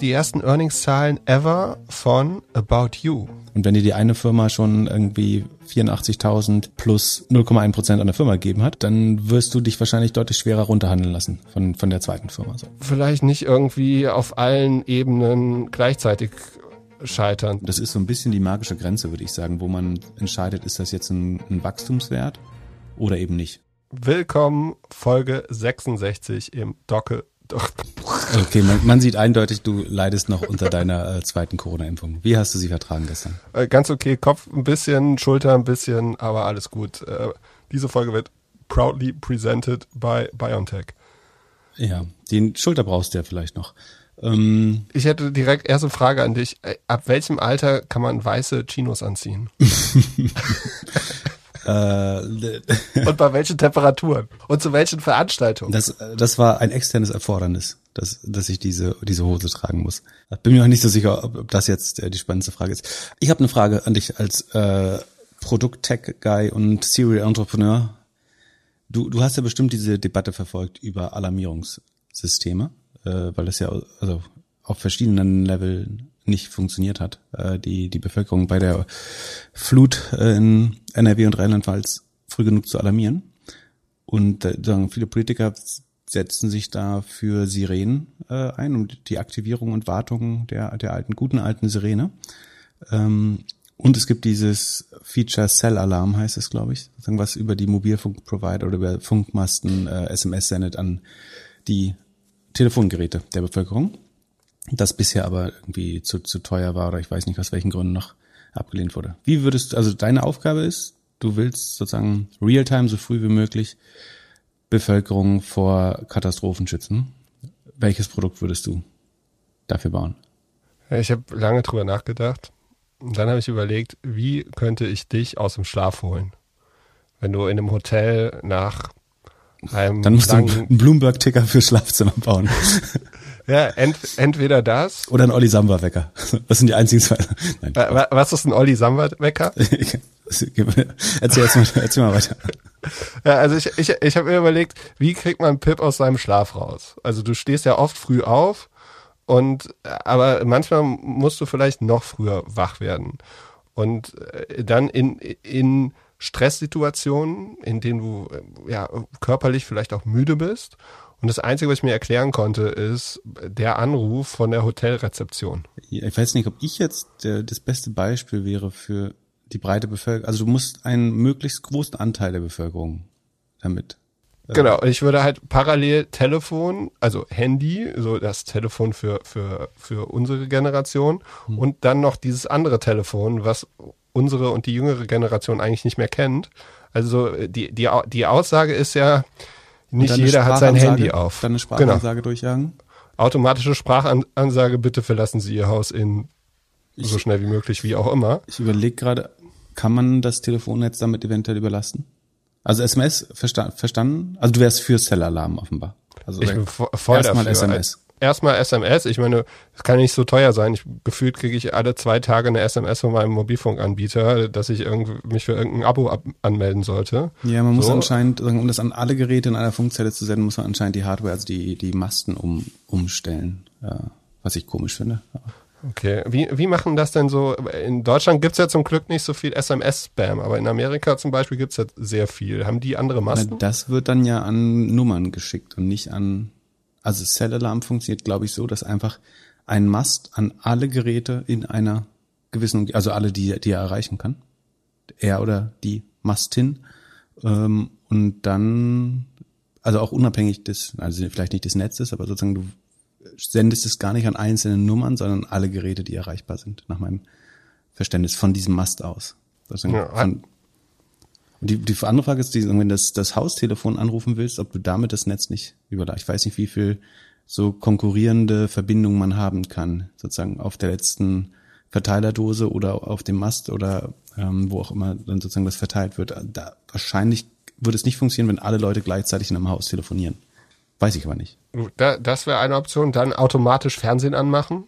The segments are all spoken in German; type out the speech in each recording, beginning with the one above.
die ersten Earnings-Zahlen ever von About You. Und wenn dir die eine Firma schon irgendwie 84.000 plus 0,1% an der Firma gegeben hat, dann wirst du dich wahrscheinlich deutlich schwerer runterhandeln lassen von der zweiten Firma. So. Vielleicht nicht irgendwie auf allen Ebenen gleichzeitig scheitern. Das ist so ein bisschen die magische Grenze, würde ich sagen, wo man entscheidet, ist das jetzt ein Wachstumswert oder eben nicht. Willkommen, Folge 66 im Docke. Okay, man sieht eindeutig, du leidest noch unter deiner zweiten Corona-Impfung. Wie hast du sie vertragen gestern? Ganz okay, Kopf ein bisschen, Schulter ein bisschen, aber alles gut. Diese Folge wird proudly presented by BioNTech. Ja, die Schulter brauchst du ja vielleicht noch. Ich hätte direkt erste Frage an dich. Ab welchem Alter kann man weiße Chinos anziehen? Und bei welchen Temperaturen? Und zu welchen Veranstaltungen? Das war ein externes Erfordernis, dass ich diese Hose tragen muss. Bin mir auch nicht so sicher, ob das jetzt die spannendste Frage ist. Ich habe eine Frage an dich als Produkt-Tech-Guy und Serial-Entrepreneur. Du hast ja bestimmt diese Debatte verfolgt über Alarmierungssysteme, weil das ja also auf verschiedenen Leveln nicht funktioniert hat, die Bevölkerung bei der Flut in NRW und Rheinland-Pfalz früh genug zu alarmieren. Und viele Politiker setzen sich da für Sirenen ein, um die Aktivierung und Wartung der guten alten Sirene. Und es gibt dieses Feature Cell Alarm, heißt es, glaube ich, was über die Mobilfunkprovider oder über Funkmasten SMS sendet an die Telefongeräte der Bevölkerung. Das bisher aber irgendwie zu teuer war oder ich weiß nicht, aus welchen Gründen noch abgelehnt wurde. Wie würdest du, also deine Aufgabe ist, du willst sozusagen real-time so früh wie möglich Bevölkerung vor Katastrophen schützen. Welches Produkt würdest du dafür bauen? Ich habe lange drüber nachgedacht und dann habe ich überlegt, wie könnte ich dich aus dem Schlaf holen? Wenn du in einem Hotel nach einem dann musst du einen Bloomberg-Ticker für Schlafzimmer bauen. Ja, entweder das. Oder ein Olli Samba-Wecker. Das sind die einzigen zwei. Nein. Was ist ein Olli Samba-Wecker? Erzähl mal weiter. Ja, also ich habe mir überlegt, wie kriegt man Pip aus seinem Schlaf raus? Also du stehst ja oft früh auf aber manchmal musst du vielleicht noch früher wach werden. Und dann in Stresssituationen, in denen du körperlich vielleicht auch müde bist. Und das Einzige, was ich mir erklären konnte, ist der Anruf von der Hotelrezeption. Ich weiß nicht, ob ich jetzt das beste Beispiel wäre für die breite Bevölkerung. Also du musst einen möglichst großen Anteil der Bevölkerung damit. Genau, ich würde halt parallel Telefon, also Handy, so das Telefon für unsere Generation und dann noch dieses andere Telefon, was unsere und die jüngere Generation eigentlich nicht mehr kennt. Also die Aussage ist ja, nicht jeder hat sein Handy auf. Dann eine Sprachansage durchjagen? Automatische Sprachansage, bitte verlassen Sie Ihr Haus so schnell wie möglich, wie auch immer. Ich überlege gerade, kann man das Telefonnetz damit eventuell überlasten? Also SMS verstanden? Also du wärst für Cell-Alarm offenbar. Also ich bin voll erstmal dafür. SMS. Erstmal SMS. Ich meine, das kann nicht so teuer sein. Gefühlt kriege ich alle 2 Tage eine SMS von meinem Mobilfunkanbieter, dass ich mich für irgendein Abo anmelden sollte. Ja, man muss anscheinend, um das an alle Geräte in einer Funkzelle zu senden, muss man anscheinend die Hardware, also die Masten umstellen. Was ich komisch finde. Okay, wie machen das denn so? In Deutschland gibt's ja zum Glück nicht so viel SMS-Spam, aber in Amerika zum Beispiel gibt's ja sehr viel. Haben die andere Masten? Das wird dann ja an Nummern geschickt und nicht an... Also Cell-Alarm funktioniert, glaube ich, so, dass einfach ein Mast an alle Geräte in einer gewissen, also alle, die er erreichen kann, er oder die Mastin, und dann, also auch unabhängig also vielleicht nicht des Netzes, aber sozusagen du sendest es gar nicht an einzelne Nummern, sondern alle Geräte, die erreichbar sind, nach meinem Verständnis, von diesem Mast aus. Und die andere Frage ist, wenn du das Haustelefon anrufen willst, ob du damit das Netz nicht überlegst. Ich weiß nicht, wie viel so konkurrierende Verbindungen man haben kann, sozusagen auf der letzten Verteilerdose oder auf dem Mast oder wo auch immer dann sozusagen das verteilt wird. Da wahrscheinlich würde es nicht funktionieren, wenn alle Leute gleichzeitig in einem Haus telefonieren. Weiß ich aber nicht. Das wäre eine Option. Dann automatisch Fernsehen anmachen.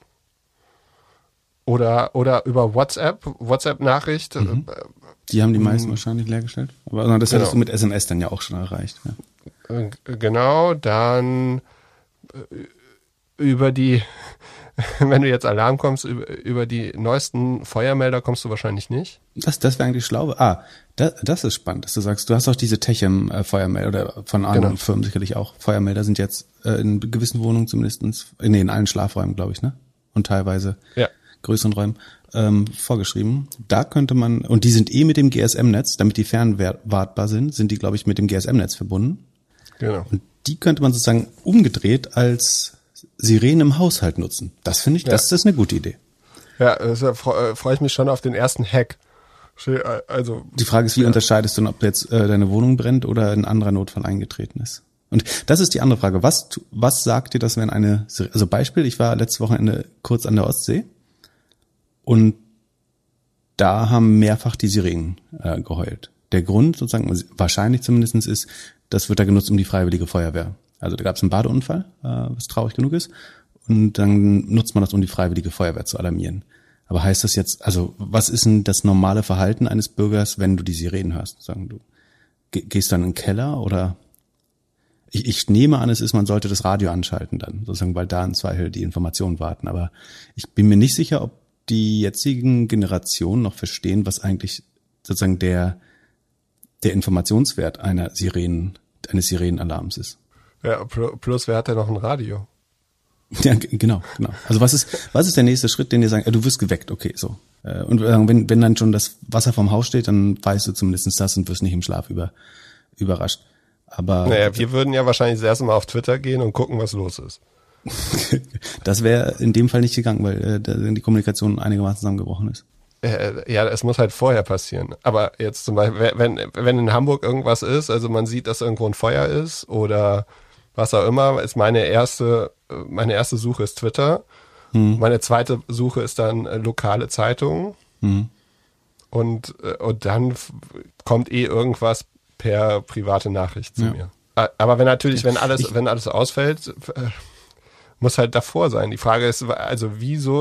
Oder über WhatsApp-Nachricht. Die haben die meisten wahrscheinlich leergestellt. Aber das hättest du mit SMS dann ja auch schon erreicht. Ja. Genau, dann über die wenn du jetzt Alarm kommst, über die neuesten Feuermelder kommst du wahrscheinlich nicht. Das wäre eigentlich schlau. Das ist spannend, dass du sagst, du hast auch diese Techem-Feuermelder oder von anderen Firmen sicherlich auch. Feuermelder sind jetzt in gewissen Wohnungen zumindest, in allen Schlafräumen, glaube ich, ne? Und teilweise größeren Räumen vorgeschrieben. Da könnte man, und die sind mit dem GSM-Netz, damit die fernwartbar sind die, glaube ich, mit dem GSM-Netz verbunden. Genau. Und die könnte man sozusagen umgedreht als Sirenen im Haushalt nutzen. Das finde ich, das ist eine gute Idee. Ja, da freue ich mich schon auf den ersten Hack. Also die Frage ist, wie unterscheidest du, ob jetzt deine Wohnung brennt oder ein anderer Notfall eingetreten ist? Und das ist die andere Frage. Was sagt dir das, wenn also Beispiel, ich war letztes Wochenende kurz an der Ostsee und da haben mehrfach die Sirenen geheult. Der Grund sozusagen, wahrscheinlich zumindest ist, das wird da genutzt um die Freiwillige Feuerwehr. Also da gab es einen Badeunfall, was traurig genug ist, und dann nutzt man das, um die Freiwillige Feuerwehr zu alarmieren. Aber heißt das jetzt, also was ist denn das normale Verhalten eines Bürgers, wenn du die Sirenen hörst? Sagen du, gehst dann in den Keller oder? Ich nehme an, man sollte das Radio anschalten dann, sozusagen, weil da im Zweifel die Informationen warten. Aber ich bin mir nicht sicher, ob die jetzigen Generationen noch verstehen, was eigentlich sozusagen der Informationswert eines Sirenenalarms ist. Ja, plus wer hat denn noch ein Radio? Ja, genau. Also was ist der nächste Schritt, den dir sagen, du wirst geweckt, okay, so. Und wenn dann schon das Wasser vorm Haus steht, dann weißt du zumindest das und wirst nicht im Schlaf überrascht. Aber naja, wir würden ja wahrscheinlich das erste Mal auf Twitter gehen und gucken, was los ist. Das wäre in dem Fall nicht gegangen, weil die Kommunikation einigermaßen zusammengebrochen ist. Ja, es muss halt vorher passieren. Aber jetzt zum Beispiel, wenn in Hamburg irgendwas ist, also man sieht, dass irgendwo ein Feuer ist oder was auch immer, ist meine erste Suche ist Twitter. Meine zweite Suche ist dann lokale Zeitungen. Und dann kommt irgendwas per private Nachricht zu mir. Aber wenn alles ausfällt, muss halt davor sein. Die Frage ist, also wieso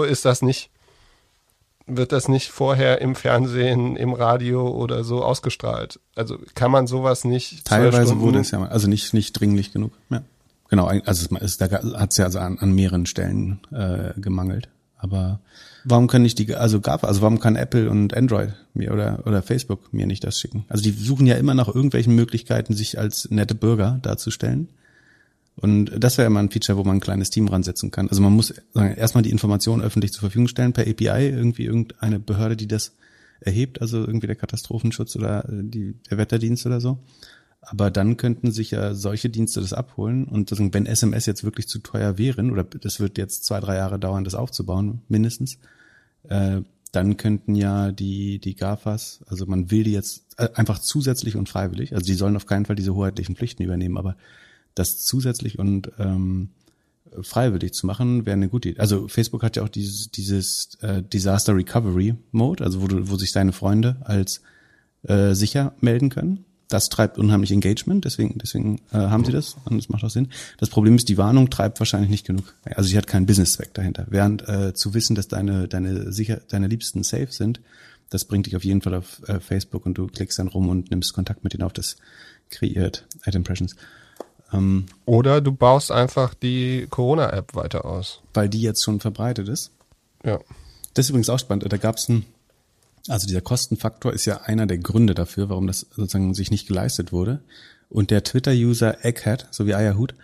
wird das nicht vorher im Fernsehen, im Radio oder so ausgestrahlt? Also kann man sowas nicht? Teilweise wurde es ja, also nicht dringlich genug. Ja. Genau, also da hat es ja also an mehreren Stellen gemangelt. Aber warum können nicht warum kann Apple und Android mir oder Facebook mir nicht das schicken? Also die suchen ja immer nach irgendwelchen Möglichkeiten, sich als nette Bürger darzustellen. Und das wäre immer ein Feature, wo man ein kleines Team ransetzen kann. Also man muss erstmal die Informationen öffentlich zur Verfügung stellen per API, irgendwie irgendeine Behörde, die das erhebt, also irgendwie der Katastrophenschutz oder der Wetterdienst oder so. Aber dann könnten sich ja solche Dienste das abholen und wenn SMS jetzt wirklich zu teuer wären, oder das wird jetzt 2-3 Jahre dauern, das aufzubauen, mindestens, dann könnten ja die GAFAs, also man will die jetzt einfach zusätzlich und freiwillig, also die sollen auf keinen Fall diese hoheitlichen Pflichten übernehmen, aber das zusätzlich und freiwillig zu machen, wäre eine gute Idee. Also Facebook hat ja auch dieses Disaster Recovery Mode, also wo sich deine Freunde als sicher melden können. Das treibt unheimlich Engagement, deswegen haben sie das und es macht auch Sinn. Das Problem ist, die Warnung treibt wahrscheinlich nicht genug. Also sie hat keinen Business-Zweck dahinter. Während zu wissen, dass deine Liebsten safe sind, das bringt dich auf jeden Fall auf Facebook und du klickst dann rum und nimmst Kontakt mit denen auf, das kreiert Ad Impressions. Oder du baust einfach die Corona-App weiter aus. Weil die jetzt schon verbreitet ist. Ja. Das ist übrigens auch spannend. Da gab's also dieser Kostenfaktor ist ja einer der Gründe dafür, warum das sozusagen sich nicht geleistet wurde. Und der Twitter-User Egghead, so wie Eierhut,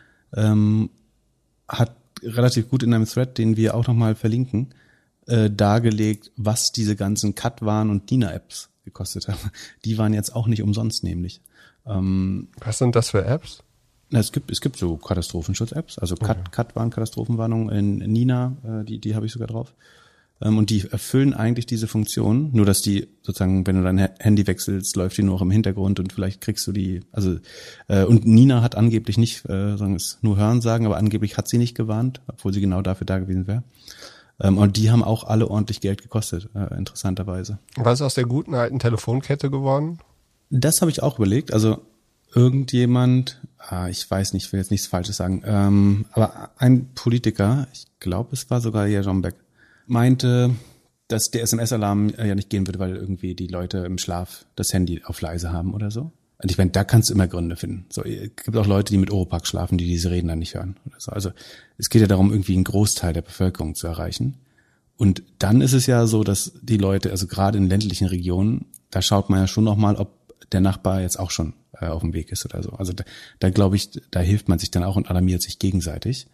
hat relativ gut in einem Thread, den wir auch nochmal verlinken, dargelegt, was diese ganzen Katwan und Nina-Apps gekostet haben. Die waren jetzt auch nicht umsonst nämlich. Was sind das für Apps? Es gibt so Katastrophenschutz-Apps, also Katwan, Katastrophenwarnung in Nina, die habe ich sogar drauf. Und die erfüllen eigentlich diese Funktion, nur dass die sozusagen, wenn du dein Handy wechselst, läuft die nur auch im Hintergrund und vielleicht kriegst du und Nina hat angeblich nicht, sagen es nur Hörensagen, aber angeblich hat sie nicht gewarnt, obwohl sie genau dafür da gewesen wäre. Und die haben auch alle ordentlich Geld gekostet, interessanterweise. Was ist aus der guten alten Telefonkette geworden? Das habe ich auch überlegt, also irgendjemand, ich weiß nicht, ich will jetzt nichts Falsches sagen, aber ein Politiker, ich glaube, es war sogar Jean Beck, meinte, dass der SMS-Alarm ja nicht gehen würde, weil irgendwie die Leute im Schlaf das Handy auf leise haben oder so. Und ich meine, da kannst du immer Gründe finden. So, es gibt auch Leute, die mit Oropax schlafen, die diese Reden dann nicht hören. Oder so. Also es geht ja darum, irgendwie einen Großteil der Bevölkerung zu erreichen. Und dann ist es ja so, dass die Leute, also gerade in ländlichen Regionen, da schaut man ja schon nochmal, ob der Nachbar jetzt auch schon auf dem Weg ist oder so. Also da glaube ich, da hilft man sich dann auch und alarmiert sich gegenseitig.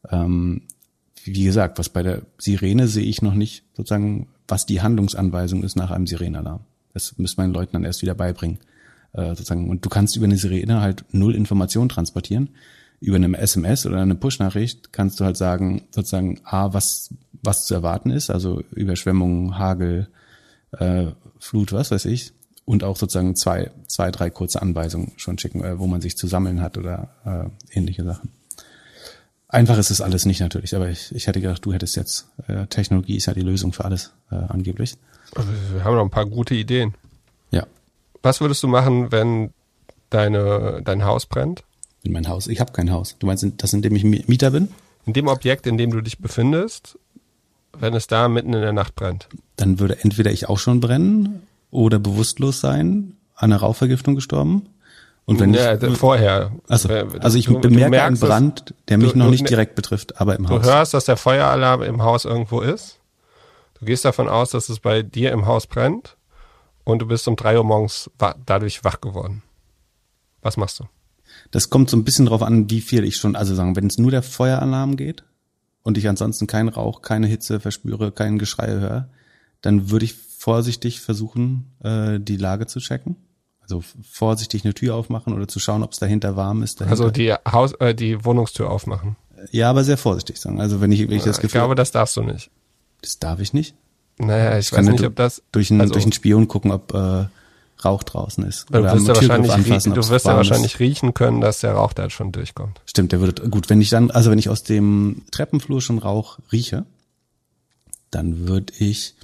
Wie gesagt, was bei der Sirene sehe ich noch nicht, sozusagen, was die Handlungsanweisung ist nach einem Sirenenalarm. Das müsste man den Leuten dann erst wieder beibringen. Sozusagen. Und du kannst über eine Sirene halt 0 Informationen transportieren. Über eine SMS oder eine Push-Nachricht kannst du halt sagen, sozusagen, was zu erwarten ist, also Überschwemmungen, Hagel, Flut, was weiß ich. Und auch sozusagen 3 kurze Anweisungen schon schicken, wo man sich zu sammeln hat oder ähnliche Sachen. Einfach ist es alles nicht natürlich, aber ich hätte gedacht, du hättest jetzt, Technologie ist ja die Lösung für alles, angeblich. Wir haben noch ein paar gute Ideen. Ja. Was würdest du machen, wenn dein Haus brennt? In mein Haus? Ich habe kein Haus. Du meinst, das, in dem ich Mieter bin? In dem Objekt, in dem du dich befindest, wenn es da mitten in der Nacht brennt? Dann würde entweder ich auch schon brennen oder bewusstlos sein, an einer Rauchvergiftung gestorben. Und wenn vorher. Also ich bemerke einen Brand, der mich noch nicht direkt betrifft, aber im Haus. Du hörst, dass der Feueralarm im Haus irgendwo ist. Du gehst davon aus, dass es bei dir im Haus brennt und du bist um 3 Uhr morgens dadurch wach geworden. Was machst du? Das kommt so ein bisschen drauf an, wie viel ich schon, also sagen, wenn es nur der Feueralarm geht und ich ansonsten keinen Rauch, keine Hitze verspüre, kein Geschrei höre, dann würde ich vorsichtig versuchen, die Lage zu checken. Also vorsichtig eine Tür aufmachen oder zu schauen, ob es dahinter warm ist. Also die Wohnungstür aufmachen. Ja, aber sehr vorsichtig sagen. Also wenn ich das Gefühl. Ich glaube, das darfst du nicht. Das darf ich nicht? Naja, ich weiß nicht, ob das durch einen Spion gucken, ob Rauch draußen ist. Du wirst ja wahrscheinlich riechen können, dass der Rauch da schon durchkommt. Stimmt, der würde gut. Wenn ich aus dem Treppenflur schon Rauch rieche, dann würde ich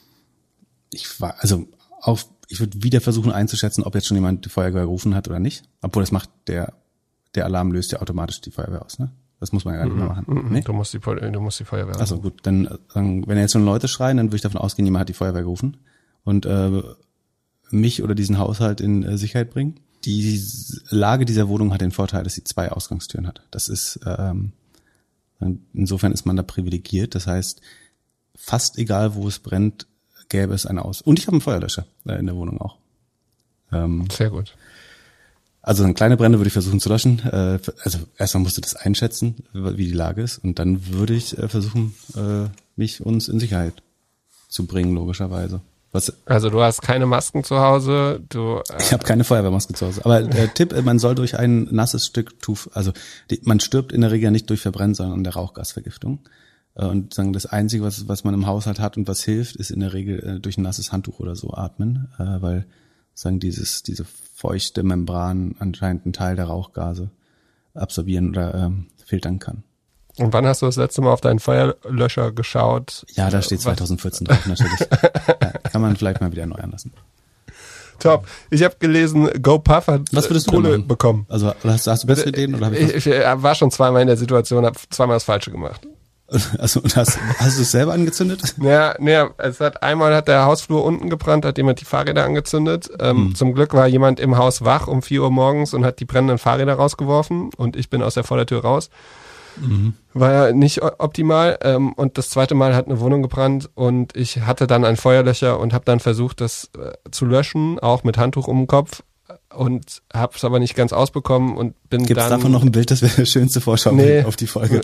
würde wieder versuchen einzuschätzen, ob jetzt schon jemand die Feuerwehr gerufen hat oder nicht. Obwohl das macht der Alarm löst ja automatisch die Feuerwehr aus, ne? Das muss man ja gar nicht mehr machen. Nee? Du musst die Feuerwehr. Also gut, dann wenn jetzt schon Leute schreien, dann würde ich davon ausgehen, jemand hat die Feuerwehr gerufen und mich oder diesen Haushalt in Sicherheit bringen. Die Lage dieser Wohnung hat den Vorteil, dass sie 2 Ausgangstüren hat. Das ist insofern ist man da privilegiert. Das heißt, fast egal, wo es brennt, gäbe es einen aus. Und ich habe einen Feuerlöscher in der Wohnung auch. Sehr gut. Also eine kleine Brände würde ich versuchen zu löschen. Also erstmal musst du das einschätzen, wie die Lage ist. Und dann würde ich versuchen, uns in Sicherheit zu bringen, logischerweise. Also du hast keine Masken zu Hause? Ich habe keine Feuerwehrmaske zu Hause. Aber Tipp, man soll durch ein nasses Stück Tuch, also man stirbt in der Regel nicht durch Verbrennen, sondern an der Rauchgasvergiftung. Und sagen, das Einzige, was man im Haushalt hat und was hilft, ist in der Regel durch ein nasses Handtuch oder so atmen, weil sagen diese feuchte Membran anscheinend einen Teil der Rauchgase absorbieren oder filtern kann. Und wann hast du das letzte Mal auf deinen Feuerlöscher geschaut? Ja, da steht 2014 drauf, natürlich. Ja, kann man vielleicht mal wieder neu anlassen. Top. Ich habe gelesen, GoPuff hat Kohle bekommen. Also hast du bessere Ideen? Oder ich war schon zweimal in der Situation, habe zweimal das Falsche gemacht. Also und hast du es selber angezündet? Ja, einmal hat der Hausflur unten gebrannt, hat jemand die Fahrräder angezündet. Zum Glück war jemand im Haus wach um 4 Uhr morgens und hat die brennenden Fahrräder rausgeworfen und ich bin aus der Vordertür raus. War ja nicht optimal. Und das zweite Mal hat eine Wohnung gebrannt und ich hatte dann einen Feuerlöscher und habe dann versucht, das zu löschen, auch mit Handtuch um den Kopf. Und hab's aber nicht ganz ausbekommen und bin Gibt's dann... davon noch ein Bild? Das wäre der schönste Vorschau auf die Folge.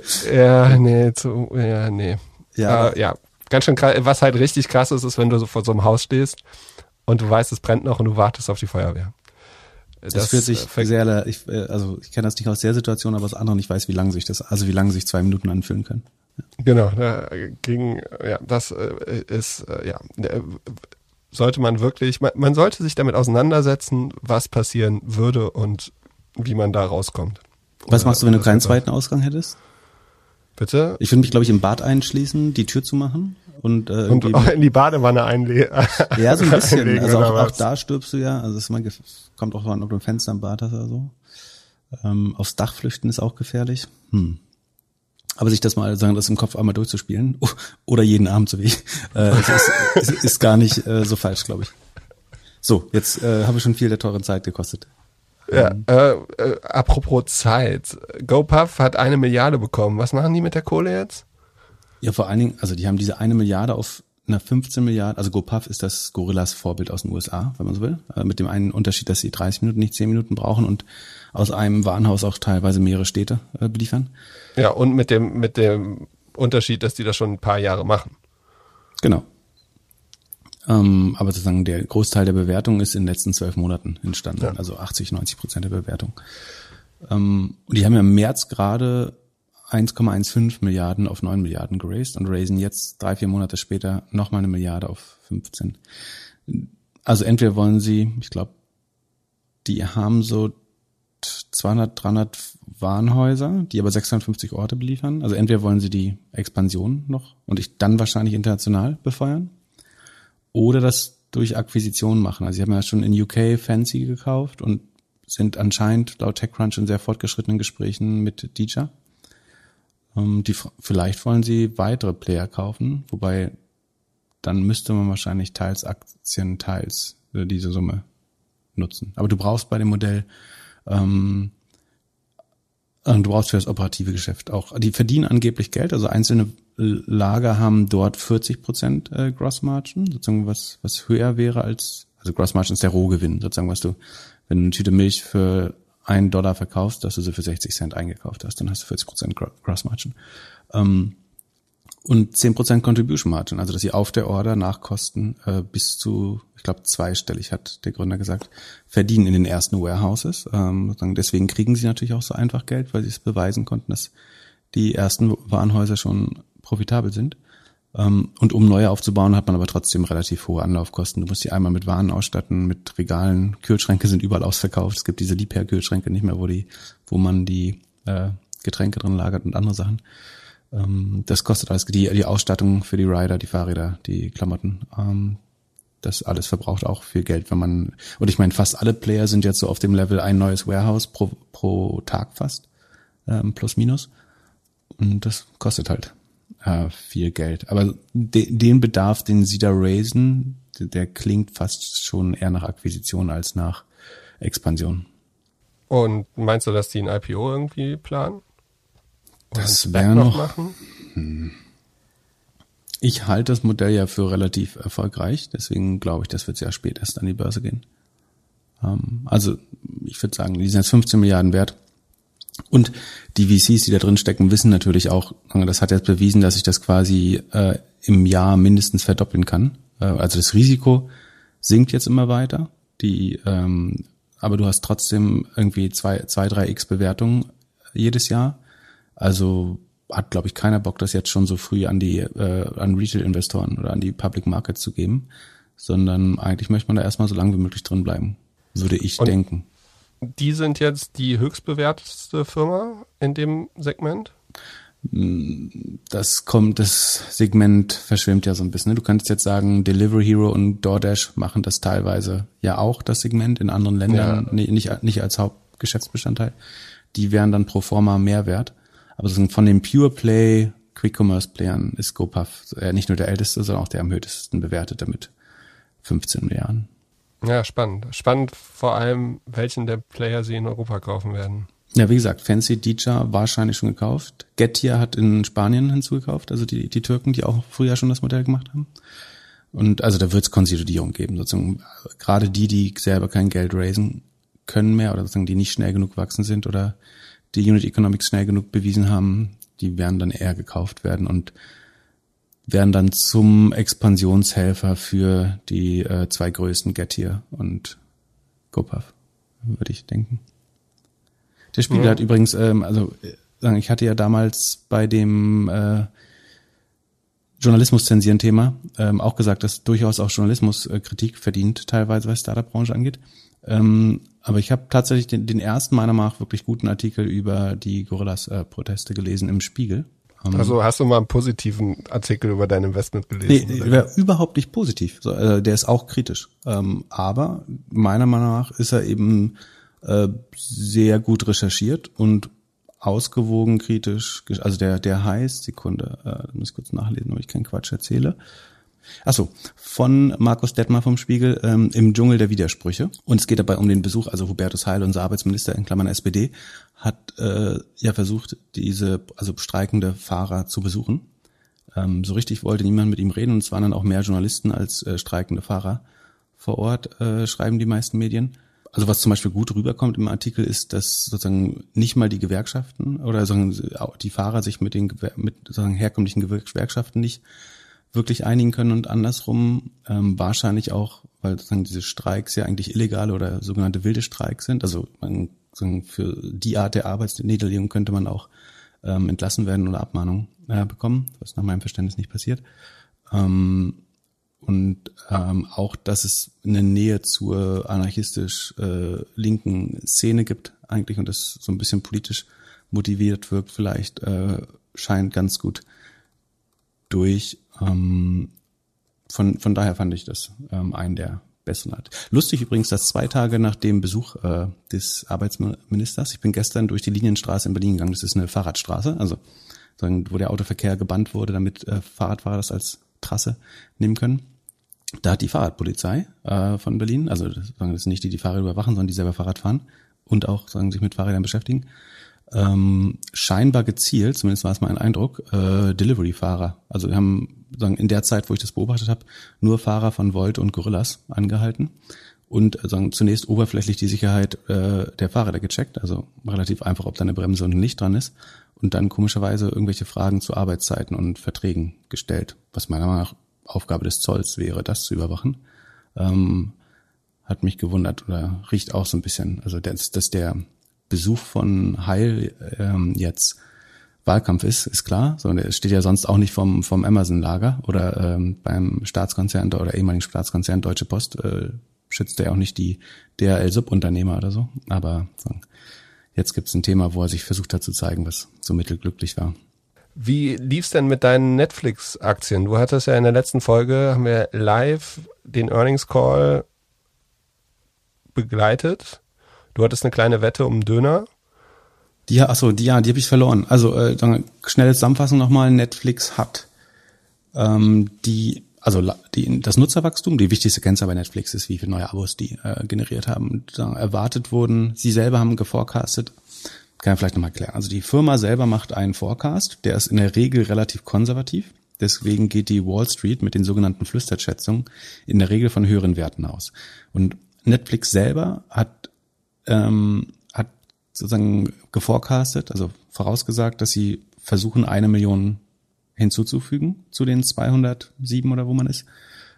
Nee. Ja, ganz schön krass. Was halt richtig krass ist, wenn du so vor so einem Haus stehst und du weißt, es brennt noch und du wartest auf die Feuerwehr. Das fühlt sich sehr, ich kenne das nicht aus der Situation, aber aus anderen, ich weiß, wie lange sich 2 Minuten anfühlen können. Ja. Genau, sollte man wirklich, man sollte sich damit auseinandersetzen, was passieren würde und wie man da rauskommt. Was machst du, wenn du keinen zweiten Ausgang hättest? Bitte? Ich würde mich, glaube ich, im Bad einschließen, die Tür zu machen und auch in die Badewanne einlegen. Ja, so ein bisschen. Also auch da stirbst du ja. Also kommt auch an, ob du ein Fenster im Bad hast oder so. Aufs Dach flüchten ist auch gefährlich. Aber sich das im Kopf einmal durchzuspielen oder jeden Abend so wie ich, ist gar nicht so falsch, glaube ich. So, jetzt habe ich schon viel der teuren Zeit gekostet. Ja, apropos Zeit. GoPuff hat 1 Milliarde bekommen. Was machen die mit der Kohle jetzt? Ja, vor allen Dingen, also die haben diese 1 Milliarde auf einer 15 Milliarden, also GoPuff ist das Gorillas Vorbild aus den USA, wenn man so will. Mit dem einen Unterschied, dass sie 30 Minuten, nicht 10 Minuten brauchen und aus einem Warenhaus auch teilweise mehrere Städte beliefern. Ja, und mit dem Unterschied, dass die das schon ein paar Jahre machen. Genau. Aber sozusagen der Großteil der Bewertung ist in den letzten 12 Monaten entstanden, ja. Also 80-90% der Bewertung. Und die haben ja im März gerade 1,15 Milliarden auf 9 Milliarden geraced und raisen jetzt 3-4 Monate später nochmal 1 Milliarde auf 15. Also entweder wollen sie, ich glaube, die haben so 200, 300 Warenhäuser, die aber 650 Orte beliefern. Also entweder wollen sie die Expansion noch und dann wahrscheinlich international befeuern oder das durch Akquisitionen machen. Also sie haben ja schon in UK Fancy gekauft und sind anscheinend laut TechCrunch in sehr fortgeschrittenen Gesprächen mit Dija. Vielleicht wollen sie weitere Player kaufen, wobei dann müsste man wahrscheinlich teils Aktien, teils diese Summe nutzen. Aber du brauchst bei dem Modell, du brauchst für das operative Geschäft auch, die verdienen angeblich Geld, also einzelne Lager haben dort 40% Gross Margin, sozusagen was höher wäre also Gross Margin ist der Rohgewinn, sozusagen wenn du eine Tüte Milch für $1 verkaufst, dass du sie für 60 Cent eingekauft hast, dann hast du 40% Gross Margin. Und 10% Contribution Margin, also dass sie auf der Order nach Kosten bis zu, ich glaube, zweistellig, hat der Gründer gesagt, verdienen in den ersten Warehouses. Deswegen kriegen sie natürlich auch so einfach Geld, weil sie es beweisen konnten, dass die ersten Warenhäuser schon profitabel sind. Und um neue aufzubauen, hat man aber trotzdem relativ hohe Anlaufkosten. Du musst die einmal mit Waren ausstatten, mit Regalen. Kühlschränke sind überall ausverkauft. Es gibt diese Liebherr-Kühlschränke nicht mehr, wo man die Getränke drin lagert und andere Sachen. Das kostet alles, die Ausstattung für die Rider, die Fahrräder, die Klamotten. Das alles verbraucht auch viel Geld, und ich meine, fast alle Player sind jetzt so auf dem Level ein neues Warehouse pro Tag fast, plus minus. Und das kostet halt viel Geld. Aber den Bedarf, den sie da raisen, der klingt fast schon eher nach Akquisition als nach Expansion. Und meinst du, dass die ein IPO irgendwie planen? Oder das wäre noch. Ich halte das Modell ja für relativ erfolgreich, deswegen glaube ich, das wird sehr spät erst an die Börse gehen. Also ich würde sagen, die sind jetzt 15 Milliarden wert. Und die VCs, die da drin stecken, wissen natürlich auch, das hat jetzt bewiesen, dass ich das quasi im Jahr mindestens verdoppeln kann. Also das Risiko sinkt jetzt immer weiter. Aber du hast trotzdem irgendwie 2-3x Bewertungen jedes Jahr. Also hat, glaube ich, keiner Bock, das jetzt schon so früh an Retail-Investoren oder an die Public Markets zu geben, sondern eigentlich möchte man da erstmal so lange wie möglich drin bleiben, würde ich denken. Die sind jetzt die höchstbewertetste Firma in dem Segment? Das Segment verschwimmt ja so ein bisschen. Du könntest jetzt sagen, Delivery Hero und DoorDash machen das teilweise ja auch, das Segment, in anderen Ländern, ja. nicht als Hauptgeschäftsbestandteil. Die wären dann pro forma mehr wert. Aber von den Pure Play Quick Commerce Playern ist GoPuff nicht nur der älteste, sondern auch der am höchsten bewertete mit 15 Milliarden. Ja, spannend. Spannend vor allem, welchen der Player sie in Europa kaufen werden. Ja, wie gesagt, Fancy, Dija wahrscheinlich schon gekauft. Getir hat in Spanien hinzugekauft, also die Türken, die auch früher schon das Modell gemacht haben. Und also da wird es Konsolidierung geben, sozusagen. Gerade die selber kein Geld raisen können mehr oder sozusagen die nicht schnell genug gewachsen sind oder die Unit Economics schnell genug bewiesen haben, die werden dann eher gekauft werden und werden dann zum Expansionshelfer für die zwei größten, Getir und GoPuff, würde ich denken. Der Spiegel hat übrigens, ich hatte ja damals bei dem Journalismus-Zensieren-Thema auch gesagt, dass durchaus auch Journalismus Kritik verdient, teilweise was Startup-Branche angeht. Aber ich habe tatsächlich den ersten meiner Meinung nach wirklich guten Artikel über die Gorillas-Proteste gelesen im Spiegel. Also hast du mal einen positiven Artikel über dein Investment gelesen? Nee, der war überhaupt nicht positiv. Der ist auch kritisch. Aber meiner Meinung nach ist er eben sehr gut recherchiert und ausgewogen kritisch. Also der heißt, Sekunde, muss ich kurz nachlesen, ob ich keinen Quatsch erzähle. Achso, von Markus Detmar vom Spiegel, im Dschungel der Widersprüche. Und es geht dabei um den Besuch, also Hubertus Heil, unser Arbeitsminister in Klammern SPD, hat versucht, also streikende Fahrer zu besuchen. So richtig wollte niemand mit ihm reden, und es waren dann auch mehr Journalisten als streikende Fahrer vor Ort, schreiben die meisten Medien. Also was zum Beispiel gut rüberkommt im Artikel ist, dass sozusagen nicht mal die Gewerkschaften oder sozusagen die Fahrer sich mit sozusagen herkömmlichen Gewerkschaften nicht wirklich einigen können, und andersrum wahrscheinlich auch, weil sozusagen diese Streiks ja eigentlich illegale oder sogenannte wilde Streiks sind. Also für die Art der Arbeitsniederlegung könnte man auch entlassen werden oder Abmahnung bekommen, was nach meinem Verständnis nicht passiert. Und auch, dass es eine Nähe zur anarchistisch linken Szene gibt eigentlich, und das so ein bisschen politisch motiviert wirkt vielleicht, scheint ganz gut durch. Von daher fand ich das einen der besseren Art. Lustig übrigens, dass 2 Tage nach dem Besuch des Arbeitsministers, ich bin gestern durch die Linienstraße in Berlin gegangen, das ist eine Fahrradstraße, also wo der Autoverkehr gebannt wurde, damit Fahrradfahrer das als Trasse nehmen können. Da hat die Fahrradpolizei von Berlin, also das sind nicht die Fahrräder überwachen, sondern die selber Fahrrad fahren und auch sich mit Fahrrädern beschäftigen, scheinbar gezielt, zumindest war es mein Eindruck, Delivery-Fahrer. Also wir haben in der Zeit, wo ich das beobachtet habe, nur Fahrer von Volt und Gorillas angehalten und zunächst oberflächlich die Sicherheit der Fahrräder gecheckt, also relativ einfach, ob da eine Bremse und ein Licht dran ist, und dann komischerweise irgendwelche Fragen zu Arbeitszeiten und Verträgen gestellt, was meiner Meinung nach Aufgabe des Zolls wäre, das zu überwachen. Hat mich gewundert oder riecht auch so ein bisschen, also dass der Besuch von Heil jetzt Wahlkampf ist klar. So, der steht ja sonst auch nicht vom Amazon-Lager oder beim Staatskonzern oder ehemaligen Staatskonzern Deutsche Post schützt er auch nicht die DHL-Subunternehmer oder so. Aber jetzt gibt's ein Thema, wo er sich versucht hat zu zeigen, was so mittelglücklich war. Wie lief's denn mit deinen Netflix-Aktien? Du hattest ja in der letzten Folge, haben wir live den Earnings Call begleitet. Du hattest eine kleine Wette um Döner. Die habe ich verloren. Also schnelle Zusammenfassung nochmal. Netflix hat das Nutzerwachstum, die wichtigste Kennzahl bei Netflix ist, wie viele neue Abos die generiert haben und erwartet wurden. Sie selber haben geforecastet. Kann ich vielleicht nochmal erklären. Also die Firma selber macht einen Forecast, der ist in der Regel relativ konservativ. Deswegen geht die Wall Street mit den sogenannten Flüsterschätzungen in der Regel von höheren Werten aus. Und Netflix selber hat sozusagen geforecastet, also vorausgesagt, dass sie versuchen, 1 Million hinzuzufügen zu den 207 oder wo man ist,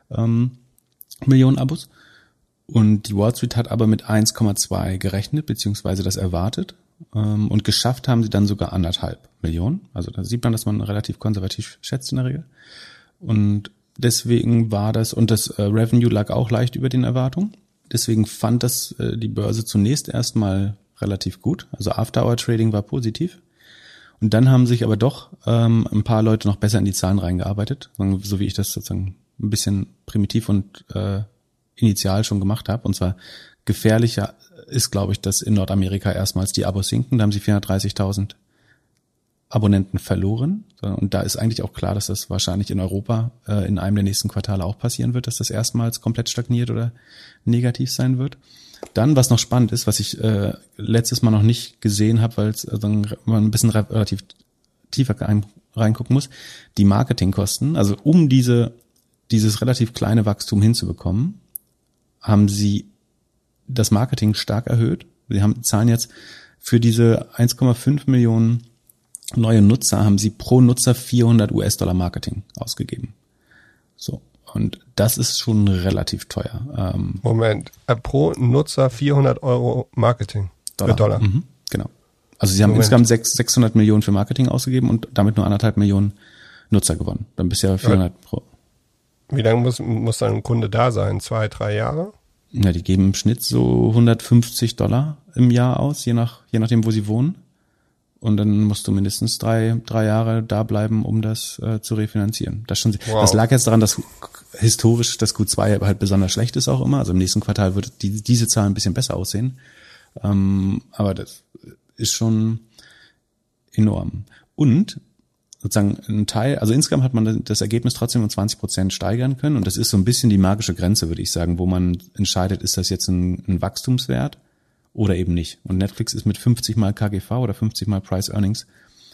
Millionen Abos. Und die Wall Street hat aber mit 1,2 gerechnet, beziehungsweise das erwartet. Und geschafft haben sie dann sogar 1,5 Millionen. Also da sieht man, dass man relativ konservativ schätzt in der Regel. Und deswegen war das, und das Revenue lag auch leicht über den Erwartungen. Deswegen fand das die Börse zunächst erstmal relativ gut. Also After-Hour-Trading war positiv. Und dann haben sich aber doch ein paar Leute noch besser in die Zahlen reingearbeitet, so wie ich das sozusagen ein bisschen primitiv und initial schon gemacht habe. Und zwar gefährlicher ist, glaube ich, dass in Nordamerika erstmals die Abos sinken. Da haben sie 430.000 Abonnenten verloren. Und da ist eigentlich auch klar, dass das wahrscheinlich in Europa in einem der nächsten Quartale auch passieren wird, dass das erstmals komplett stagniert oder negativ sein wird. Dann, was noch spannend ist, was ich letztes Mal noch nicht gesehen habe, weil man ein bisschen relativ tiefer reingucken muss, die Marketingkosten, also um dieses relativ kleine Wachstum hinzubekommen, haben sie das Marketing stark erhöht. Sie zahlen jetzt für diese 1,5 Millionen neue Nutzer, haben sie pro Nutzer $400 Marketing ausgegeben. So. Und das ist schon relativ teuer. Moment, pro Nutzer 400 Euro Marketing. Dollar. Mhm, genau. Also sie haben insgesamt 600 Millionen für Marketing ausgegeben und damit nur 1,5 Millionen Nutzer gewonnen. Dann bisher 400 pro. Wie lange muss dann ein Kunde da sein? 2-3 Jahre? Ja, die geben im Schnitt so $150 im Jahr aus, je nachdem, wo sie wohnen. Und dann musst du mindestens drei Jahre da bleiben, um das zu refinanzieren. Das lag jetzt daran, dass historisch das Q2 halt besonders schlecht ist auch immer. Also im nächsten Quartal wird diese Zahl ein bisschen besser aussehen. Aber das ist schon enorm. Und sozusagen ein Teil, also insgesamt hat man das Ergebnis trotzdem um 20% steigern können und das ist so ein bisschen die magische Grenze, würde ich sagen, wo man entscheidet, ist das jetzt ein Wachstumswert oder eben nicht. Und Netflix ist mit 50 mal KGV oder 50 mal Price Earnings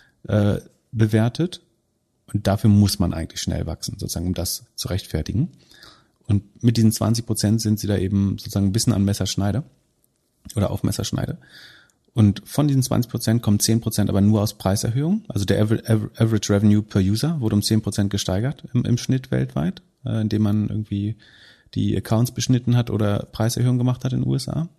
bewertet und dafür muss man eigentlich schnell wachsen, sozusagen, um das zu rechtfertigen. Und mit diesen 20% sind sie da eben sozusagen ein bisschen an Messerschneide oder auf Messerschneide. Und von diesen 20% kommen 10% aber nur aus Preiserhöhung. Also der Average Revenue per User wurde um 10% gesteigert im Schnitt weltweit, indem man irgendwie die Accounts beschnitten hat oder Preiserhöhungen gemacht hat in den USA.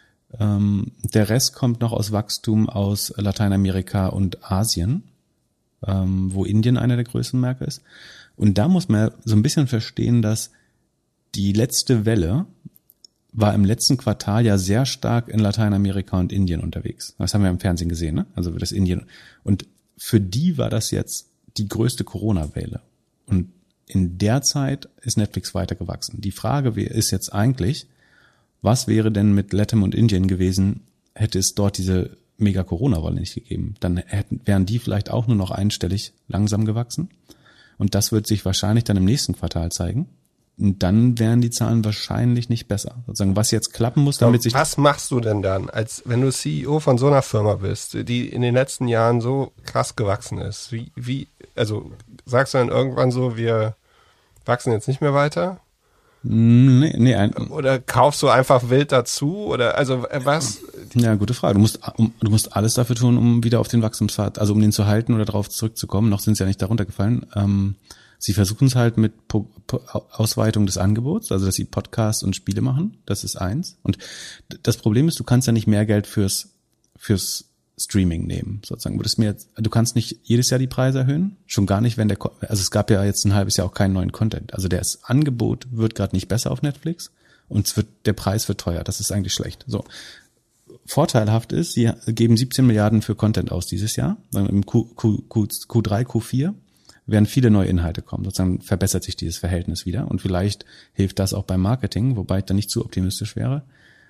Der Rest kommt noch aus Wachstum aus Lateinamerika und Asien, wo Indien einer der größten Märkte ist. Und da muss man so ein bisschen verstehen, dass die letzte Welle war im letzten Quartal ja sehr stark in Lateinamerika und Indien unterwegs. Das haben wir im Fernsehen gesehen, ne? Also das Indien. Und für die war das jetzt die größte Corona-Welle. Und in der Zeit ist Netflix weiter gewachsen. Die Frage ist jetzt eigentlich, was wäre denn mit Latam und Indien gewesen, hätte es dort diese Mega-Corona-Welle nicht gegeben? Dann wären die vielleicht auch nur noch einstellig langsam gewachsen. Und das wird sich wahrscheinlich dann im nächsten Quartal zeigen. Und dann wären die Zahlen wahrscheinlich nicht besser. Sozusagen, was jetzt klappen muss, damit sich... Was machst du denn dann, als wenn du CEO von so einer Firma bist, die in den letzten Jahren so krass gewachsen ist? Also sagst du dann irgendwann so, wir wachsen jetzt nicht mehr weiter? Nee. Oder kaufst du einfach wild dazu? Oder also was? Ja, gute Frage. Du musst alles dafür tun, um wieder auf den Wachstumspfad, also um den zu halten oder darauf zurückzukommen. Noch sind sie ja nicht darunter gefallen. Sie versuchen es halt mit Ausweitung des Angebots, also dass sie Podcasts und Spiele machen. Das ist eins. Und das Problem ist, du kannst ja nicht mehr Geld fürs Streaming nehmen, sozusagen. Du kannst nicht jedes Jahr die Preise erhöhen, schon gar nicht, also es gab ja jetzt ein halbes Jahr auch keinen neuen Content. Also das Angebot wird gerade nicht besser auf Netflix und der Preis wird teuer. Das ist eigentlich schlecht. So. Vorteilhaft ist, sie geben 17 Milliarden für Content aus dieses Jahr. Dann im Q3, Q4 werden viele neue Inhalte kommen. Sozusagen verbessert sich dieses Verhältnis wieder und vielleicht hilft das auch beim Marketing, wobei ich da nicht zu optimistisch wäre.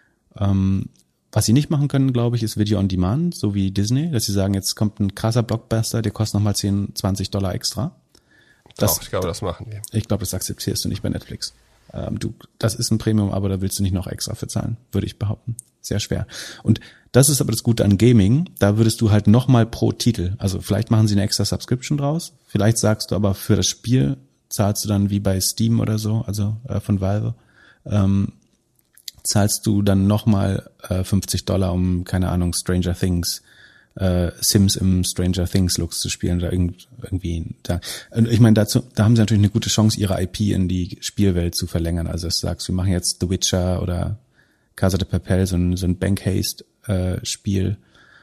Was sie nicht machen können, glaube ich, ist Video on Demand, so wie Disney, dass sie sagen, jetzt kommt ein krasser Blockbuster, der kostet nochmal $10-20 extra. Ich glaube, das machen die. Ich glaube, das akzeptierst du nicht bei Netflix. Das ist ein Premium-Abo, da willst du nicht noch extra für zahlen, würde ich behaupten. Sehr schwer. Und das ist aber das Gute an Gaming, da würdest du halt nochmal pro Titel, also vielleicht machen sie eine extra Subscription draus, vielleicht sagst du aber für das Spiel zahlst du dann wie bei Steam oder so, also von Valve, zahlst du dann nochmal $50, um, keine Ahnung, Stranger Things, Sims im Stranger Things Looks zu spielen oder irgendwie da. Ich meine, da haben sie natürlich eine gute Chance, ihre IP in die Spielwelt zu verlängern. Also dass du sagst, wir machen jetzt The Witcher oder Casa de Papel, so ein Bank Haste Spiel.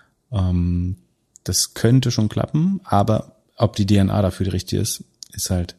Das könnte schon klappen, aber ob die DNA dafür die richtige ist halt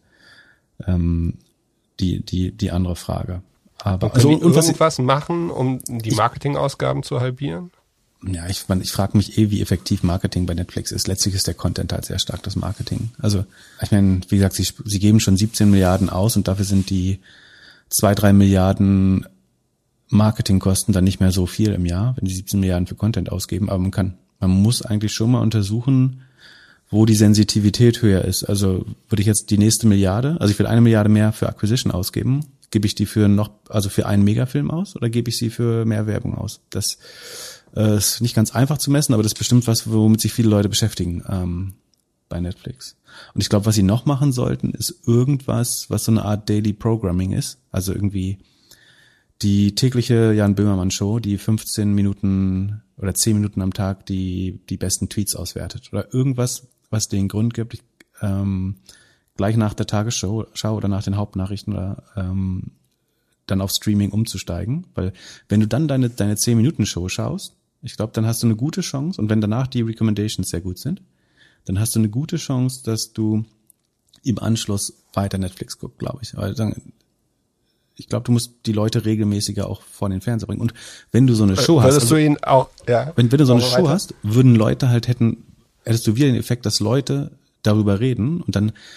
die andere Frage. Aber also irgendwas machen, um die Marketingausgaben zu halbieren? Ja, ich frage mich wie effektiv Marketing bei Netflix ist. Letztlich ist der Content halt sehr stark das Marketing. Also ich meine, wie gesagt, sie geben schon 17 Milliarden aus und dafür sind die 2-3 Milliarden Marketingkosten dann nicht mehr so viel im Jahr, wenn die 17 Milliarden für Content ausgeben. Aber man muss eigentlich schon mal untersuchen, wo die Sensitivität höher ist. Also würde ich jetzt die nächste Milliarde, also ich will 1 Milliarde mehr für Acquisition ausgeben, gebe ich die für einen Megafilm aus oder gebe ich sie für mehr Werbung aus? Das ist nicht ganz einfach zu messen, aber das ist bestimmt was, womit sich viele Leute beschäftigen bei Netflix. Und ich glaube, was sie noch machen sollten, ist irgendwas, was so eine Art Daily Programming ist. Also irgendwie die tägliche Jan Böhmermann Show, die 15 Minuten oder 10 Minuten am Tag die besten Tweets auswertet. Oder irgendwas, was den Grund gibt, gleich nach der Tagesschau oder nach den Hauptnachrichten oder dann auf Streaming umzusteigen. Weil wenn du dann deine 10-Minuten-Show schaust, ich glaube, dann hast du eine gute Chance, und wenn danach die Recommendations sehr gut sind, dann hast du eine gute Chance, dass du im Anschluss weiter Netflix guckst, glaube ich. Weil ich glaube, du musst die Leute regelmäßiger auch vor den Fernseher bringen. Und wenn du so eine Show hast, du ihn auch, ja, wenn du so eine Show hast, würden Leute hättest du wieder den Effekt, dass Leute darüber reden und dann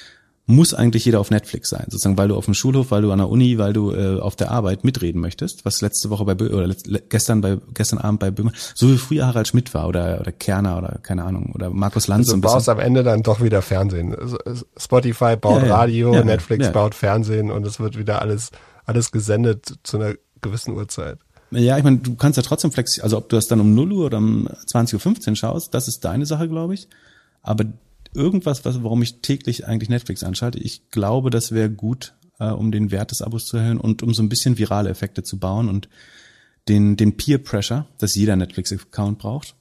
muss eigentlich jeder auf Netflix sein, sozusagen, weil du auf dem Schulhof, weil du an der Uni, weil du auf der Arbeit mitreden möchtest, was letzte Woche gestern Abend bei Böhmer, so wie früher Harald Schmidt war oder Kerner oder keine Ahnung oder Markus Lanz. Also du baust am Ende dann doch wieder Fernsehen. Spotify baut Radio, Netflix baut Fernsehen und es wird wieder alles gesendet zu einer gewissen Uhrzeit. Ja, ich meine, du kannst ja trotzdem flexibel, also ob du das dann um 0 Uhr oder um 20:15 Uhr schaust, das ist deine Sache, glaube ich. Aber irgendwas, warum ich täglich eigentlich Netflix anschalte, ich glaube, das wäre gut, um den Wert des Abos zu erhöhen und um so ein bisschen virale Effekte zu bauen und den Peer Pressure, das jeder Netflix-Account braucht,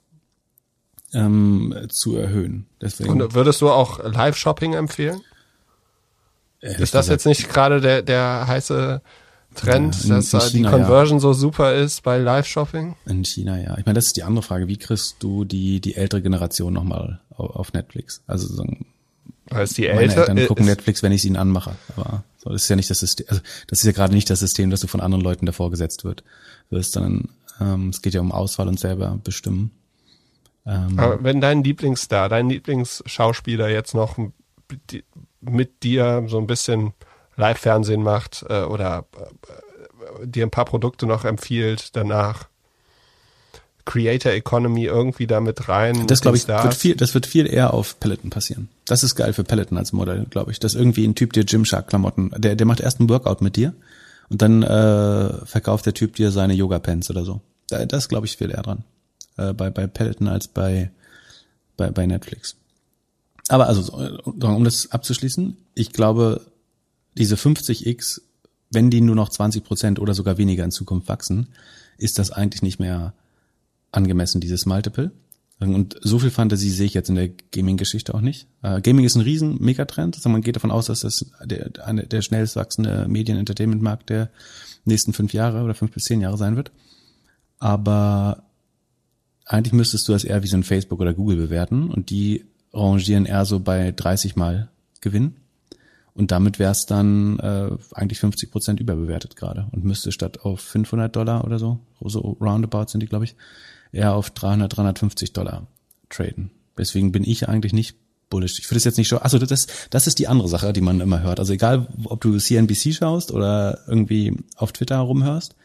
zu erhöhen. Deswegen, und würdest du auch Live-Shopping empfehlen? Ist das jetzt nicht gerade der heiße Trend, dass China, die Conversion so super ist bei Live-Shopping? In China, ja. Ich meine, das ist die andere Frage. Wie kriegst du die ältere Generation nochmal auf Netflix? Also so als die ältere Eltern gucken Netflix, wenn ich es ihnen anmache. Aber so, das ist ja nicht das System. Also das ist ja gerade nicht das System, das du von anderen Leuten davor gesetzt wirst, sondern es geht ja um Auswahl und selber bestimmen. Aber wenn dein Lieblingsschauspieler jetzt noch mit dir so ein bisschen Live-Fernsehen macht oder dir ein paar Produkte noch empfiehlt, danach Creator Economy irgendwie da mit rein. Das glaube ich, das wird viel eher auf Peloton passieren. Das ist geil für Peloton als Modell, glaube ich. Dass irgendwie ein Typ dir Gymshark-Klamotten, der macht erst einen Workout mit dir und dann verkauft der Typ dir seine Yoga-Pants oder so. Das glaube ich viel eher dran. Bei Peloton als bei Netflix. Aber also, um das abzuschließen, ich glaube, diese 50x, wenn die nur noch 20% oder sogar weniger in Zukunft wachsen, ist das eigentlich nicht mehr angemessen, dieses Multiple. Und so viel Fantasie sehe ich jetzt in der Gaming-Geschichte auch nicht. Gaming ist ein riesen Megatrend. Also man geht davon aus, dass das der schnellst wachsende Medien-Entertainment-Markt der nächsten 5 Jahre oder 5 bis 10 Jahre sein wird. Aber eigentlich müsstest du das eher wie so ein Facebook oder Google bewerten und die rangieren eher so bei 30 Mal Gewinn. Und damit wäre es dann eigentlich 50% überbewertet gerade und müsste statt auf $500 oder so roundabout sind die, glaube ich, eher auf $300, $350 traden. Deswegen bin ich eigentlich nicht bullish. Ich würde es jetzt nicht das ist die andere Sache, die man immer hört. Also egal, ob du CNBC schaust oder irgendwie auf Twitter rumhörst,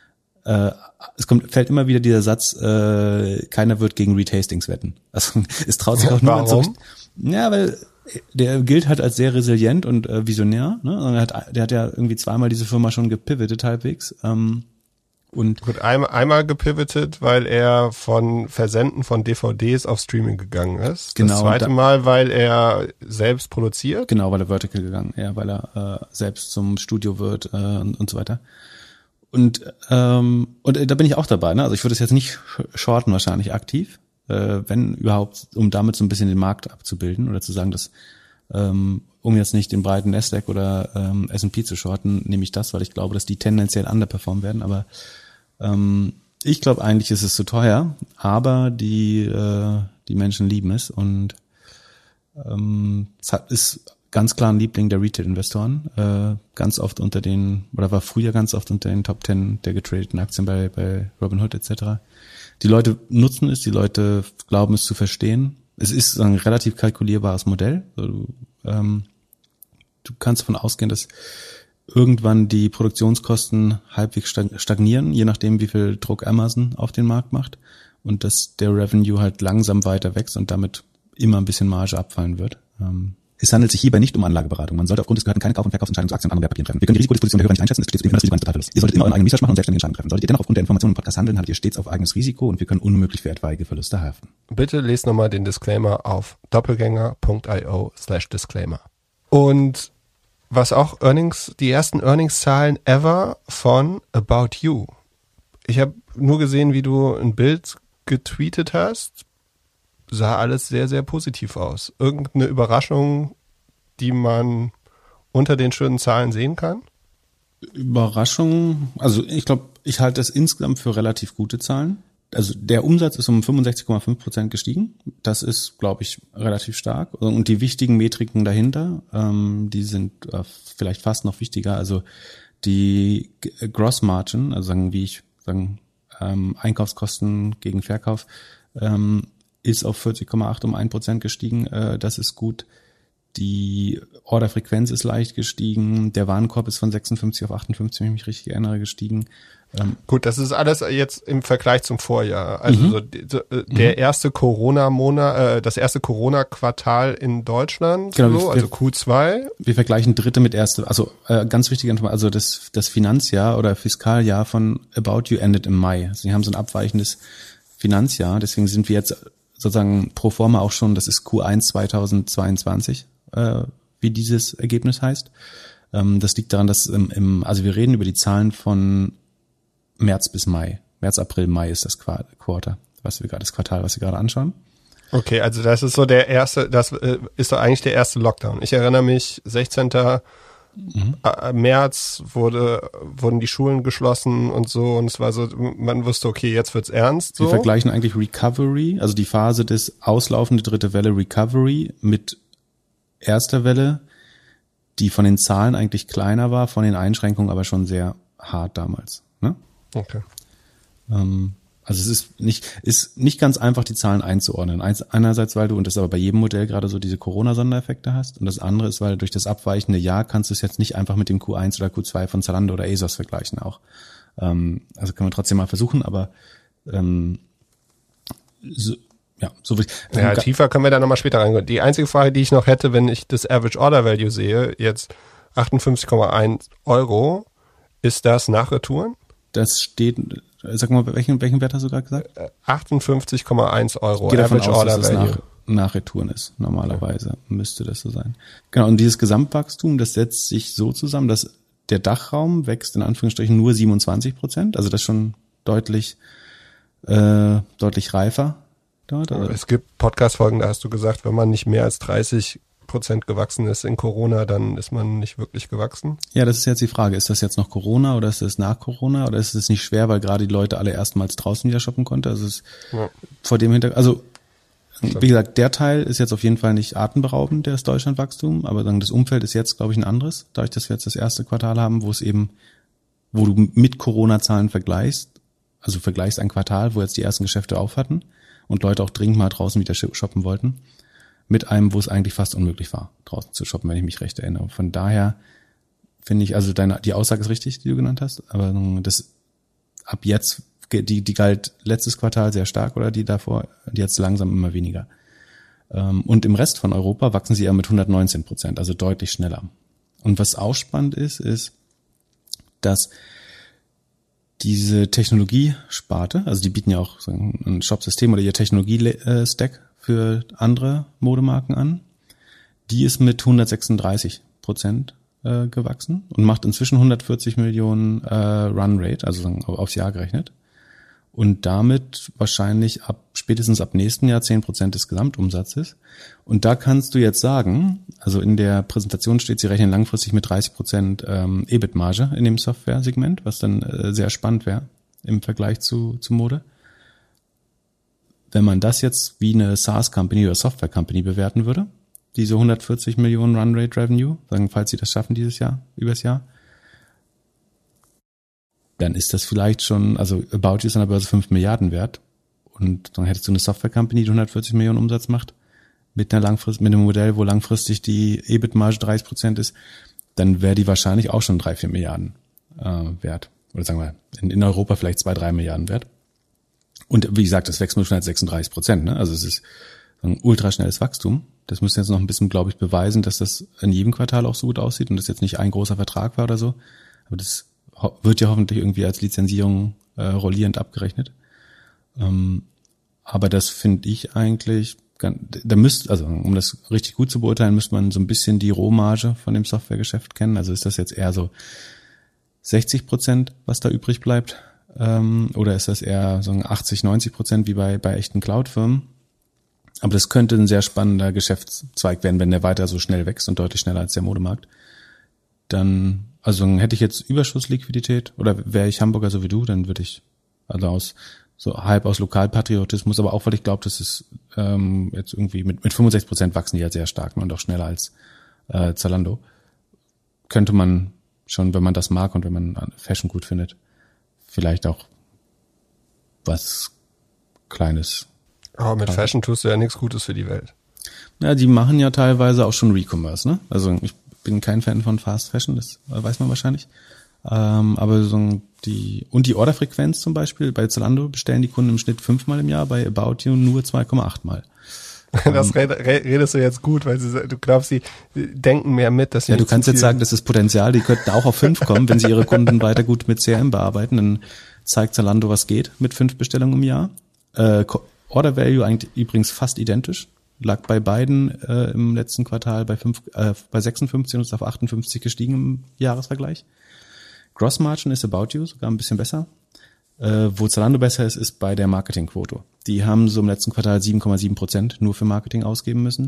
fällt immer wieder dieser Satz, keiner wird gegen Retastings wetten. Also es traut sich auch niemand so. Ja, weil der gilt halt als sehr resilient und visionär. Ne? Der hat ja irgendwie zweimal diese Firma schon gepivotet halbwegs. Und gut, einmal gepivotet, weil er von Versenden von DVDs auf Streaming gegangen ist. Genau. Das zweite Mal, weil er selbst produziert. Genau, weil er vertical gegangen, ja, weil er selbst zum Studio wird und so weiter. Und da bin ich auch dabei. Ne? Also ich würde es jetzt nicht shorten wahrscheinlich aktiv, wenn überhaupt, um damit so ein bisschen den Markt abzubilden oder zu sagen, dass um jetzt nicht den breiten Nasdaq oder S&P zu shorten, nehme ich das, weil ich glaube, dass die tendenziell underperformen werden. Aber ich glaube eigentlich ist es zu teuer, aber die Menschen lieben es und es ist ganz klar ein Liebling der Retail-Investoren, ganz oft war früher ganz oft unter den Top 10 der getradeten Aktien bei Robinhood etc. Die Leute nutzen es, die Leute glauben es zu verstehen. Es ist ein relativ kalkulierbares Modell. Du kannst davon ausgehen, dass irgendwann die Produktionskosten halbwegs stagnieren, je nachdem, wie viel Druck Amazon auf den Markt macht und dass der Revenue halt langsam weiter wächst und damit immer ein bisschen Marge abfallen wird. Es handelt sich hierbei nicht um Anlageberatung. Man sollte aufgrund des Gehörten keine Kauf- und Verkaufsentscheidungen zu Aktien und anderen Wertpapieren treffen. Wir können die Risikodisposition der Hörer nicht einschätzen, es steht zudem das Risiko eines Totalverlusts. Ihr solltet immer euren eigenen Research machen und selbstständige Entscheidungen treffen. Solltet ihr dennoch aufgrund der Informationen im Podcast handeln, haltet ihr stets auf eigenes Risiko und wir können unmöglich für etwaige Verluste haften. Bitte lest nochmal den Disclaimer auf doppelgänger.io/Disclaimer. Und was auch die ersten Earnings-Zahlen ever von About You. Ich habe nur gesehen, wie du ein Bild getweetet hast. Sah alles sehr, sehr positiv aus. Irgendeine Überraschung, die man unter den schönen Zahlen sehen kann? Überraschung, also ich glaube, ich halte das insgesamt für relativ gute Zahlen. Also der Umsatz ist um 65,5% gestiegen. Das ist, glaube ich, relativ stark. Und die wichtigen Metriken dahinter, die sind vielleicht fast noch wichtiger. Also die Gross Margin, also Einkaufskosten gegen Verkauf, ist auf 40,8 um 1% gestiegen. Das ist gut. Die Orderfrequenz ist leicht gestiegen. Der Warenkorb ist von 56 auf 58, wenn ich mich richtig erinnere, gestiegen. Gut, das ist alles jetzt im Vergleich zum Vorjahr. Also der erste Corona-Monat, das erste Corona-Quartal in Deutschland, genau, also Q2. Wir vergleichen dritte mit erste, also ganz wichtige Information, also das Finanzjahr oder Fiskaljahr von About You endet im Mai. Also wir haben so ein abweichendes Finanzjahr, deswegen sind wir jetzt sozusagen pro forma auch schon, das ist Q1 2022, wie dieses Ergebnis heißt. Das liegt daran, dass also wir reden über die Zahlen von März bis Mai. März, April, Mai ist das Quartal, was wir gerade anschauen. Okay, also das ist so das ist doch eigentlich der erste Lockdown. Ich erinnere mich, 16. März wurden die Schulen geschlossen und so, und es war so, man wusste, okay, jetzt wird's ernst. So. Wir vergleichen eigentlich Recovery, also die Phase des auslaufende dritte Welle Recovery mit erster Welle, die von den Zahlen eigentlich kleiner war, von den Einschränkungen aber schon sehr hart damals. Ne? Okay. Also es ist nicht ganz einfach, die Zahlen einzuordnen. Einerseits, weil du, und das aber bei jedem Modell gerade so diese Corona-Sondereffekte hast, und das andere ist, weil durch das abweichende Jahr kannst du es jetzt nicht einfach mit dem Q1 oder Q2 von Zalando oder ASOS vergleichen auch. Also können wir trotzdem mal versuchen, aber tiefer können wir da nochmal später reingehen. Die einzige Frage, die ich noch hätte, wenn ich das Average Order Value sehe, jetzt 58,1 Euro, ist das nach Retouren? Das steht, sag mal, welchen Wert hast du gerade gesagt? 58,1 Euro. Geht davon aus, dass es nach Retouren ist. Normalerweise müsste das so sein. Genau, und dieses Gesamtwachstum, das setzt sich so zusammen, dass der Dachraum wächst in Anführungsstrichen nur 27%, also das ist schon deutlich reifer dort. Also es gibt Podcast-Folgen, da hast du gesagt, wenn man nicht mehr als 30% gewachsen ist in Corona, dann ist man nicht wirklich gewachsen. Ja, das ist jetzt die Frage. Ist das jetzt noch Corona oder ist das nach Corona oder ist es nicht schwer, weil gerade die Leute alle erstmals draußen wieder shoppen konnten? Also es ist vor dem Hintergrund, also wie gesagt, der Teil ist jetzt auf jeden Fall nicht atemberaubend, das Deutschlandwachstum, aber das Umfeld ist jetzt, glaube ich, ein anderes, dadurch, dass wir jetzt das erste Quartal haben, wo du mit Corona-Zahlen vergleichst ein Quartal, wo jetzt die ersten Geschäfte auf hatten und Leute auch dringend mal draußen wieder shoppen wollten, mit einem, wo es eigentlich fast unmöglich war, draußen zu shoppen, wenn ich mich recht erinnere. Von daher finde ich, also die Aussage ist richtig, die du genannt hast, aber das ab jetzt, die galt letztes Quartal sehr stark oder die davor, die jetzt langsam immer weniger. Und im Rest von Europa wachsen sie ja mit 119%, also deutlich schneller. Und was auch spannend ist, dass diese Technologiesparte, also die bieten ja auch so ein Shop-System oder ihr Technologie-Stack für andere Modemarken an, die ist mit 136% gewachsen und macht inzwischen 140 Millionen Run-Rate, also aufs Jahr gerechnet. Und damit wahrscheinlich spätestens ab nächsten Jahr 10% des Gesamtumsatzes. Und da kannst du jetzt sagen, also in der Präsentation steht, sie rechnen langfristig mit 30% EBIT-Marge in dem Software-Segment, was dann sehr spannend wäre im Vergleich zu Mode. Wenn man das jetzt wie eine SaaS-Company oder Software-Company bewerten würde, diese 140 Millionen Run-Rate-Revenue, sagen, falls sie das schaffen dieses Jahr, übers Jahr, dann ist das vielleicht schon, also About You ist an der Börse 5 Milliarden wert und dann hättest du eine Software-Company, die 140 Millionen Umsatz macht, mit einem Modell, wo langfristig die EBIT-Marge 30% ist, dann wäre die wahrscheinlich auch schon 3-4 Milliarden wert. Oder sagen wir, in Europa vielleicht 2-3 Milliarden wert. Und wie gesagt, das wächst nur schon als 36%, ne? Also es ist ein ultraschnelles Wachstum. Das müssen jetzt noch ein bisschen, glaube ich, beweisen, dass das in jedem Quartal auch so gut aussieht und das jetzt nicht ein großer Vertrag war oder so. Aber das wird ja hoffentlich irgendwie als Lizenzierung rollierend abgerechnet. Aber das finde ich eigentlich, um das richtig gut zu beurteilen, müsste man so ein bisschen die Rohmarge von dem Softwaregeschäft kennen. Also ist das jetzt eher so 60%, was da übrig bleibt? Oder ist das eher so 80-90% wie bei echten Cloud-Firmen? Aber das könnte ein sehr spannender Geschäftszweig werden, wenn der weiter so schnell wächst und deutlich schneller als der Modemarkt. Dann hätte ich jetzt Überschussliquidität oder wäre ich Hamburger so wie du, dann würde ich halb aus Lokalpatriotismus, aber auch weil ich glaube, dass es jetzt irgendwie mit 65% wachsen die ja sehr stark und auch schneller als Zalando. Könnte man schon, wenn man das mag und wenn man Fashion gut findet, vielleicht auch was Kleines. Aber mit Fashion tust du ja nichts Gutes für die Welt. Ja, die machen ja teilweise auch schon Recommerce, ne? Also ich bin kein Fan von Fast Fashion, das weiß man wahrscheinlich. Aber so die Orderfrequenz zum Beispiel, bei Zalando bestellen die Kunden im Schnitt 5-mal im Jahr, bei About You nur 2,8 Mal. Das redest du jetzt gut, weil du glaubst, sie denken mehr mit. Dass ja, du kannst jetzt sagen, das ist Potenzial, die könnten auch auf 5 kommen, wenn sie ihre Kunden weiter gut mit CRM bearbeiten, dann zeigt Zalando, was geht mit 5 Bestellungen im Jahr. Order Value eigentlich übrigens fast identisch, lag bei beiden im letzten Quartal bei 56 und ist auf 58 gestiegen im Jahresvergleich. Gross Margin ist About You sogar ein bisschen besser. Wo Zalando besser ist bei der Marketingquote. Die haben so im letzten Quartal 7,7% nur für Marketing ausgeben müssen.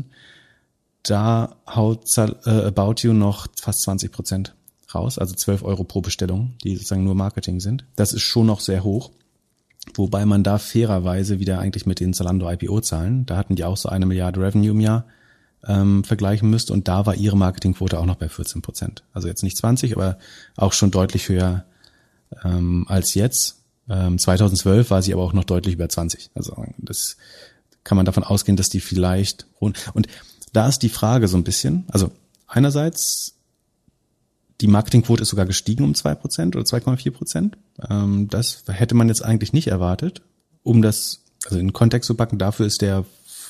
Da haut About You noch fast 20% raus, also 12 Euro pro Bestellung, die sozusagen nur Marketing sind. Das ist schon noch sehr hoch. Wobei man da fairerweise wieder eigentlich mit den Zalando IPO-Zahlen, da hatten die auch so 1 Milliarde Revenue im Jahr, vergleichen müsste, und da war ihre Marketingquote auch noch bei 14%. Also jetzt nicht 20, aber auch schon deutlich höher als jetzt. 2012 war sie aber auch noch deutlich über 20. Also das kann man davon ausgehen, dass die vielleicht, und da ist die Frage so ein bisschen, also einerseits die Marketingquote ist sogar gestiegen um 2% oder 2,4%. Das hätte man jetzt eigentlich nicht erwartet. Um das also in den Kontext zu packen, dafür ist der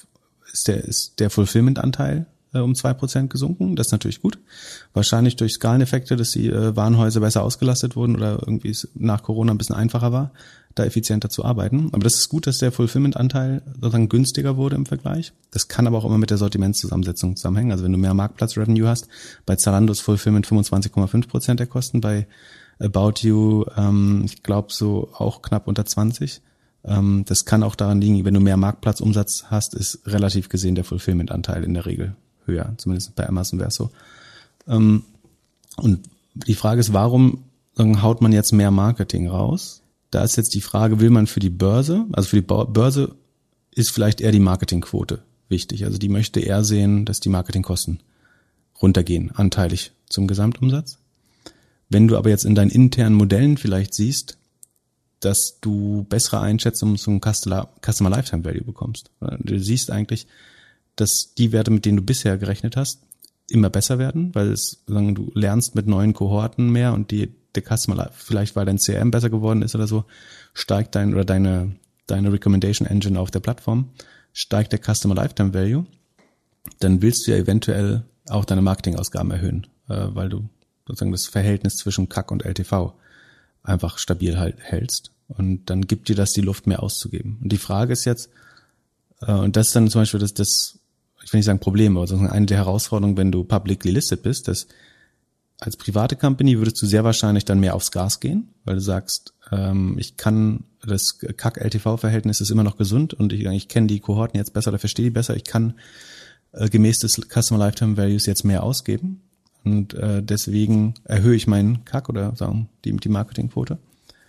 Fulfillment-Anteil um 2% gesunken. Das ist natürlich gut. Wahrscheinlich durch Skaleneffekte, dass die Warenhäuser besser ausgelastet wurden oder irgendwie es nach Corona ein bisschen einfacher war, da effizienter zu arbeiten. Aber das ist gut, dass der Fulfillment-Anteil sozusagen günstiger wurde im Vergleich. Das kann aber auch immer mit der Sortimentszusammensetzung zusammenhängen. Also wenn du mehr Marktplatz-Revenue hast, bei Zalando ist Fulfillment 25,5% der Kosten, bei About You, ich glaube so auch knapp unter 20. Das kann auch daran liegen, wenn du mehr Marktplatzumsatz hast, ist relativ gesehen der Fulfillment-Anteil in der Regel höher. Zumindest bei Amazon wäre es so. Und die Frage ist, warum haut man jetzt mehr Marketing raus? Da ist jetzt die Frage, will man für die Börse, also für die Börse ist vielleicht eher die Marketingquote wichtig. Also die möchte eher sehen, dass die Marketingkosten runtergehen, anteilig zum Gesamtumsatz. Wenn du aber jetzt in deinen internen Modellen vielleicht siehst, dass du bessere Einschätzungen zum Customer Lifetime Value bekommst. Du siehst eigentlich, dass die Werte, mit denen du bisher gerechnet hast, immer besser werden, weil du lernst mit neuen Kohorten mehr und der Customer, vielleicht weil dein CRM besser geworden ist oder so, steigt deine Recommendation Engine auf der Plattform, steigt der Customer Lifetime Value, dann willst du ja eventuell auch deine Marketingausgaben erhöhen, weil du sozusagen das Verhältnis zwischen CAC und LTV einfach stabil hältst. Und dann gibt dir das die Luft, mehr auszugeben. Und die Frage ist jetzt, und das ist dann zum Beispiel das ich will nicht sagen Problem, aber sozusagen eine der Herausforderungen, wenn du publicly listed bist, dass als private Company würdest du sehr wahrscheinlich dann mehr aufs Gas gehen, weil du sagst, ich kann, das CAC-LTV-Verhältnis ist immer noch gesund und ich kenne die Kohorten jetzt besser oder verstehe die besser, ich kann gemäß des Customer Lifetime Values jetzt mehr ausgeben und deswegen erhöhe ich meinen CAC oder sagen die Marketingquote.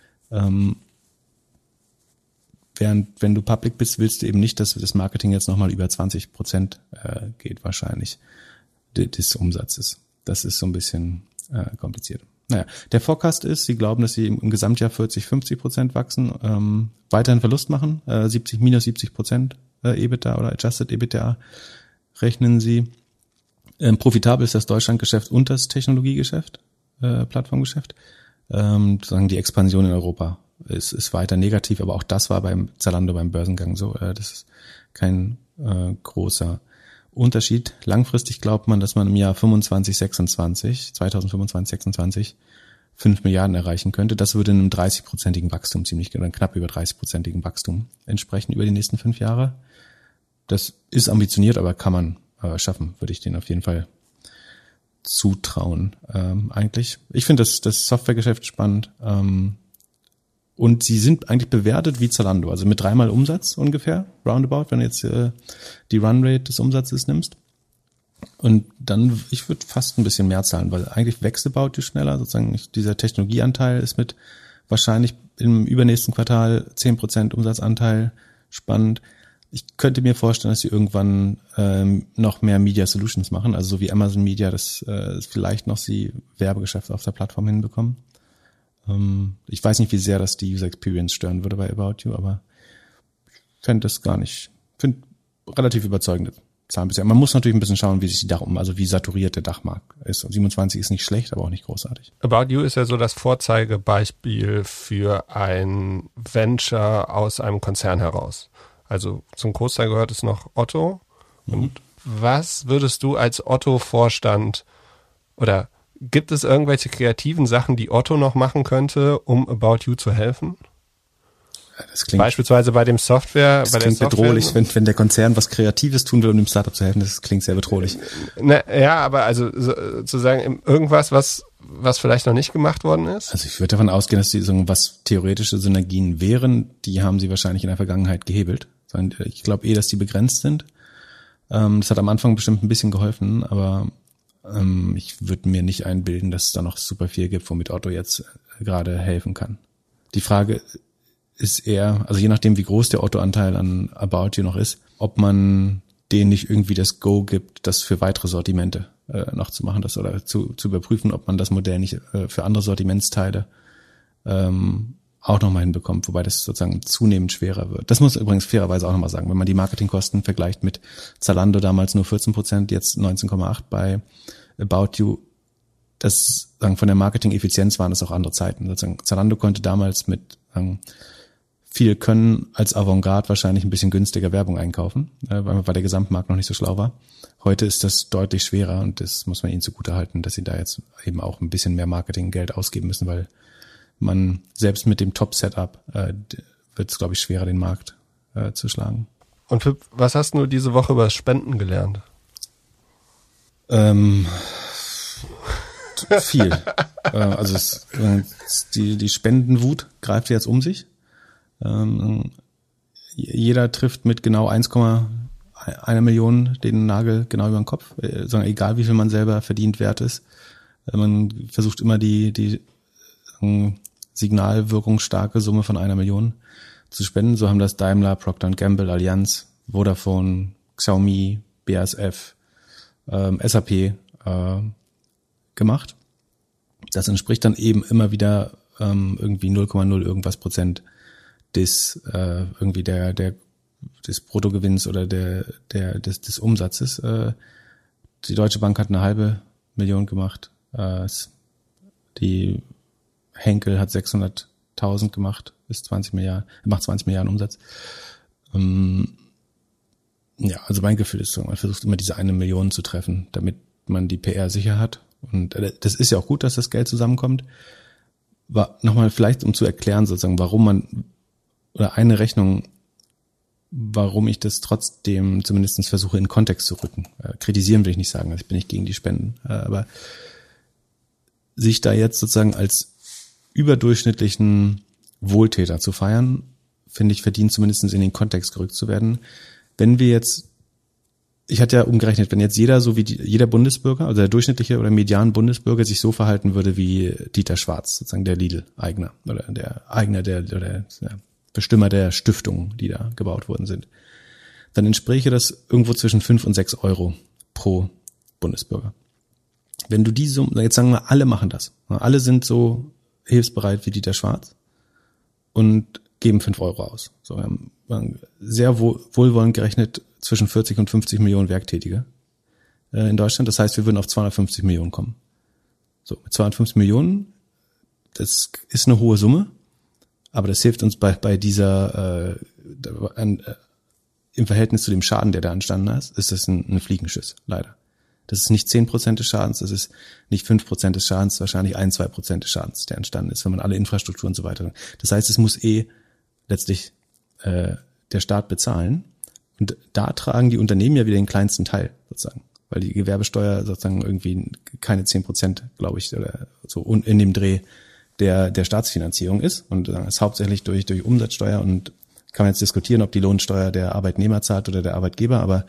Während, wenn du public bist, willst du eben nicht, dass das Marketing jetzt nochmal über 20% geht wahrscheinlich des Umsatzes. Das ist so ein bisschen kompliziert. Naja, der Forecast ist, sie glauben, dass sie im Gesamtjahr 40-50% wachsen, weiterhin Verlust machen, minus 70% EBITDA oder Adjusted EBITDA rechnen sie. Profitabel ist das Deutschlandgeschäft und das Technologiegeschäft, Plattformgeschäft. Sagen die Expansion in Europa ist weiter negativ, aber auch das war beim Zalando beim Börsengang so. Das ist kein großer Unterschied. Langfristig glaubt man, dass man im Jahr 2025-26 5 Milliarden erreichen könnte. Das würde einem 30-prozentigen Wachstum oder knapp über 30-prozentigen Wachstum entsprechen über die nächsten 5 Jahre. Das ist ambitioniert, aber kann man schaffen, würde ich denen auf jeden Fall zutrauen. Eigentlich. Ich finde das Softwaregeschäft spannend. Und sie sind eigentlich bewertet wie Zalando, also mit 3-mal Umsatz ungefähr, roundabout, wenn du jetzt die Runrate des Umsatzes nimmst. Und dann, ich würde fast ein bisschen mehr zahlen, weil eigentlich wächst About You schneller, sozusagen dieser Technologieanteil ist mit wahrscheinlich im übernächsten Quartal 10% Umsatzanteil spannend. Ich könnte mir vorstellen, dass sie irgendwann noch mehr Media Solutions machen, also so wie Amazon Media, das vielleicht noch sie Werbegeschäfte auf der Plattform hinbekommen. Ich weiß nicht, wie sehr das die User Experience stören würde bei About You, aber ich finde relativ überzeugend Zahlen bisher. Man muss natürlich ein bisschen schauen, wie sich wie saturiert der Dachmarkt ist. Und 27 ist nicht schlecht, aber auch nicht großartig. About You ist ja so das Vorzeigebeispiel für ein Venture aus einem Konzern heraus. Also zum Großteil gehört es noch Otto. Und was würdest du als Otto-Vorstand oder gibt es irgendwelche kreativen Sachen, die Otto noch machen könnte, um About You zu helfen? Das klingt, beispielsweise bei dem Software. Das klingt bedrohlich, wenn der Konzern was Kreatives tun will, um dem Startup zu helfen. Das klingt sehr bedrohlich. Ja, aber also sozusagen irgendwas, was vielleicht noch nicht gemacht worden ist? Also ich würde davon ausgehen, dass was theoretische Synergien wären, die haben sie wahrscheinlich in der Vergangenheit gehebelt. Ich glaube dass die begrenzt sind. Das hat am Anfang bestimmt ein bisschen geholfen, aber ich würde mir nicht einbilden, dass es da noch super viel gibt, womit Otto jetzt gerade helfen kann. Die Frage ist eher, also je nachdem, wie groß der Otto-Anteil an About You noch ist, ob man denen nicht irgendwie das Go gibt, das für weitere Sortimente noch zu machen, oder zu überprüfen, ob man das Modell nicht für andere Sortimentsteile auch nochmal hinbekommt, wobei das sozusagen zunehmend schwerer wird. Das muss übrigens fairerweise auch nochmal sagen, wenn man die Marketingkosten vergleicht mit Zalando damals nur 14%, jetzt 19,8% bei About You, das sagen von der Marketing-Effizienz waren das auch andere Zeiten. Sozusagen Zalando konnte damals mit viel Können als Avantgarde wahrscheinlich ein bisschen günstiger Werbung einkaufen, weil der Gesamtmarkt noch nicht so schlau war. Heute ist das deutlich schwerer und das muss man ihnen zugutehalten, dass sie da jetzt eben auch ein bisschen mehr Marketinggeld ausgeben müssen, weil man selbst mit dem Top-Setup wird es, glaube ich, schwerer, den Markt zu schlagen. Und was hast du diese Woche über Spenden gelernt? Viel. Also die Spendenwut greift jetzt um sich. Jeder trifft mit genau 1,1 Million den Nagel genau über den Kopf. Egal wie viel man selber verdient wert ist. Man versucht immer die signalwirkungsstarke Summe von 1 Million zu spenden. So haben das Daimler, Procter & Gamble, Allianz, Vodafone, Xiaomi, BASF, SAP gemacht. Das entspricht dann eben immer wieder irgendwie 0,0 irgendwas Prozent des irgendwie des Bruttogewinns oder des Umsatzes. Die Deutsche Bank hat 0,5 Million gemacht. Die Henkel hat 600.000 gemacht, macht 20 Milliarden Umsatz. Ja, also mein Gefühl ist so, man versucht immer diese 1 Million zu treffen, damit man die PR sicher hat. Und das ist ja auch gut, dass das Geld zusammenkommt. Nochmal vielleicht, um zu erklären sozusagen, eine Rechnung, warum ich das trotzdem zumindest versuche, in Kontext zu rücken. Kritisieren will ich nicht sagen, also ich bin nicht gegen die Spenden. Aber sich da jetzt sozusagen als überdurchschnittlichen Wohltäter zu feiern, finde ich, verdient zumindest in den Kontext gerückt zu werden. Ich hatte ja umgerechnet, wenn jetzt jeder, so wie jeder Bundesbürger, also der durchschnittliche oder Median-Bundesbürger sich so verhalten würde wie Dieter Schwarz, sozusagen der Lidl-Eigner oder der Eigner der Bestimmer der Stiftungen, die da gebaut worden sind, dann entspräche das irgendwo zwischen 5 und 6 Euro pro Bundesbürger. Wenn du die Summe, jetzt sagen wir, alle machen das. Alle sind so hilfsbereit wie Dieter Schwarz und geben 5 Euro aus. So, wir haben sehr wohlwollend gerechnet zwischen 40 und 50 Millionen Werktätige in Deutschland. Das heißt, wir würden auf 250 Millionen kommen. So, mit 250 Millionen, das ist eine hohe Summe, aber das hilft uns bei dieser im Verhältnis zu dem Schaden, der da entstanden ist das ein Fliegenschiss, leider. Das ist nicht 10% des Schadens, das ist nicht 5% des Schadens, wahrscheinlich 1-2% des Schadens, der entstanden ist, wenn man alle Infrastruktur und so weiter. Das heißt, es muss letztlich der Staat bezahlen. Und da tragen die Unternehmen ja wieder den kleinsten Teil, sozusagen. Weil die Gewerbesteuer sozusagen irgendwie keine 10%, glaube ich, oder so in dem Dreh der Staatsfinanzierung ist. Und es hauptsächlich durch Umsatzsteuer, und kann man jetzt diskutieren, ob die Lohnsteuer der Arbeitnehmer zahlt oder der Arbeitgeber, aber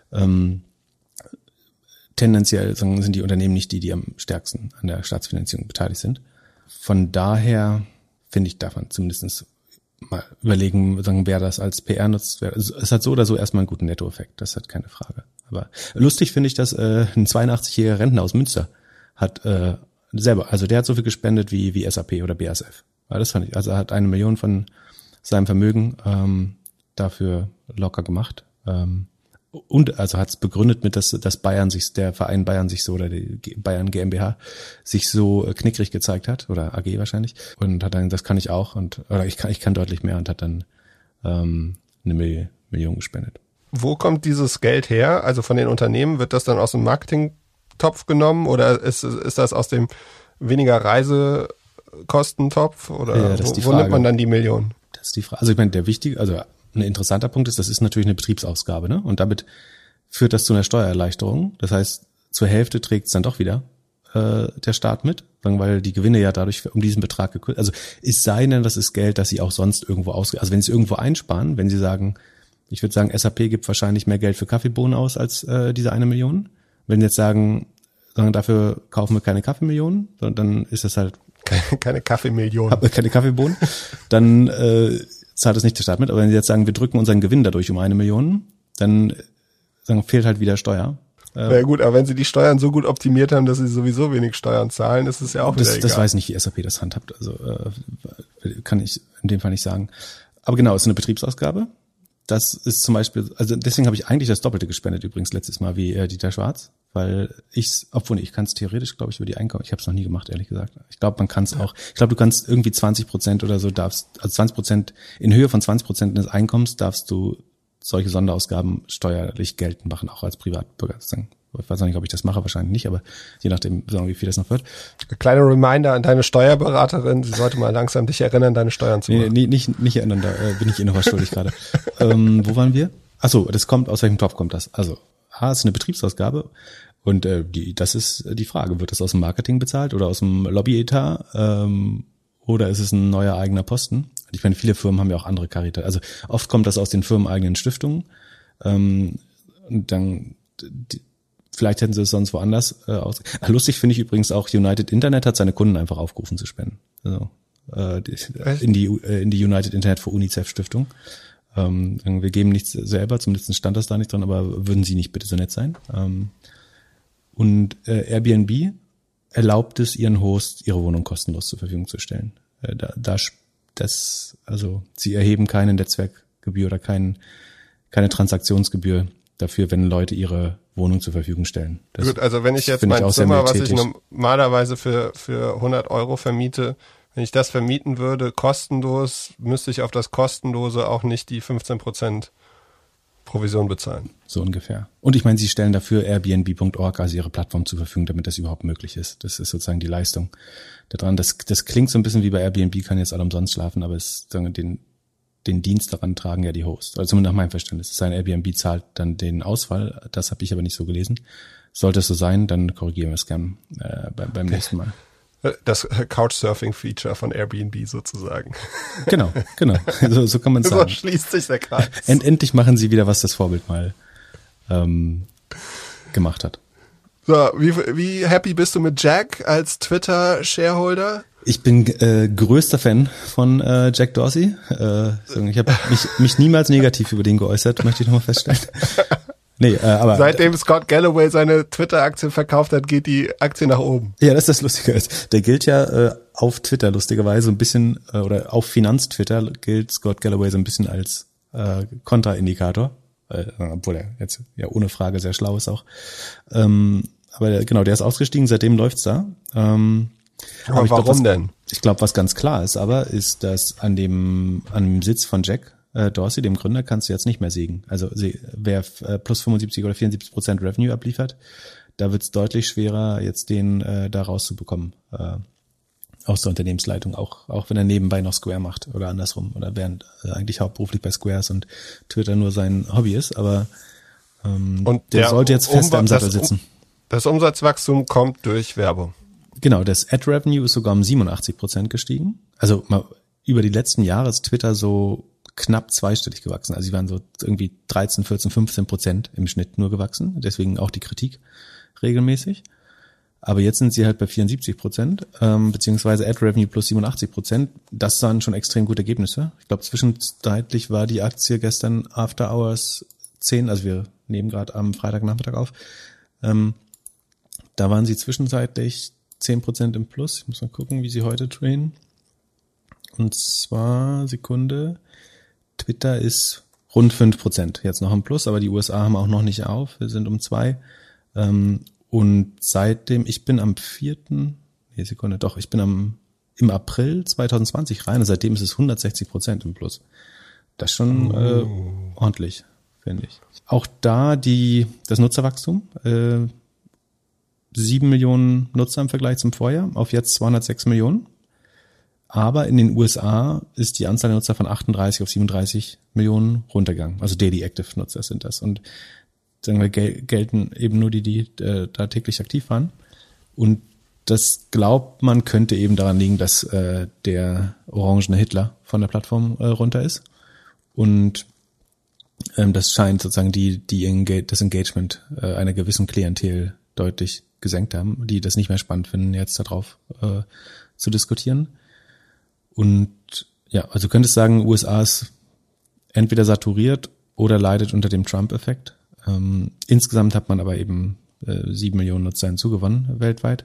tendenziell sind die Unternehmen nicht die am stärksten an der Staatsfinanzierung beteiligt sind. Von daher finde ich, darf man zumindest mal überlegen, wer das als PR nutzt. Es hat so oder so erstmal einen guten Nettoeffekt, das hat keine Frage. Aber lustig finde ich, dass ein 82-jähriger Rentner aus Münster hat selber, also der hat so viel gespendet wie SAP oder BASF. Das fand ich, also er hat 1 Million von seinem Vermögen dafür locker gemacht. und also hat es begründet mit, dass der Verein Bayern sich so oder die Bayern GmbH sich so knickrig gezeigt hat oder AG wahrscheinlich und hat dann, das kann ich auch oder ich kann deutlich mehr und hat dann eine Million gespendet. Wo kommt dieses Geld her? Also von den Unternehmen, wird das dann aus dem Marketingtopf genommen oder ist das aus dem weniger Reisekostentopf oder ja, wo nimmt man dann die Million? Das ist die Frage. Also ich meine, ein interessanter Punkt ist, das ist natürlich eine Betriebsausgabe, ne? Und damit führt das zu einer Steuererleichterung. Das heißt, zur Hälfte trägt es dann doch wieder der Staat mit, weil die Gewinne ja dadurch um diesen Betrag gekürzt. Also es sei denn, das ist Geld, das sie auch sonst irgendwo ausgeben. Also wenn sie irgendwo einsparen, wenn sie sagen, ich würde sagen, SAP gibt wahrscheinlich mehr Geld für Kaffeebohnen aus als diese 1 Million. Wenn sie jetzt sagen, dafür kaufen wir keine Kaffeemillionen, dann ist das halt keine Kaffeemillionen. Keine Kaffeebohnen, dann zahlt es nicht der Staat mit. Aber wenn sie jetzt sagen, wir drücken unseren Gewinn dadurch um 1 Million, dann fehlt halt wieder Steuer. Ja gut, aber wenn sie die Steuern so gut optimiert haben, dass sie sowieso wenig Steuern zahlen, ist es ja auch wieder egal. Das weiß nicht, wie SAP das handhabt. Also kann ich in dem Fall nicht sagen. Aber genau, es ist eine Betriebsausgabe. Das ist zum Beispiel, also deswegen habe ich eigentlich das Doppelte gespendet übrigens letztes Mal wie Dieter Schwarz, weil ich kann es theoretisch, glaube ich, über die Einkommen. Ich habe es noch nie gemacht, ehrlich gesagt. Ich glaube, man kann es auch. Ich glaube, du kannst irgendwie 20% oder so also 20%, in Höhe von 20% des Einkommens darfst du solche Sonderausgaben steuerlich geltend machen, auch als Privatbürger. Ich weiß noch nicht, ob ich das mache, wahrscheinlich nicht, aber je nachdem, wie viel das noch wird. Kleiner Reminder an deine Steuerberaterin, sie sollte mal langsam dich erinnern, deine Steuern zu machen. Nee, nicht erinnern, da bin ich noch was schuldig gerade. Wo waren wir? Achso, aus welchem Topf kommt das? Also, es ist eine Betriebsausgabe und das ist die Frage, wird das aus dem Marketing bezahlt oder aus dem Lobby-Etat oder ist es ein neuer eigener Posten? Ich meine, viele Firmen haben ja auch andere Karitaten. Also oft kommt das aus den firmeneigenen Stiftungen und dann vielleicht hätten sie es sonst woanders aus. Lustig finde ich übrigens auch, United Internet hat seine Kunden einfach aufgerufen zu spenden. Also in die United Internet for UNICEF Stiftung. Wir geben nichts selber, zumindest stand das da nicht dran, aber würden Sie nicht bitte so nett sein? Und Airbnb erlaubt es ihren Hosts, ihre Wohnung kostenlos zur Verfügung zu stellen. Also sie erheben keine Netzwerkgebühr oder keine Transaktionsgebühr dafür, wenn Leute ihre Wohnung zur Verfügung stellen. Gut, also wenn ich jetzt mein Zimmer, was ich normalerweise für 100 € vermiete, wenn ich das vermieten würde, kostenlos, müsste ich auf das Kostenlose auch nicht die 15% Provision bezahlen. So ungefähr. Und ich meine, sie stellen dafür Airbnb.org, also ihre Plattform zur Verfügung, damit das überhaupt möglich ist. Das ist sozusagen die Leistung daran. Das klingt so ein bisschen wie bei Airbnb, kann jetzt alle umsonst schlafen, aber den Dienst daran tragen ja die Hosts. Also zumindest nach meinem Verständnis. Sein Airbnb zahlt dann den Ausfall. Das habe ich aber nicht so gelesen. Sollte es so sein, dann korrigieren wir es gern beim nächsten Mal. Das Couchsurfing-Feature von Airbnb sozusagen. Genau. So kann man es sagen. So schließt sich der Kreis. Endlich machen sie wieder, was das Vorbild mal gemacht hat. So, wie happy bist du mit Jack als Twitter-Shareholder? Ich bin größter Fan von Jack Dorsey. Ich habe mich niemals negativ über den geäußert, möchte ich nochmal feststellen. Nee, aber seitdem Scott Galloway seine Twitter-Aktie verkauft hat, geht die Aktie nach oben. Ja, das ist das Lustige. Der gilt ja auf Twitter lustigerweise ein bisschen, oder auf Finanztwitter gilt Scott Galloway so ein bisschen als Kontraindikator, obwohl er jetzt ja ohne Frage sehr schlau ist auch. Aber genau, der ist ausgestiegen, seitdem läuft's da. Aber warum denn? Ich glaube, was ganz klar ist aber, ist, dass an dem Sitz von Jack Dorsey, dem Gründer, kannst du jetzt nicht mehr sägen. Also wer plus 75 oder 74% Revenue abliefert, da wird es deutlich schwerer, jetzt den da rauszubekommen aus der Unternehmensleitung, auch wenn er nebenbei noch Square macht oder andersrum oder während eigentlich hauptberuflich bei Squares und Twitter nur sein Hobby ist, aber und der sollte jetzt fest am Sattel sitzen. Das Umsatzwachstum kommt durch Werbung. Genau, das Ad-Revenue ist sogar um 87% gestiegen. Also mal über die letzten Jahre ist Twitter so knapp zweistellig gewachsen. Also sie waren so irgendwie 13, 14, 15% im Schnitt nur gewachsen. Deswegen auch die Kritik regelmäßig. Aber jetzt sind sie halt bei 74%, beziehungsweise Ad-Revenue plus 87%. Das waren schon extrem gute Ergebnisse. Ich glaube, zwischenzeitlich war die Aktie gestern After Hours 10, also wir nehmen gerade am Freitagnachmittag auf. Da waren sie zwischenzeitlich 10% im Plus. Ich muss mal gucken, wie sie heute traden. Und zwar, Sekunde, Twitter ist rund 5%. Jetzt noch im Plus, aber die USA haben auch noch nicht auf. Wir sind um 2. Und seitdem, ich bin im April 2020 rein und seitdem ist es 160% im Plus. Das ist schon ordentlich, finde ich. Auch da das Nutzerwachstum, 7 Millionen Nutzer im Vergleich zum Vorjahr, auf jetzt 206 Millionen. Aber in den USA ist die Anzahl der Nutzer von 38 auf 37 Millionen runtergegangen. Also Daily Active Nutzer sind das. Und sagen wir, gelten eben nur die da täglich aktiv waren. Und das glaubt man, könnte eben daran liegen, dass der orangene Hitler von der Plattform runter ist. Und das scheint sozusagen das Engagement einer gewissen Klientel deutlich gesenkt haben, die das nicht mehr spannend finden, jetzt darauf zu diskutieren. Und ja, also könntest sagen, USA ist entweder saturiert oder leidet unter dem Trump-Effekt. Insgesamt hat man aber eben 7 Millionen Nutzer hinzugewonnen weltweit.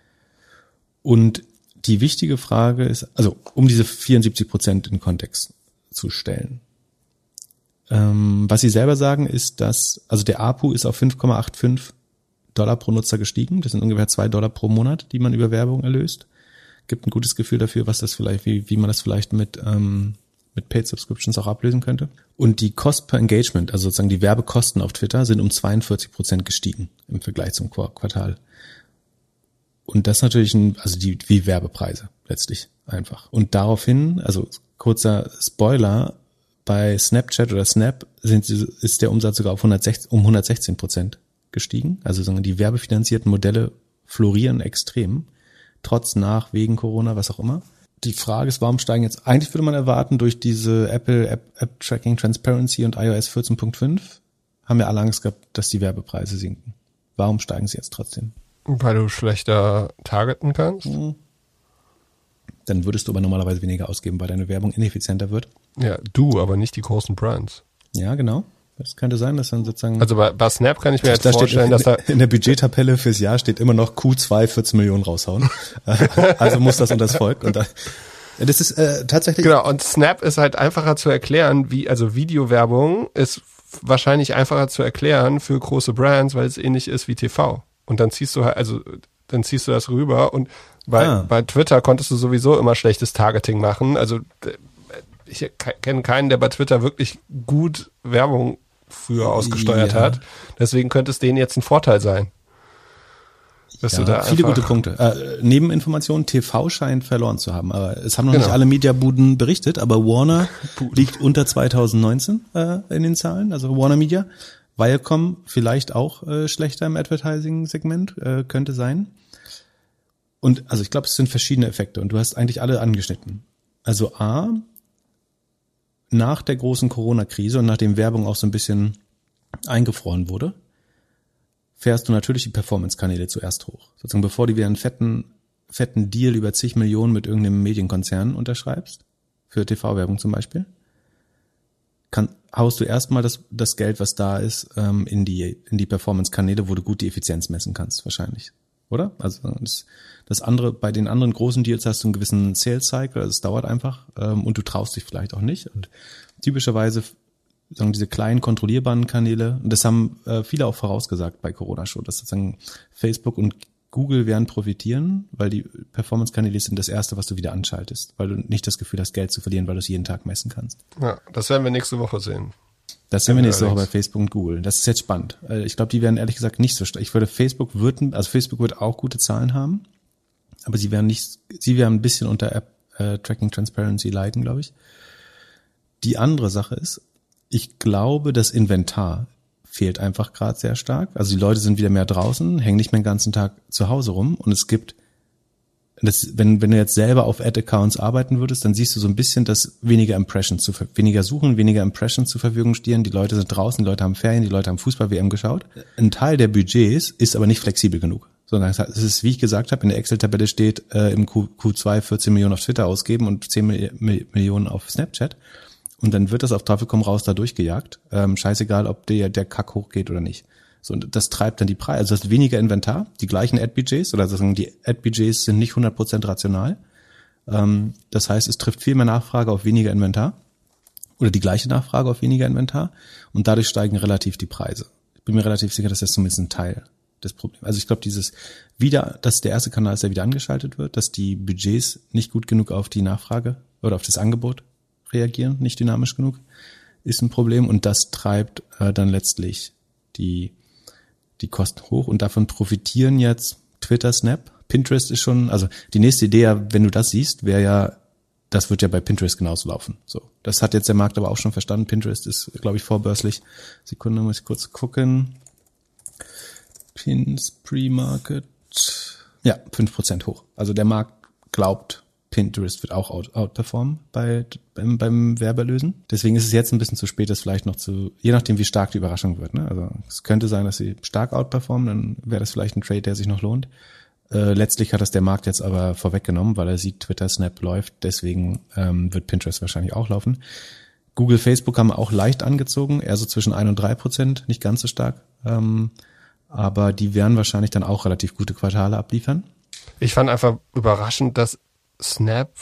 Und die wichtige Frage ist, also um diese 74% in Kontext zu stellen. Was sie selber sagen ist, dass, also der ARPU ist auf $5,85 pro Nutzer gestiegen. Das sind ungefähr $2 pro Monat, die man über Werbung erlöst. Gibt ein gutes Gefühl dafür, was das vielleicht, wie man das vielleicht mit Paid Subscriptions auch ablösen könnte. Und die Cost per Engagement, also sozusagen die Werbekosten auf Twitter, sind um 42% gestiegen im Vergleich zum Quartal. Und das natürlich wie Werbepreise letztlich einfach. Und daraufhin, also kurzer Spoiler, bei Snapchat oder Snap ist der Umsatz sogar auf 116% gestiegen. Also sagen die werbefinanzierten Modelle florieren extrem, trotz, wegen Corona, was auch immer. Die Frage ist, warum steigen jetzt, eigentlich würde man erwarten, durch diese Apple App Tracking Transparency und iOS 14.5 haben wir alle Angst gehabt, dass die Werbepreise sinken. Warum steigen sie jetzt trotzdem? Weil du schlechter targeten kannst? Dann würdest du aber normalerweise weniger ausgeben, weil deine Werbung ineffizienter wird. Ja, du, aber nicht die großen Brands. Ja, genau. Das könnte sein, dass dann sozusagen... Also bei Snap kann ich mir jetzt vorstellen, dass da... In der Budgettabelle fürs Jahr steht immer noch Q2 14 Millionen raushauen. Also muss das unter das Volk. Und das ist tatsächlich... Genau, und Snap ist halt einfacher zu erklären, also Videowerbung ist wahrscheinlich einfacher zu erklären für große Brands, weil es ähnlich ist wie TV. Und dann ziehst du das rüber und bei Twitter konntest du sowieso immer schlechtes Targeting machen. Also ich kenne keinen, der bei Twitter wirklich gut Werbung früher ausgesteuert hat. Deswegen könnte es denen jetzt ein Vorteil sein. Dass du da viele gute Punkte. Nebeninformationen, TV scheint verloren zu haben. Aber es haben noch nicht alle Mediabuden berichtet, aber Warner liegt unter 2019 in den Zahlen, also Warner Media. Viacom vielleicht auch schlechter im Advertising-Segment, könnte sein. Und also ich glaube, es sind verschiedene Effekte und du hast eigentlich alle angeschnitten. Also nach der großen Corona-Krise und nachdem Werbung auch so ein bisschen eingefroren wurde, fährst du natürlich die Performance-Kanäle zuerst hoch. Sozusagen bevor du wieder einen fetten Deal über zig Millionen mit irgendeinem Medienkonzern unterschreibst, für TV-Werbung zum Beispiel, haust du erstmal das Geld, was da ist, in die Performance-Kanäle, wo du gut die Effizienz messen kannst, wahrscheinlich. Oder? Also das andere, bei den anderen großen Deals hast du einen gewissen Sales-Cycle, also es dauert einfach und du traust dich vielleicht auch nicht. Und typischerweise sagen diese kleinen kontrollierbaren Kanäle, und das haben viele auch vorausgesagt bei Corona schon, dass sozusagen Facebook und Google werden profitieren, weil die Performance-Kanäle sind das Erste, was du wieder anschaltest, weil du nicht das Gefühl hast, Geld zu verlieren, weil du es jeden Tag messen kannst. Ja, das werden wir nächste Woche sehen. Das sehen wir nächste Woche bei Facebook und Google. Das ist jetzt spannend. Ich glaube, die werden ehrlich gesagt nicht so stark. Facebook wird auch gute Zahlen haben, aber sie werden ein bisschen unter App Tracking Transparency leiden, glaube ich. Die andere Sache ist, ich glaube, das Inventar fehlt einfach gerade sehr stark. Also die Leute sind wieder mehr draußen, hängen nicht mehr den ganzen Tag zu Hause rum und es gibt wenn du jetzt selber auf Ad-Accounts arbeiten würdest, dann siehst du so ein bisschen, dass weniger Impressions zur Verfügung stehen. Die Leute sind draußen, die Leute haben Ferien, die Leute haben Fußball-WM geschaut. Ein Teil der Budgets ist aber nicht flexibel genug. Sondern es ist, wie ich gesagt habe, in der Excel-Tabelle steht, im Q2 14 Millionen auf Twitter ausgeben und 10 Millionen auf Snapchat. Und dann wird das auf Teufel komm raus da durchgejagt. Scheißegal, ob der Kack hochgeht oder nicht. So, und das treibt dann die Preise. Also das ist weniger Inventar, die gleichen Ad-Budgets, oder sagen die Ad-Budgets sind nicht 100% rational. Das heißt, es trifft viel mehr Nachfrage auf weniger Inventar. oder die gleiche Nachfrage auf weniger Inventar und dadurch steigen relativ die Preise. Ich bin mir relativ sicher, dass das zumindest ein Teil des Problems. Also ich glaube, dass der erste Kanal ist, der wieder angeschaltet wird, dass die Budgets nicht gut genug auf die Nachfrage oder auf das Angebot reagieren, nicht dynamisch genug, ist ein Problem und das treibt dann letztlich die Kosten hoch und davon profitieren jetzt Twitter, Snap, Pinterest ist schon, also die nächste Idee, wenn du das siehst, wäre ja, das wird ja bei Pinterest genauso laufen. So, das hat jetzt der Markt aber auch schon verstanden. Pinterest ist, glaube ich, vorbörslich. Sekunde, muss ich kurz gucken. Pins Pre-Market. Ja, 5% hoch. Also der Markt glaubt, Pinterest wird auch outperformen beim Werbeerlösen. Deswegen ist es jetzt ein bisschen zu spät, das vielleicht noch je nachdem, wie stark die Überraschung wird. Ne? Also es könnte sein, dass sie stark outperformen, dann wäre das vielleicht ein Trade, der sich noch lohnt. Letztlich hat das der Markt jetzt aber vorweggenommen, weil er sieht, Twitter, Snap läuft. Deswegen wird Pinterest wahrscheinlich auch laufen. Google, Facebook haben auch leicht angezogen, eher so zwischen 1 und 3%, nicht ganz so stark. Aber die werden wahrscheinlich dann auch relativ gute Quartale abliefern. Ich fand einfach überraschend, dass Snap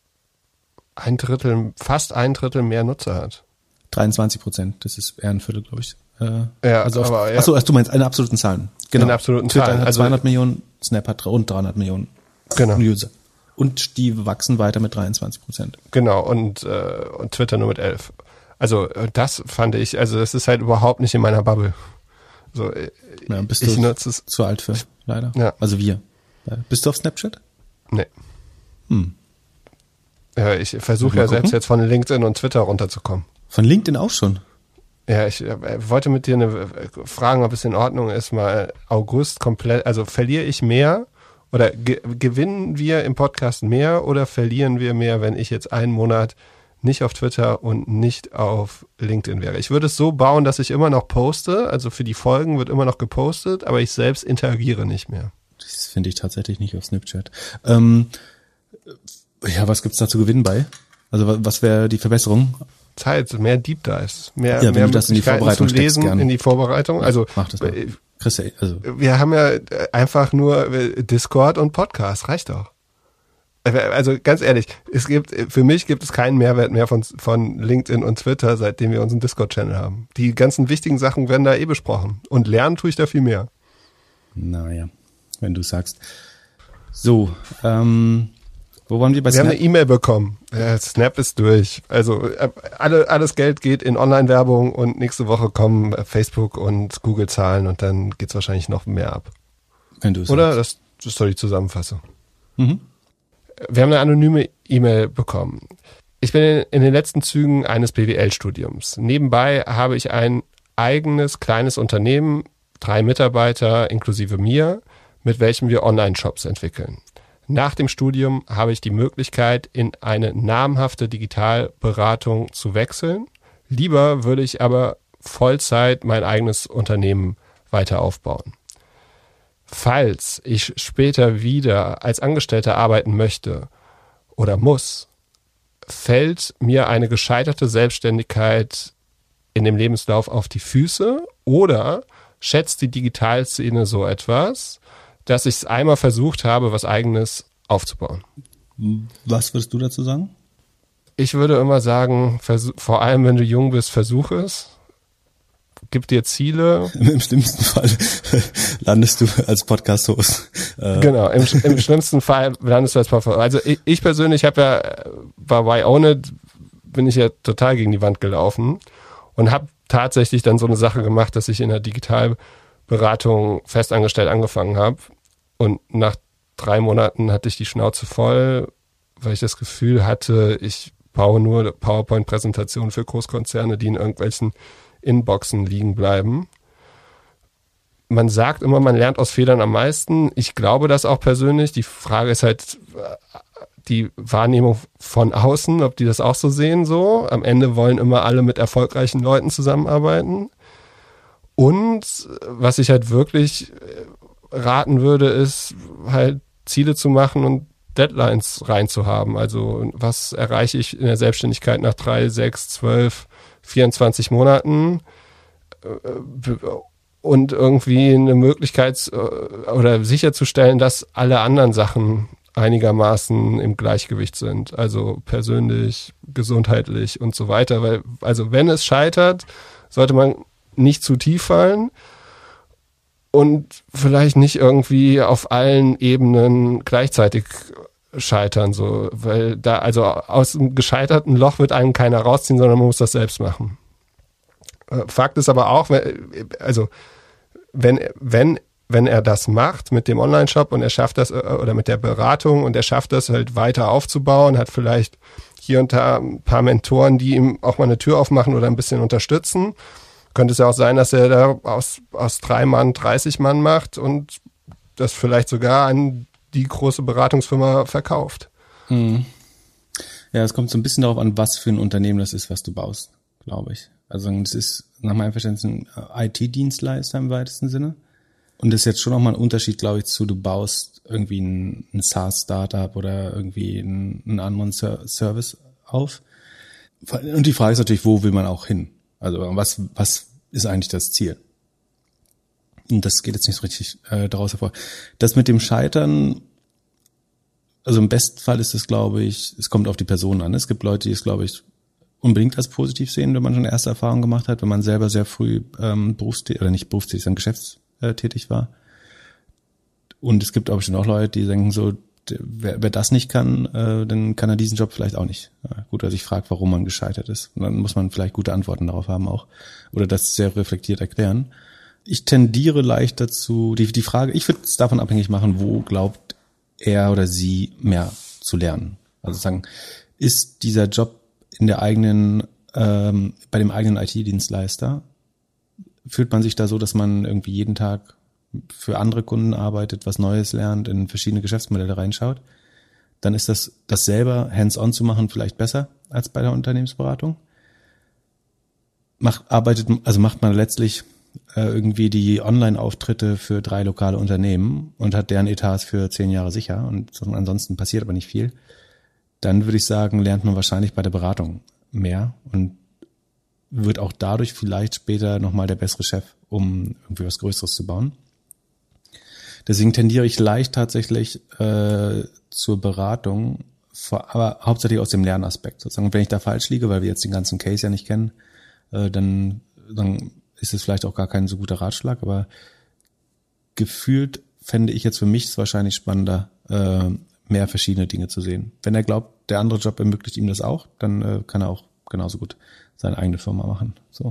fast ein Drittel mehr Nutzer hat. 23%, das ist eher ein Viertel, glaube ich. Ja, also aber ja. Achso, du meinst in absoluten Zahlen. Genau. In absoluten Twitter Zahlen. hat Also 200 Millionen, Snap hat rund 300 Millionen User. Und die wachsen weiter mit 23%. Genau, und Twitter nur mit 11. Also das fand ich, also das ist halt überhaupt nicht in meiner Bubble. So, Ja, bist ich du nutze es. zu alt für, leider. Ja. Also wir. Bist du auf Snapchat? Nee. Ja, ich versuche ja selbst jetzt von LinkedIn und Twitter runterzukommen. Von LinkedIn auch schon? Ja, ich wollte mit dir fragen, ob es in Ordnung ist, mal August komplett, also verliere ich mehr oder gewinnen wir im Podcast mehr oder verlieren wir mehr, wenn ich jetzt einen Monat nicht auf Twitter und nicht auf LinkedIn wäre? Ich würde es so bauen, dass ich immer noch poste, also für die Folgen wird immer noch gepostet, aber ich selbst interagiere nicht mehr. Das finde ich tatsächlich nicht auf Snapchat. Ja, was gibt's da zu gewinnen bei? Also was wäre die Verbesserung? Zeit, mehr Deep Dives, mehr wenn du das in die Vorbereitung zu lesen, steckst, in die Vorbereitung. Also mach das mal. Wir haben ja einfach nur Discord und Podcast, reicht doch. Also ganz ehrlich, für mich gibt es keinen Mehrwert mehr von LinkedIn und Twitter, seitdem wir unseren Discord-Channel haben. Die ganzen wichtigen Sachen werden da besprochen. Und lernen tue ich da viel mehr. Naja, wenn du sagst. So, wo waren wir bei Snap? Wir haben Snap? eine E-Mail bekommen. Snap ist durch. Also alles Geld geht in Online-Werbung und nächste Woche kommen Facebook und Google-Zahlen und dann geht's wahrscheinlich noch mehr ab. Wenn du sagst. Oder? Das ist doch die Zusammenfassung. Mhm. Wir haben eine anonyme E-Mail bekommen. Ich bin in den letzten Zügen eines BWL-Studiums. Nebenbei habe ich ein eigenes kleines Unternehmen, 3 Mitarbeiter inklusive mir, mit welchem wir Online-Shops entwickeln. Nach dem Studium habe ich die Möglichkeit, in eine namhafte Digitalberatung zu wechseln. Lieber würde ich aber Vollzeit mein eigenes Unternehmen weiter aufbauen. Falls ich später wieder als Angestellter arbeiten möchte oder muss, fällt mir eine gescheiterte Selbstständigkeit in dem Lebenslauf auf die Füße oder schätzt die Digitalszene so etwas, dass ich es einmal versucht habe, was Eigenes aufzubauen. Was würdest du dazu sagen? Ich würde immer sagen, vor allem wenn du jung bist, versuch es. Gib dir Ziele. Im schlimmsten Fall landest du als Podcast-Host. Genau, im schlimmsten Fall landest du als Podcast-Host. Also ich persönlich habe ja bei Why Own It bin ich ja total gegen die Wand gelaufen und habe tatsächlich dann so eine Sache gemacht, dass ich in der Digitalberatung festangestellt angefangen habe. Und nach 3 Monaten hatte ich die Schnauze voll, weil ich das Gefühl hatte, ich baue nur PowerPoint-Präsentationen für Großkonzerne, die in irgendwelchen Inboxen liegen bleiben. Man sagt immer, man lernt aus Fehlern am meisten. Ich glaube das auch persönlich. Die Frage ist halt die Wahrnehmung von außen, ob die das auch so sehen so. Am Ende wollen immer alle mit erfolgreichen Leuten zusammenarbeiten. Und was ich halt wirklich raten würde, ist halt Ziele zu machen und Deadlines reinzuhaben. Also was erreiche ich in der Selbstständigkeit nach 3, 6, 12, 24 Monaten und irgendwie eine Möglichkeit oder sicherzustellen, dass alle anderen Sachen einigermaßen im Gleichgewicht sind. Also persönlich, gesundheitlich und so weiter. Weil, also wenn es scheitert, sollte man nicht zu tief fallen und vielleicht nicht irgendwie auf allen Ebenen gleichzeitig scheitern, so, weil da, also aus einem gescheiterten Loch wird einem keiner rausziehen, sondern man muss das selbst machen. Fakt ist aber auch, also wenn er das macht mit dem Online-Shop und er schafft das, oder mit der Beratung und er schafft das halt weiter aufzubauen, hat vielleicht hier und da ein paar Mentoren, die ihm auch mal eine Tür aufmachen oder ein bisschen unterstützen, könnte es ja auch sein, dass er da aus 3 Mann 30 Mann macht und das vielleicht sogar an die große Beratungsfirma verkauft. Ja, es kommt so ein bisschen darauf an, was für ein Unternehmen das ist, was du baust, glaube ich. Also das ist nach meinem Verständnis ein IT-Dienstleister im weitesten Sinne. Und das ist jetzt schon nochmal ein Unterschied, glaube ich, du baust irgendwie ein SaaS-Startup oder irgendwie einen anderen Service auf. Und die Frage ist natürlich, wo will man auch hin? Also was ist eigentlich das Ziel? Und das geht jetzt nicht so richtig daraus hervor. Das mit dem Scheitern, also im besten Fall ist es, glaube ich, es kommt auf die Person an. Es gibt Leute, die es, glaube ich, unbedingt als positiv sehen, wenn man schon erste Erfahrungen gemacht hat, wenn man selber sehr früh berufstätig, oder nicht berufstätig, sondern geschäftstätig war. Und es gibt auch bestimmt auch Leute, die denken so, wer das nicht kann, dann kann er diesen Job vielleicht auch nicht. Ja, gut, also ich frage, warum man gescheitert ist. Und dann muss man vielleicht gute Antworten darauf haben auch. Oder das sehr reflektiert erklären. Ich tendiere leicht dazu, die Frage, ich würde es davon abhängig machen, wo glaubt er oder sie mehr zu lernen. Also sagen, ist dieser Job in der eigenen, bei dem eigenen IT-Dienstleister, fühlt man sich da so, dass man irgendwie jeden Tag für andere Kunden arbeitet, was Neues lernt, in verschiedene Geschäftsmodelle reinschaut, dann ist das selber hands-on zu machen vielleicht besser als bei der Unternehmensberatung. Macht man letztlich irgendwie die Online-Auftritte für 3 lokale Unternehmen und hat deren Etats für 10 Jahre sicher und ansonsten passiert aber nicht viel, dann würde ich sagen, lernt man wahrscheinlich bei der Beratung mehr und wird auch dadurch vielleicht später nochmal der bessere Chef, um irgendwie was Größeres zu bauen. Deswegen tendiere ich leicht tatsächlich zur Beratung, aber hauptsächlich aus dem Lernaspekt. Sozusagen, wenn ich da falsch liege, weil wir jetzt den ganzen Case ja nicht kennen, dann ist es vielleicht auch gar kein so guter Ratschlag, aber gefühlt fände ich jetzt für mich es wahrscheinlich spannender, mehr verschiedene Dinge zu sehen. Wenn er glaubt, der andere Job ermöglicht ihm das auch, dann kann er auch genauso gut seine eigene Firma machen. So.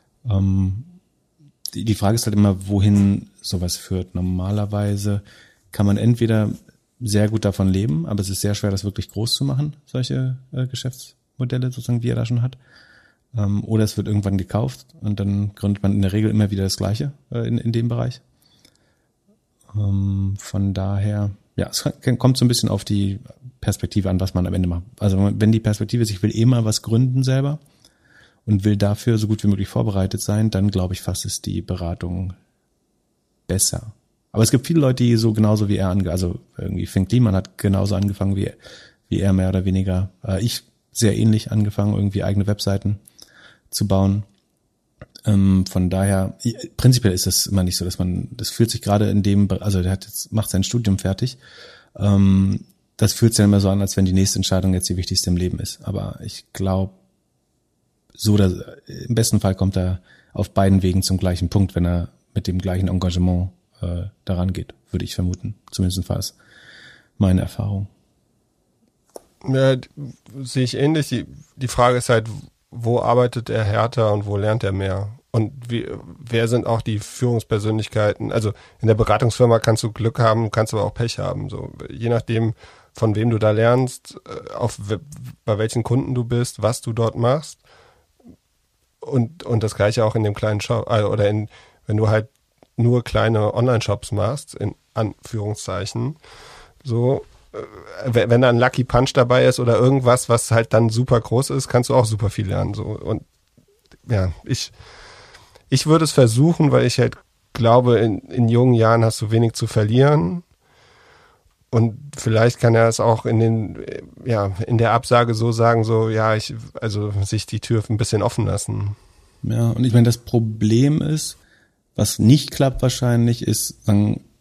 Die Frage ist halt immer, wohin sowas führt. Normalerweise kann man entweder sehr gut davon leben, aber es ist sehr schwer, das wirklich groß zu machen, solche Geschäftsmodelle sozusagen, wie er da schon hat. Oder es wird irgendwann gekauft und dann gründet man in der Regel immer wieder das Gleiche in dem Bereich. Von daher, ja, es kommt so ein bisschen auf die Perspektive an, was man am Ende macht. Also wenn die Perspektive ist, ich will mal was gründen selber und will dafür so gut wie möglich vorbereitet sein, dann glaube ich fast ist die Beratung besser. Aber es gibt viele Leute, die so genauso wie er also irgendwie Finn Kliman hat genauso angefangen wie er mehr oder weniger. Ich sehr ähnlich angefangen, irgendwie eigene Webseiten zu bauen. Von daher, prinzipiell ist das immer nicht so, das fühlt sich gerade in dem, also macht sein Studium fertig. Das fühlt sich dann immer so an, als wenn die nächste Entscheidung jetzt die wichtigste im Leben ist. Aber ich glaube, im besten Fall kommt er auf beiden Wegen zum gleichen Punkt, wenn er mit dem gleichen Engagement daran geht, würde ich vermuten. Zumindest meine Erfahrung. Ja, sehe ich ähnlich. Die Frage ist halt, wo arbeitet er härter und wo lernt er mehr? Und wer sind auch die Führungspersönlichkeiten? Also in der Beratungsfirma kannst du Glück haben, kannst aber auch Pech haben. So, je nachdem, von wem du da lernst, bei welchen Kunden du bist, was du dort machst. Und das Gleiche auch in dem kleinen Shop, oder wenn du halt nur kleine Online-Shops machst, in Anführungszeichen, so, wenn da ein Lucky Punch dabei ist oder irgendwas, was halt dann super groß ist, kannst du auch super viel lernen. So. Und ja, ich würde es versuchen, weil ich halt glaube, in jungen Jahren hast du wenig zu verlieren. Und vielleicht kann er es auch in der Absage so sagen, so, ja, sich die Tür ein bisschen offen lassen. Ja, und ich meine, das Problem ist, was nicht klappt wahrscheinlich, ist, sagen,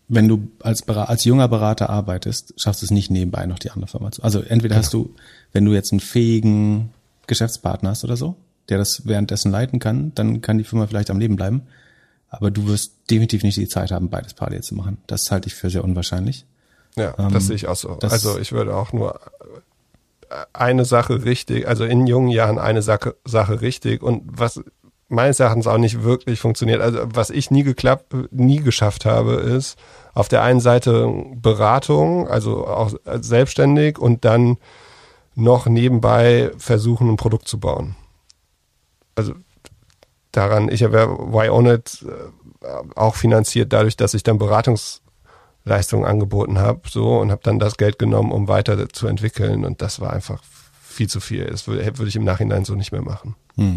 wenn du als junger Berater arbeitest, schaffst du es nicht nebenbei noch die andere Firma zu. Also entweder hast du, wenn du jetzt einen fähigen Geschäftspartner hast oder so, der das währenddessen leiten kann, dann kann die Firma vielleicht am Leben bleiben. Aber du wirst definitiv nicht die Zeit haben, beides parallel zu machen. Das halte ich für sehr unwahrscheinlich. Ja, das sehe ich auch so. Also ich würde auch nur eine Sache richtig, also in jungen Jahren eine Sache richtig, und was meines Erachtens auch nicht wirklich funktioniert, also was ich nie geschafft habe, ist auf der einen Seite Beratung, also auch selbstständig, und dann noch nebenbei versuchen, ein Produkt zu bauen. Also daran, ich habe ja Why Own It auch finanziert dadurch, dass ich dann Beratungsleistungen angeboten habe, so, und habe dann das Geld genommen, um weiter zu entwickeln, und das war einfach viel zu viel. Das würde ich im Nachhinein so nicht mehr machen.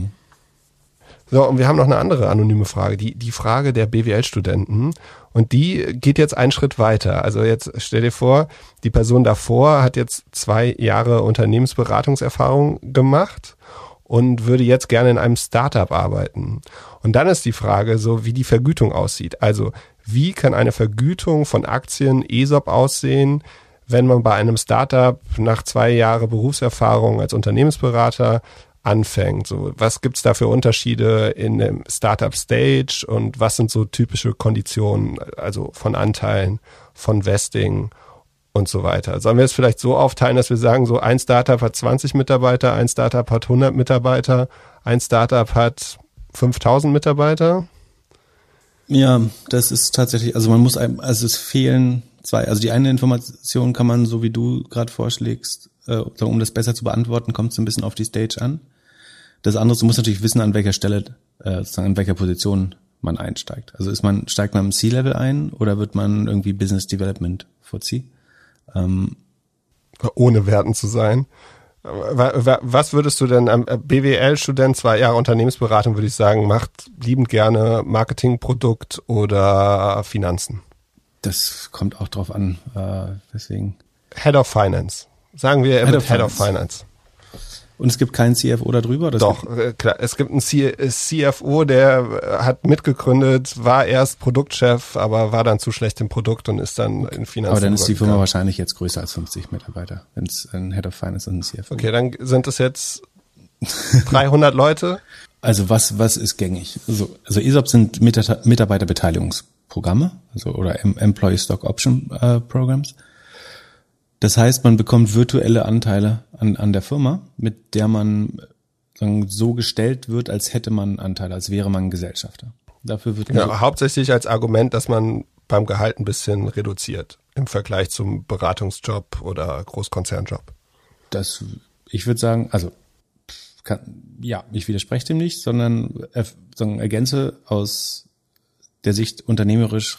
So, und wir haben noch eine andere anonyme Frage, die Frage der BWL-Studenten, und die geht jetzt einen Schritt weiter. Also jetzt stell dir vor, die Person davor hat jetzt 2 Jahre Unternehmensberatungserfahrung gemacht und würde jetzt gerne in einem Startup arbeiten. Und dann ist die Frage so, wie die Vergütung aussieht. Also wie kann eine Vergütung von Aktien, ESOP aussehen, wenn man bei einem Startup nach 2 Jahren Berufserfahrung als Unternehmensberater anfängt? So, was gibt's da für Unterschiede in dem Startup-Stage und was sind so typische Konditionen, also von Anteilen, von Vesting und so weiter? Sollen wir es vielleicht so aufteilen, dass wir sagen, so ein Startup hat 20 Mitarbeiter, ein Startup hat 100 Mitarbeiter, ein Startup hat 5000 Mitarbeiter? Ja, das ist tatsächlich, also es fehlen 2. Also die eine Information kann man, so wie du gerade vorschlägst, um das besser zu beantworten, kommt es ein bisschen auf die Stage an. Das andere, du musst natürlich wissen, an welcher Stelle, sozusagen an welcher Position man einsteigt. Also steigt man im C-Level ein oder wird man irgendwie Business Development vorziehen? Ohne werten zu sein. Was würdest du denn am BWL-Student, 2 Jahre Unternehmensberatung, würde ich sagen, macht liebend gerne Marketing, Produkt oder Finanzen? Das kommt auch drauf an, deswegen. Head of Finance. Sagen wir, er wird Head of Finance. Und es gibt keinen CFO da drüber? Doch, klar. Es gibt einen CFO, der hat mitgegründet, war erst Produktchef, aber war dann zu schlecht im Produkt und ist dann in Finanzen. Aber dann ist die Firma wahrscheinlich jetzt größer als 50 Mitarbeiter, wenn es ein Head of Finance und ein CFO. Okay, dann sind es jetzt 300 Leute. Also was ist gängig? Also ESOP sind Mitarbeiterbeteiligungsprogramme, also oder Employee Stock Option Programs. Das heißt, man bekommt virtuelle Anteile an der Firma, mit der man so gestellt wird, als hätte man Anteile, als wäre man Gesellschafter. Dafür wird hauptsächlich als Argument, dass man beim Gehalt ein bisschen reduziert im Vergleich zum Beratungsjob oder Großkonzernjob. Ich würde sagen, also ich widerspreche dem nicht, sondern ergänze aus der Sicht unternehmerisch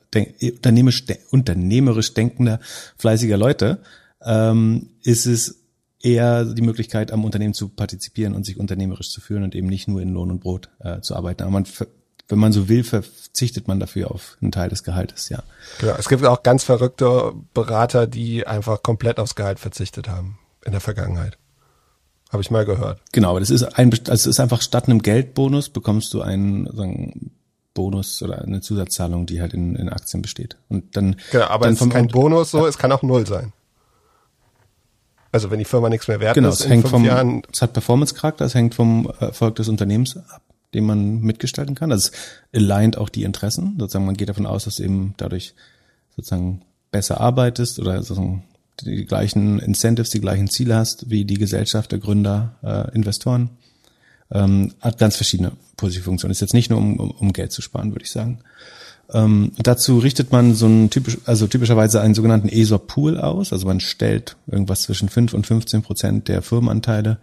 denkender, fleißiger Leute, ist es eher die Möglichkeit, am Unternehmen zu partizipieren und sich unternehmerisch zu führen und eben nicht nur in Lohn und Brot zu arbeiten. Aber wenn man so will, verzichtet man dafür auf einen Teil des Gehaltes, ja. Genau. Es gibt auch ganz verrückte Berater, die einfach komplett aufs Gehalt verzichtet haben in der Vergangenheit. Habe ich mal gehört. Genau, aber das ist einfach statt einem Geldbonus bekommst du einen Bonus oder eine Zusatzzahlung, die halt in Aktien besteht. Und dann aber es ist kein Bonus, es kann auch 0 sein. Also wenn die Firma nichts mehr wert ist in 5 Jahren. Es hat Performance-Charakter, es hängt vom Erfolg des Unternehmens ab, den man mitgestalten kann. Also es aligned auch die Interessen. Sozusagen man geht davon aus, dass du eben dadurch sozusagen besser arbeitest oder sozusagen die gleichen Incentives, die gleichen Ziele hast wie die Gesellschaft, der Gründer, Investoren. Hat ganz verschiedene positive Funktionen. Ist jetzt nicht nur um Geld zu sparen, würde ich sagen. Dazu richtet man typischerweise einen sogenannten ESOP-Pool aus. Also man stellt irgendwas zwischen 5 und 15% der Firmenanteile,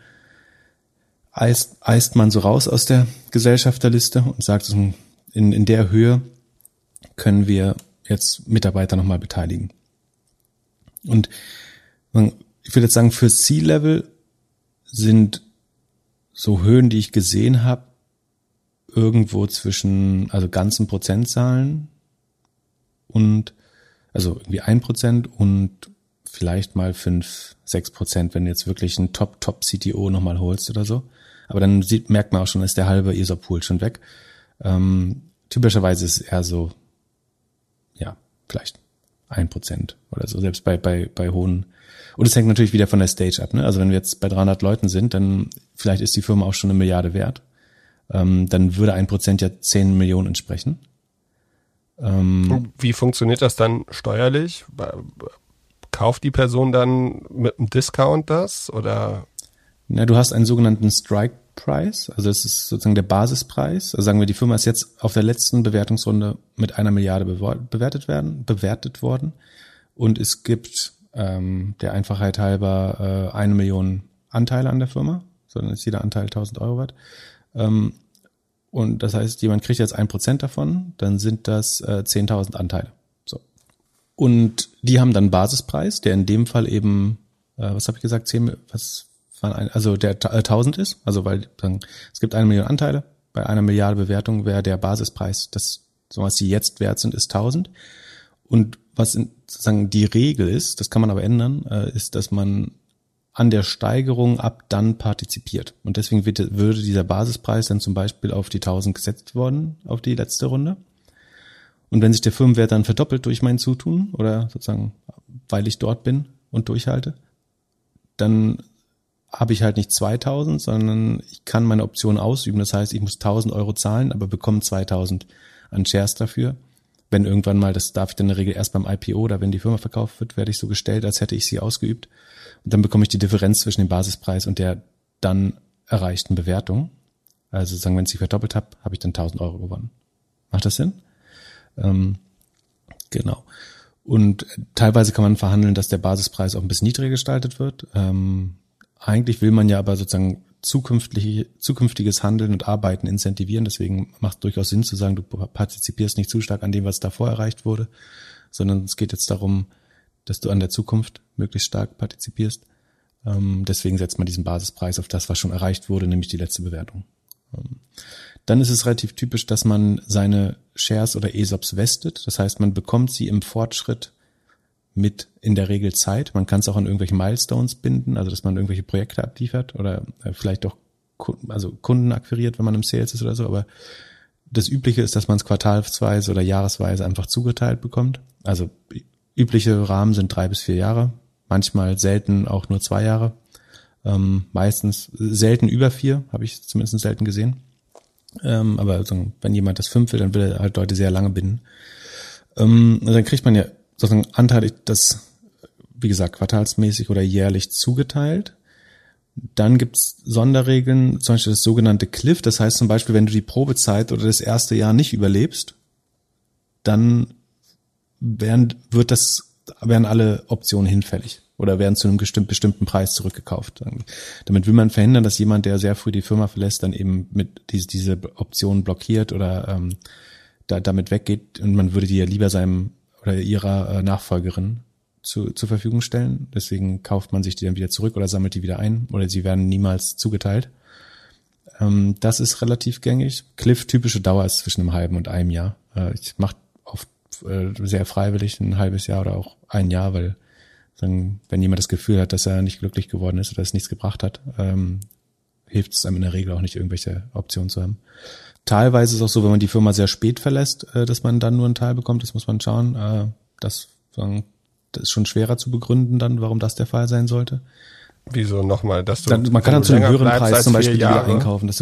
eist man so raus aus der Gesellschafterliste und sagt, in der Höhe können wir jetzt Mitarbeiter nochmal beteiligen. Und ich würde jetzt sagen, für C-Level sind so Höhen, die ich gesehen habe, irgendwo zwischen, also ganzen Prozentzahlen und, also irgendwie 1% und vielleicht mal 5-6%, wenn du jetzt wirklich einen Top-CTO nochmal holst oder so. Aber dann merkt man auch schon, ist der halbe ESOP-Pool schon weg. Typischerweise ist es eher so, vielleicht 1% oder so, selbst bei hohen. Und es hängt natürlich wieder von der Stage ab, ne? Also wenn wir jetzt bei 300 Leuten sind, dann vielleicht ist die Firma auch schon 1 Milliarde wert. Dann würde 1% ja 10 Millionen entsprechen. Wie funktioniert das dann steuerlich? Kauft die Person dann mit einem Discount das oder? Na, du hast einen sogenannten Strike Price, also das ist sozusagen der Basispreis. Also sagen wir, die Firma ist jetzt auf der letzten Bewertungsrunde mit 1 Milliarde bewertet worden und es gibt der Einfachheit halber 1 Million Anteile an der Firma, sondern ist jeder Anteil 1.000 Euro wert. Und das heißt, jemand kriegt jetzt 1% davon, dann sind das 10.000 Anteile. So. Und die haben dann einen Basispreis, der in dem Fall eben, was habe ich gesagt, also der 1.000 ist, also weil es gibt 1 Million Anteile, bei 1 Milliarde Bewertung wäre der Basispreis, das, so was die jetzt wert sind, ist 1.000. Und was sozusagen die Regel ist, das kann man aber ändern, ist, dass man an der Steigerung ab dann partizipiert. Und deswegen würde dieser Basispreis dann zum Beispiel auf die 1.000 gesetzt worden, auf die letzte Runde. Und wenn sich der Firmenwert dann verdoppelt durch mein Zutun oder sozusagen, weil ich dort bin und durchhalte, dann habe ich halt nicht 2.000, sondern ich kann meine Option ausüben. Das heißt, ich muss 1.000 Euro zahlen, aber bekomme 2.000 an Shares dafür. Wenn irgendwann mal, das darf ich dann in der Regel erst beim IPO oder wenn die Firma verkauft wird, werde ich so gestellt, als hätte ich sie ausgeübt. Und dann bekomme ich die Differenz zwischen dem Basispreis und der dann erreichten Bewertung. Also sagen, wenn ich sie verdoppelt habe, habe ich dann 1.000 Euro gewonnen. Macht das Sinn? Genau. Und teilweise kann man verhandeln, dass der Basispreis auch ein bisschen niedriger gestaltet wird. Eigentlich will man ja aber sozusagen zukünftiges Handeln und Arbeiten incentivieren. Deswegen macht es durchaus Sinn zu sagen, du partizipierst nicht zu stark an dem, was davor erreicht wurde, sondern es geht jetzt darum, dass du an der Zukunft möglichst stark partizipierst. Deswegen setzt man diesen Basispreis auf das, was schon erreicht wurde, nämlich die letzte Bewertung. Dann ist es relativ typisch, dass man seine Shares oder ESOPs vestet. Das heißt, man bekommt sie im Fortschritt mit in der Regel Zeit. Man kann es auch an irgendwelche Milestones binden, also dass man irgendwelche Projekte abliefert oder vielleicht auch Kunden akquiriert, wenn man im Sales ist oder so. Aber das Übliche ist, dass man es quartalsweise oder jahresweise einfach zugeteilt bekommt. Also übliche Rahmen sind 3 bis 4 Jahre, manchmal selten auch nur 2 Jahre, meistens selten über 4, habe ich zumindest selten gesehen. Aber also, wenn jemand das 5 will, dann will er halt Leute sehr lange binden. Dann kriegt man ja sozusagen anteilig das, wie gesagt, quartalsmäßig oder jährlich zugeteilt. Dann gibt's Sonderregeln, zum Beispiel das sogenannte Cliff. Das heißt zum Beispiel, wenn du die Probezeit oder das erste Jahr nicht überlebst, dann werden alle Optionen hinfällig oder werden zu einem bestimmten Preis zurückgekauft. Damit will man verhindern, dass jemand, der sehr früh die Firma verlässt, dann eben mit diese Optionen blockiert oder damit weggeht, und man würde die ja lieber seinem oder ihrer Nachfolgerin zur Verfügung stellen. Deswegen kauft man sich die dann wieder zurück oder sammelt die wieder ein oder sie werden niemals zugeteilt. Das ist relativ gängig. Cliff-typische Dauer ist zwischen einem halben und einem Jahr. Ich mache oft sehr freiwillig ein halbes Jahr oder auch ein Jahr, weil wenn jemand das Gefühl hat, dass er nicht glücklich geworden ist oder es nichts gebracht hat, hilft es einem in der Regel auch nicht, irgendwelche Optionen zu haben. Teilweise ist es auch so, wenn man die Firma sehr spät verlässt, dass man dann nur einen Teil bekommt. Das muss man schauen. Das ist schon schwerer zu begründen dann, warum das der Fall sein sollte. Wieso nochmal? Man kann dann zu einem höheren Preis zum Beispiel die wieder einkaufen. Dass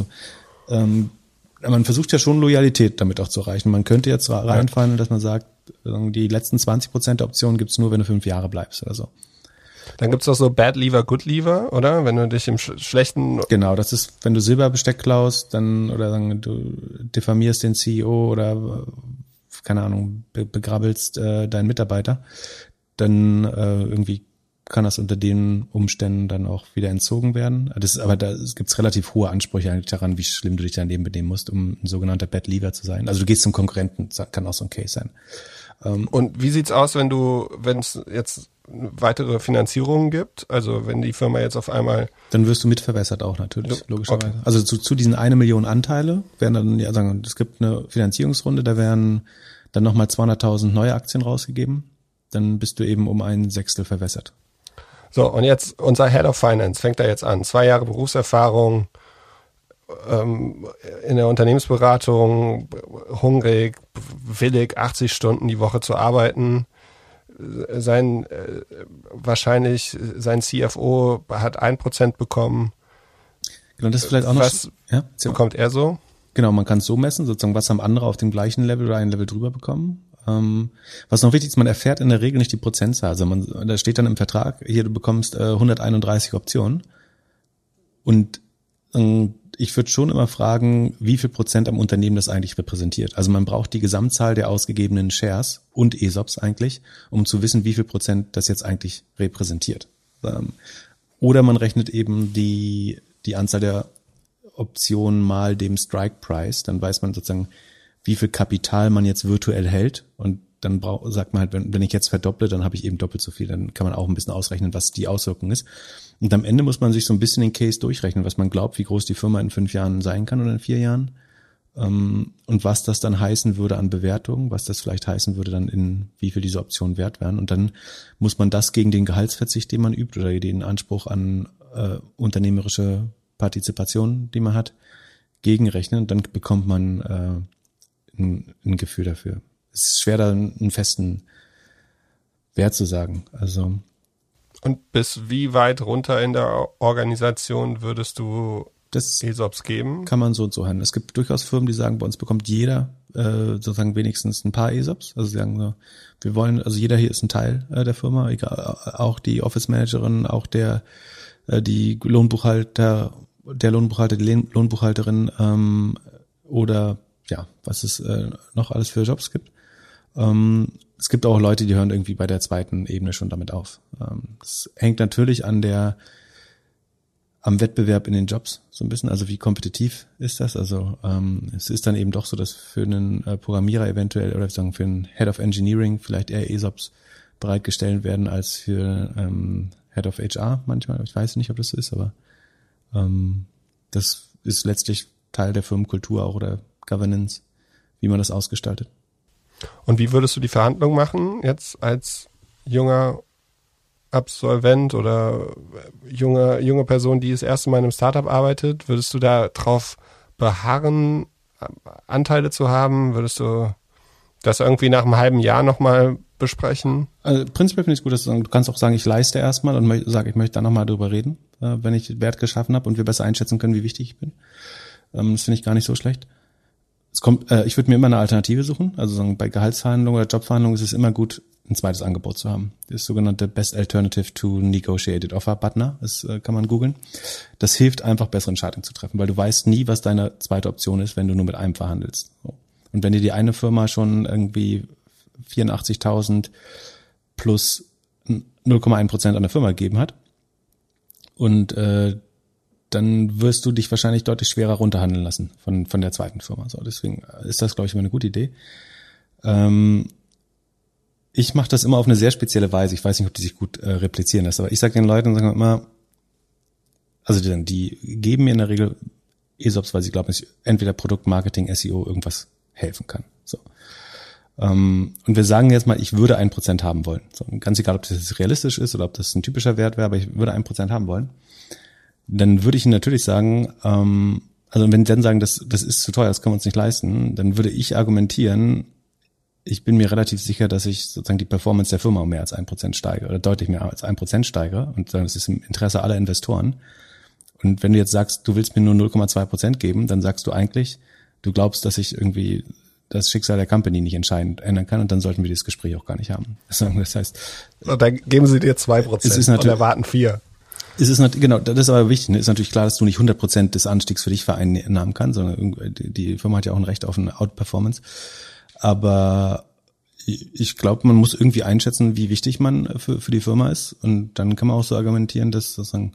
man versucht ja schon Loyalität damit auch zu erreichen. Man könnte jetzt reinfallen, dass man sagt, die letzten 20% der Optionen gibt's nur, wenn du 5 Jahre bleibst oder so. Dann gibt's auch so Bad Lever, Good Lever, oder? Wenn du dich im schlechten... Genau, das ist, wenn du Silberbesteck klaust, dann, oder sagen, du diffamierst den CEO oder, keine Ahnung, begrabbelst deinen Mitarbeiter, dann irgendwie kann das unter den Umständen dann auch wieder entzogen werden. Aber da gibt's relativ hohe Ansprüche eigentlich daran, wie schlimm du dich daneben benehmen musst, um ein sogenannter Bad Lever zu sein. Also du gehst zum Konkurrenten, kann auch so ein Case sein. Und wie sieht's aus, wenn es jetzt weitere Finanzierungen gibt? Also wenn die Firma jetzt auf einmal... Dann wirst du mitverwässert auch natürlich, logischerweise. Okay. Also zu diesen 1 Million Anteile werden dann, ja sagen, es gibt eine Finanzierungsrunde, da werden dann nochmal 200.000 neue Aktien rausgegeben. Dann bist du eben um 1/6 verwässert. So, und jetzt unser Head of Finance fängt da jetzt an. 2 Jahre Berufserfahrung. in der Unternehmensberatung hungrig, willig, 80 Stunden die Woche zu arbeiten. Wahrscheinlich sein CFO hat 1% bekommen. Genau, das ist vielleicht auch noch. Was bekommt er so? Genau, man kann es so messen, sozusagen, was haben andere auf dem gleichen Level oder ein Level drüber bekommen. Was noch wichtig ist, man erfährt in der Regel nicht die Prozentzahl. Also da steht dann im Vertrag, hier, du bekommst 131 Optionen. Und ich würde schon immer fragen, wie viel Prozent am Unternehmen das eigentlich repräsentiert. Also man braucht die Gesamtzahl der ausgegebenen Shares und ESOPs eigentlich, um zu wissen, wie viel Prozent das jetzt eigentlich repräsentiert. Oder man rechnet eben die Anzahl der Optionen mal dem Strike Price, dann weiß man sozusagen, wie viel Kapital man jetzt virtuell hält, und dann sagt man halt, wenn ich jetzt verdopple, dann habe ich eben doppelt so viel, dann kann man auch ein bisschen ausrechnen, was die Auswirkung ist. Und am Ende muss man sich so ein bisschen den Case durchrechnen, was man glaubt, wie groß die Firma in 5 Jahren sein kann oder in 4 Jahren, und was das dann heißen würde an Bewertung, was das vielleicht heißen würde dann in wie viel diese Optionen wert wären, und dann muss man das gegen den Gehaltsverzicht, den man übt, oder den Anspruch an unternehmerische Partizipation, die man hat, gegenrechnen, und dann bekommt man ein Gefühl dafür. Es ist schwer, da einen festen Wert zu sagen. Also. Und bis wie weit runter in der Organisation würdest du ESOPs geben? Kann man so und so handeln. Es gibt durchaus Firmen, die sagen, bei uns bekommt jeder sozusagen wenigstens ein paar ESOPs. Also sie sagen so, wir wollen, also jeder hier ist ein Teil der Firma, egal, auch die Office Managerin, auch die Lohnbuchhalter, die Lohnbuchhalterin, oder ja, was es noch alles für Jobs gibt. Es gibt auch Leute, die hören irgendwie bei der zweiten Ebene schon damit auf. Das hängt natürlich am Wettbewerb in den Jobs so ein bisschen. Also wie kompetitiv ist das? Also es ist dann eben doch so, dass für einen Programmierer eventuell oder sagen für einen Head of Engineering vielleicht eher ESOPs bereitgestellt werden als für Head of HR manchmal. Ich weiß nicht, ob das so ist, aber das ist letztlich Teil der Firmenkultur auch oder Governance, wie man das ausgestaltet. Und wie würdest du die Verhandlung machen, jetzt als junger Absolvent oder junge Person, die das erste Mal in einem Startup arbeitet? Würdest du da drauf beharren, Anteile zu haben? Würdest du das irgendwie nach einem halben Jahr nochmal besprechen? Also prinzipiell finde ich es gut, dass du kannst auch sagen, ich leiste erstmal und sage, ich möchte da nochmal drüber reden, wenn ich Wert geschaffen habe und wir besser einschätzen können, wie wichtig ich bin. Das finde ich gar nicht so schlecht. Ich würde mir immer eine Alternative suchen. Also bei Gehaltsverhandlungen oder Jobverhandlungen ist es immer gut, ein zweites Angebot zu haben. Das sogenannte Best Alternative to Negotiated Offer Button, das kann man googeln. Das hilft einfach, bessere Entscheidungen zu treffen, weil du weißt nie, was deine zweite Option ist, wenn du nur mit einem verhandelst. Und wenn dir die eine Firma schon irgendwie 84.000 plus 0,1% an der Firma gegeben hat und dann wirst du dich wahrscheinlich deutlich schwerer runterhandeln lassen von der zweiten Firma. So, deswegen ist das, glaube ich, immer eine gute Idee. Ich mache das immer auf eine sehr spezielle Weise. Ich weiß nicht, ob die sich gut replizieren lässt, aber ich sage den Leuten immer, also die geben mir in der Regel ESOPs, weil sie glauben, dass ich entweder Produkt, Marketing, SEO irgendwas helfen kann. So. Und wir sagen jetzt mal, ich würde 1% haben wollen. So, ganz egal, ob das jetzt realistisch ist oder ob das ein typischer Wert wäre, aber ich würde 1% haben wollen. Dann würde ich Ihnen natürlich sagen, also wenn Sie dann sagen, das ist zu teuer, das können wir uns nicht leisten, dann würde ich argumentieren, ich bin mir relativ sicher, dass ich sozusagen die Performance der Firma um mehr als 1% steigere oder deutlich mehr als 1% steigere, und das ist im Interesse aller Investoren. Und wenn du jetzt sagst, du willst mir nur 0,2% geben, dann sagst du eigentlich, du glaubst, dass ich irgendwie das Schicksal der Company nicht entscheidend ändern kann, und dann sollten wir dieses Gespräch auch gar nicht haben. Das heißt, dann geben Sie dir 2% und erwarten 4%. Es ist natürlich, genau, das ist aber wichtig. Ne? Ist natürlich klar, dass du nicht 100% des Anstiegs für dich vereinnahmen kannst, sondern die Firma hat ja auch ein Recht auf eine Outperformance. Aber ich glaube, man muss irgendwie einschätzen, wie wichtig man für die Firma ist, und dann kann man auch so argumentieren, dass sozusagen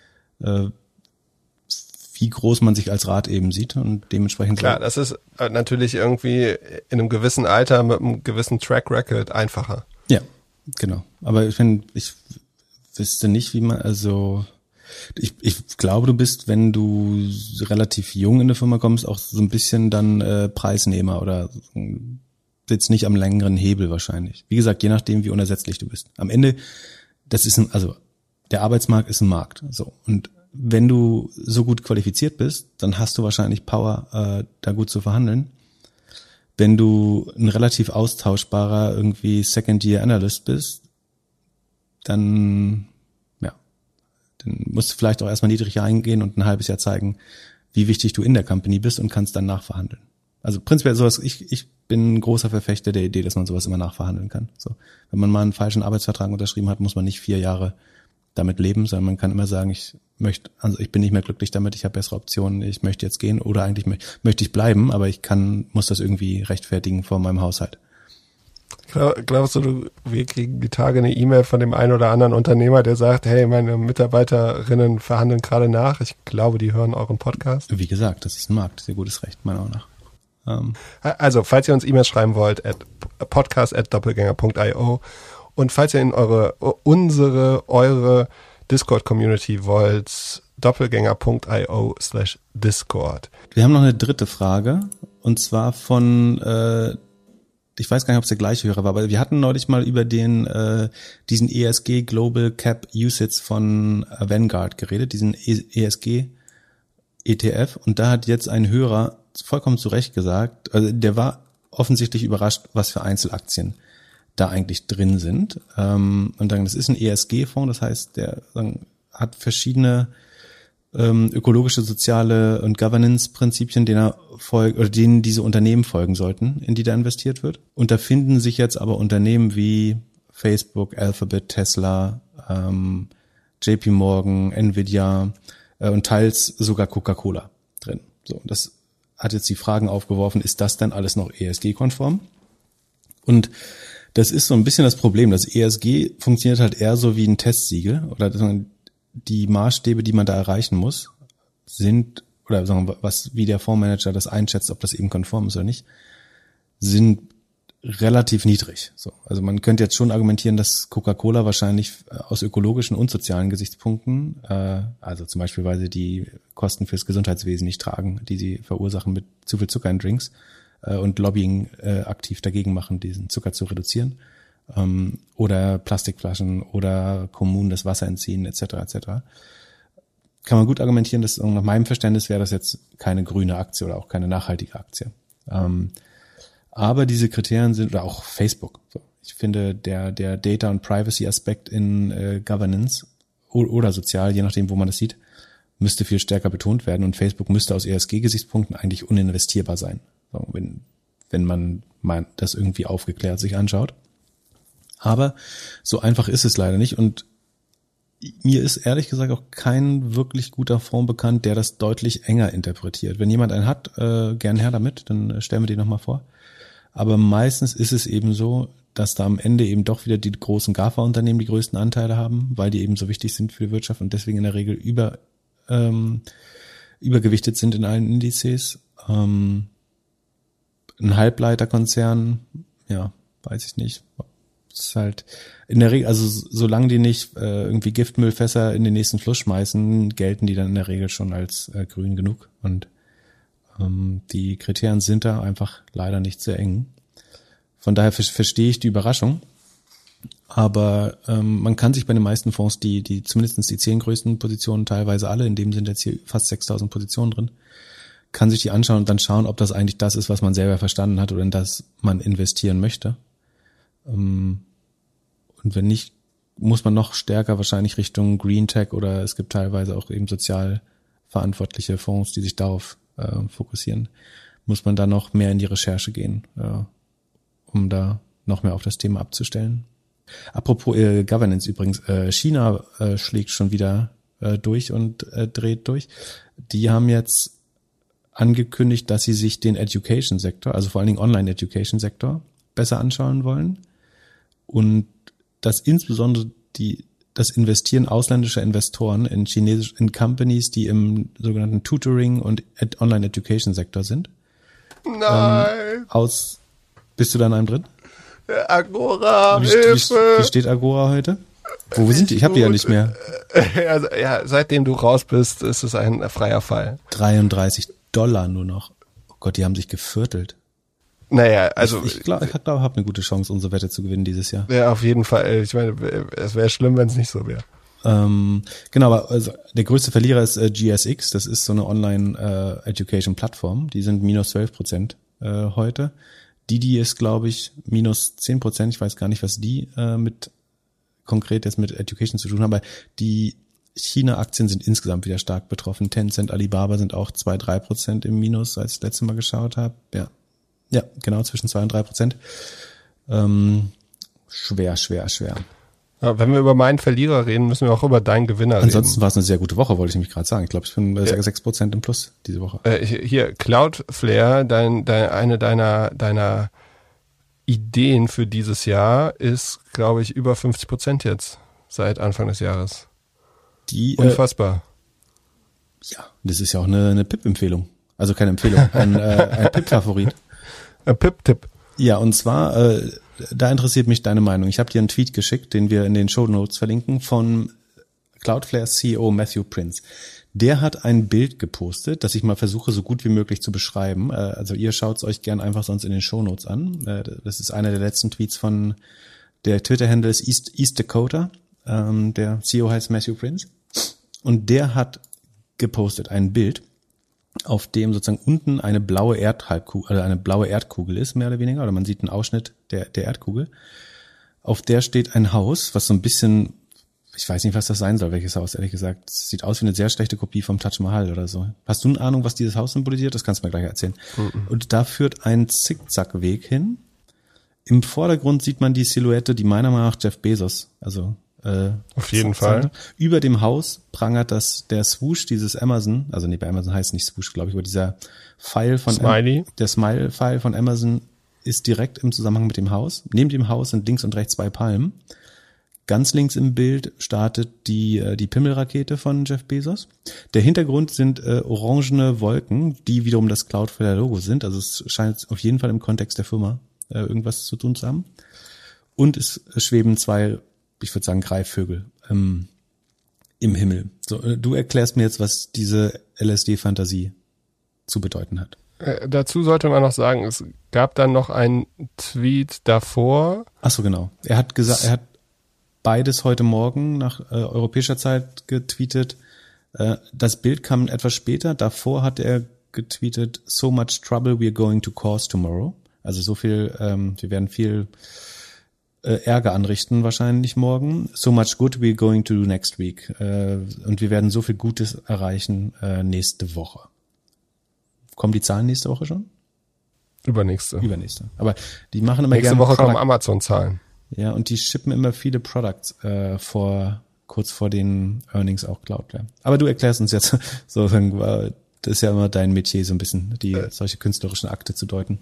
wie groß man sich als Rat eben sieht, und dementsprechend. Klar, das ist natürlich irgendwie in einem gewissen Alter mit einem gewissen Track Record einfacher. Ja, genau. Aber ich wüsste nicht, wie man, also ich glaube, du bist, wenn du relativ jung in der Firma kommst, auch so ein bisschen dann Preisnehmer oder sitzt nicht am längeren Hebel wahrscheinlich. Wie gesagt, je nachdem, wie unersetzlich du bist. Am Ende, der Arbeitsmarkt ist ein Markt. So. Und wenn du so gut qualifiziert bist, dann hast du wahrscheinlich Power, da gut zu verhandeln. Wenn du ein relativ austauschbarer irgendwie Second-Year-Analyst bist, dann musst du vielleicht auch erstmal niedrig eingehen und ein halbes Jahr zeigen, wie wichtig du in der Company bist und kannst dann nachverhandeln. Also prinzipiell sowas, ich bin ein großer Verfechter der Idee, dass man sowas immer nachverhandeln kann. So, wenn man mal einen falschen Arbeitsvertrag unterschrieben hat, muss man nicht 4 Jahre damit leben, sondern man kann immer sagen, ich bin nicht mehr glücklich damit, ich habe bessere Optionen, ich möchte jetzt gehen oder eigentlich möchte ich bleiben, aber muss das irgendwie rechtfertigen vor meinem Haushalt. Glaubst du, wir kriegen die Tage eine E-Mail von dem einen oder anderen Unternehmer, der sagt, hey, meine Mitarbeiterinnen verhandeln gerade nach. Ich glaube, die hören euren Podcast. Wie gesagt, das ist ein Markt, sehr gutes Recht, meiner Meinung nach. Also, falls ihr uns E-Mails schreiben wollt, podcast@doppelgänger.io und falls ihr in eure Discord-Community wollt, doppelgänger.io/Discord. Wir haben noch eine dritte Frage und zwar von ich weiß gar nicht, ob es der gleiche Hörer war, aber wir hatten neulich mal über diesen ESG Global Cap UCITS von Vanguard geredet, diesen ESG ETF. Und da hat jetzt ein Hörer vollkommen zu Recht gesagt, also der war offensichtlich überrascht, was für Einzelaktien da eigentlich drin sind. Und dann, das ist ein ESG-Fonds, das heißt, der hat verschiedene ökologische, soziale und Governance-Prinzipien, denen diese Unternehmen folgen sollten, in die da investiert wird. Und da finden sich jetzt aber Unternehmen wie Facebook, Alphabet, Tesla, JP Morgan, Nvidia und teils sogar Coca-Cola drin. So, das hat jetzt die Fragen aufgeworfen, ist das denn alles noch ESG-konform? Und das ist so ein bisschen das Problem. Das ESG funktioniert halt eher so wie ein Testsiegel oder die Maßstäbe, die man da erreichen muss, sind, oder sagen wir, wie der Fondsmanager das einschätzt, ob das eben konform ist oder nicht, sind relativ niedrig. So, also man könnte jetzt schon argumentieren, dass Coca-Cola wahrscheinlich aus ökologischen und sozialen Gesichtspunkten, also zum Beispiel, weil sie die Kosten fürs Gesundheitswesen nicht tragen, die sie verursachen mit zu viel Zucker in Drinks, und Lobbying aktiv dagegen machen, diesen Zucker zu reduzieren, oder Plastikflaschen oder Kommunen das Wasser entziehen, etc. etc. Kann man gut argumentieren, dass nach meinem Verständnis wäre das jetzt keine grüne Aktie oder auch keine nachhaltige Aktie. Aber diese Kriterien sind, oder auch Facebook. So. Ich finde, der Data- und Privacy-Aspekt in Governance oder sozial, je nachdem, wo man das sieht, müsste viel stärker betont werden und Facebook müsste aus ESG-Gesichtspunkten eigentlich uninvestierbar sein, so, wenn man das irgendwie aufgeklärt sich anschaut. Aber so einfach ist es leider nicht und mir ist ehrlich gesagt auch kein wirklich guter Fonds bekannt, der das deutlich enger interpretiert. Wenn jemand einen hat, gern her damit, dann stellen wir den nochmal vor. Aber meistens ist es eben so, dass da am Ende eben doch wieder die großen GAFA-Unternehmen die größten Anteile haben, weil die eben so wichtig sind für die Wirtschaft und deswegen in der Regel übergewichtet sind in allen Indizes. Ein Halbleiterkonzern, ja, weiß ich nicht. Das ist halt in der Regel, also solange die nicht irgendwie Giftmüllfässer in den nächsten Fluss schmeißen, gelten die dann in der Regel schon als grün genug. Und die Kriterien sind da einfach leider nicht sehr eng. Von daher verstehe ich die Überraschung. Aber man kann sich bei den meisten Fonds die zumindest die 10 größten Positionen, teilweise alle, in dem sind jetzt hier fast 6.000 Positionen drin, kann sich die anschauen und dann schauen, ob das eigentlich das ist, was man selber verstanden hat oder in das man investieren möchte. Und wenn nicht, muss man noch stärker wahrscheinlich Richtung Green Tech oder es gibt teilweise auch eben sozial verantwortliche Fonds, die sich darauf fokussieren, muss man da noch mehr in die Recherche gehen, um da noch mehr auf das Thema abzustellen. Apropos Governance übrigens, China schlägt schon wieder durch und dreht durch. Die haben jetzt angekündigt, dass sie sich den Education-Sektor, also vor allen Dingen Online-Education-Sektor, besser anschauen wollen und dass insbesondere das Investieren ausländischer Investoren in Companies, die im sogenannten Tutoring- und Online-Education-Sektor sind. Nein! Bist du da in einem drin? Agora, Hilfe! Wie steht Agora heute? Wo sind die? Ich habe die ja nicht mehr. Also, ja, seitdem du raus bist, ist es ein freier Fall. $33 nur noch. Oh Gott, die haben sich geviertelt. Naja, also ich glaube, ich habe eine gute Chance, unsere Wette zu gewinnen dieses Jahr. Ja, auf jeden Fall. Ich meine, es wäre schlimm, wenn es nicht so wäre. Genau, aber also der größte Verlierer ist GSX, das ist so eine Online-Education-Plattform, die sind minus 12% heute. Didi ist, glaube ich, minus 10%, ich weiß gar nicht, was die konkret jetzt mit Education zu tun haben, aber die China-Aktien sind insgesamt wieder stark betroffen. Tencent, Alibaba sind auch 2-3% im Minus, als ich das letzte Mal geschaut habe. Ja, genau, zwischen 2 und 3%. Schwer. Ja, wenn wir über meinen Verlierer reden, müssen wir auch über deinen Gewinner Ansonsten reden. war es eine sehr gute Woche, wollte ich nämlich gerade sagen. Ich glaube, ich bin 6% im Plus diese Woche. Hier, Cloudflare, eine deiner Ideen für dieses Jahr ist, glaube ich, über 50% jetzt seit Anfang des Jahres. Unfassbar. Ja, das ist ja auch eine PIP-Empfehlung. Also keine Empfehlung, ein PIP-Favorit. Ein PIP-Tipp. Ja, und zwar, da interessiert mich deine Meinung. Ich habe dir einen Tweet geschickt, den wir in den Shownotes verlinken, von Cloudflare CEO Matthew Prince. Der hat ein Bild gepostet, das ich mal versuche, so gut wie möglich zu beschreiben. Also ihr schaut es euch gern einfach sonst in den Shownotes an. Das ist einer der letzten Tweets von der Twitter-Handle ist East Dakota. Der CEO heißt Matthew Prince. Und der hat gepostet ein Bild, auf dem sozusagen unten eine blaue Erdkugel ist, mehr oder weniger, oder man sieht einen Ausschnitt der Erdkugel. Auf der steht ein Haus, was so ein bisschen, ich weiß nicht, was das sein soll, welches Haus, ehrlich gesagt. Es sieht aus wie eine sehr schlechte Kopie vom Taj Mahal oder so. Hast du eine Ahnung, was dieses Haus symbolisiert? Das kannst du mir gleich erzählen. Und da führt ein Zickzackweg hin. Im Vordergrund sieht man die Silhouette, die meiner Meinung nach Jeff Bezos, also auf jeden Fall. Über dem Haus prangert der Swoosh, dieses Amazon, also nee, bei Amazon heißt es nicht Swoosh, glaube ich, aber dieser Pfeil von Smiley. Der Smile-Pfeil von Amazon ist direkt im Zusammenhang mit dem Haus. Neben dem Haus sind links und rechts 2 Palmen. Ganz links im Bild startet die Pimmelrakete von Jeff Bezos. Der Hintergrund sind orangene Wolken, die wiederum das Cloudflare-Logo sind. Also es scheint auf jeden Fall im Kontext der Firma irgendwas zu tun zu haben. Und es schweben 2, ich würde sagen, Greifvögel im Himmel. So, du erklärst mir jetzt, was diese LSD-Fantasie zu bedeuten hat. Dazu sollte man noch sagen, es gab dann noch einen Tweet davor. Ach so, genau. Er hat gesagt, er hat beides heute Morgen nach europäischer Zeit getweetet. Das Bild kam etwas später. Davor hat er getweetet, so much trouble we're going to cause tomorrow. Also so viel, wir werden viel Ärger anrichten wahrscheinlich morgen. So much good we're going to do next week. Und wir werden so viel Gutes erreichen nächste Woche. Kommen die Zahlen nächste Woche schon? Übernächste. Aber die machen immer nächste gerne Woche kommen Amazon-Zahlen. Ja, und die shippen immer viele Products kurz vor den Earnings auch Cloudflare. Aber du erklärst uns jetzt sozusagen, das ist ja immer dein Metier, so ein bisschen solche künstlerischen Akte zu deuten.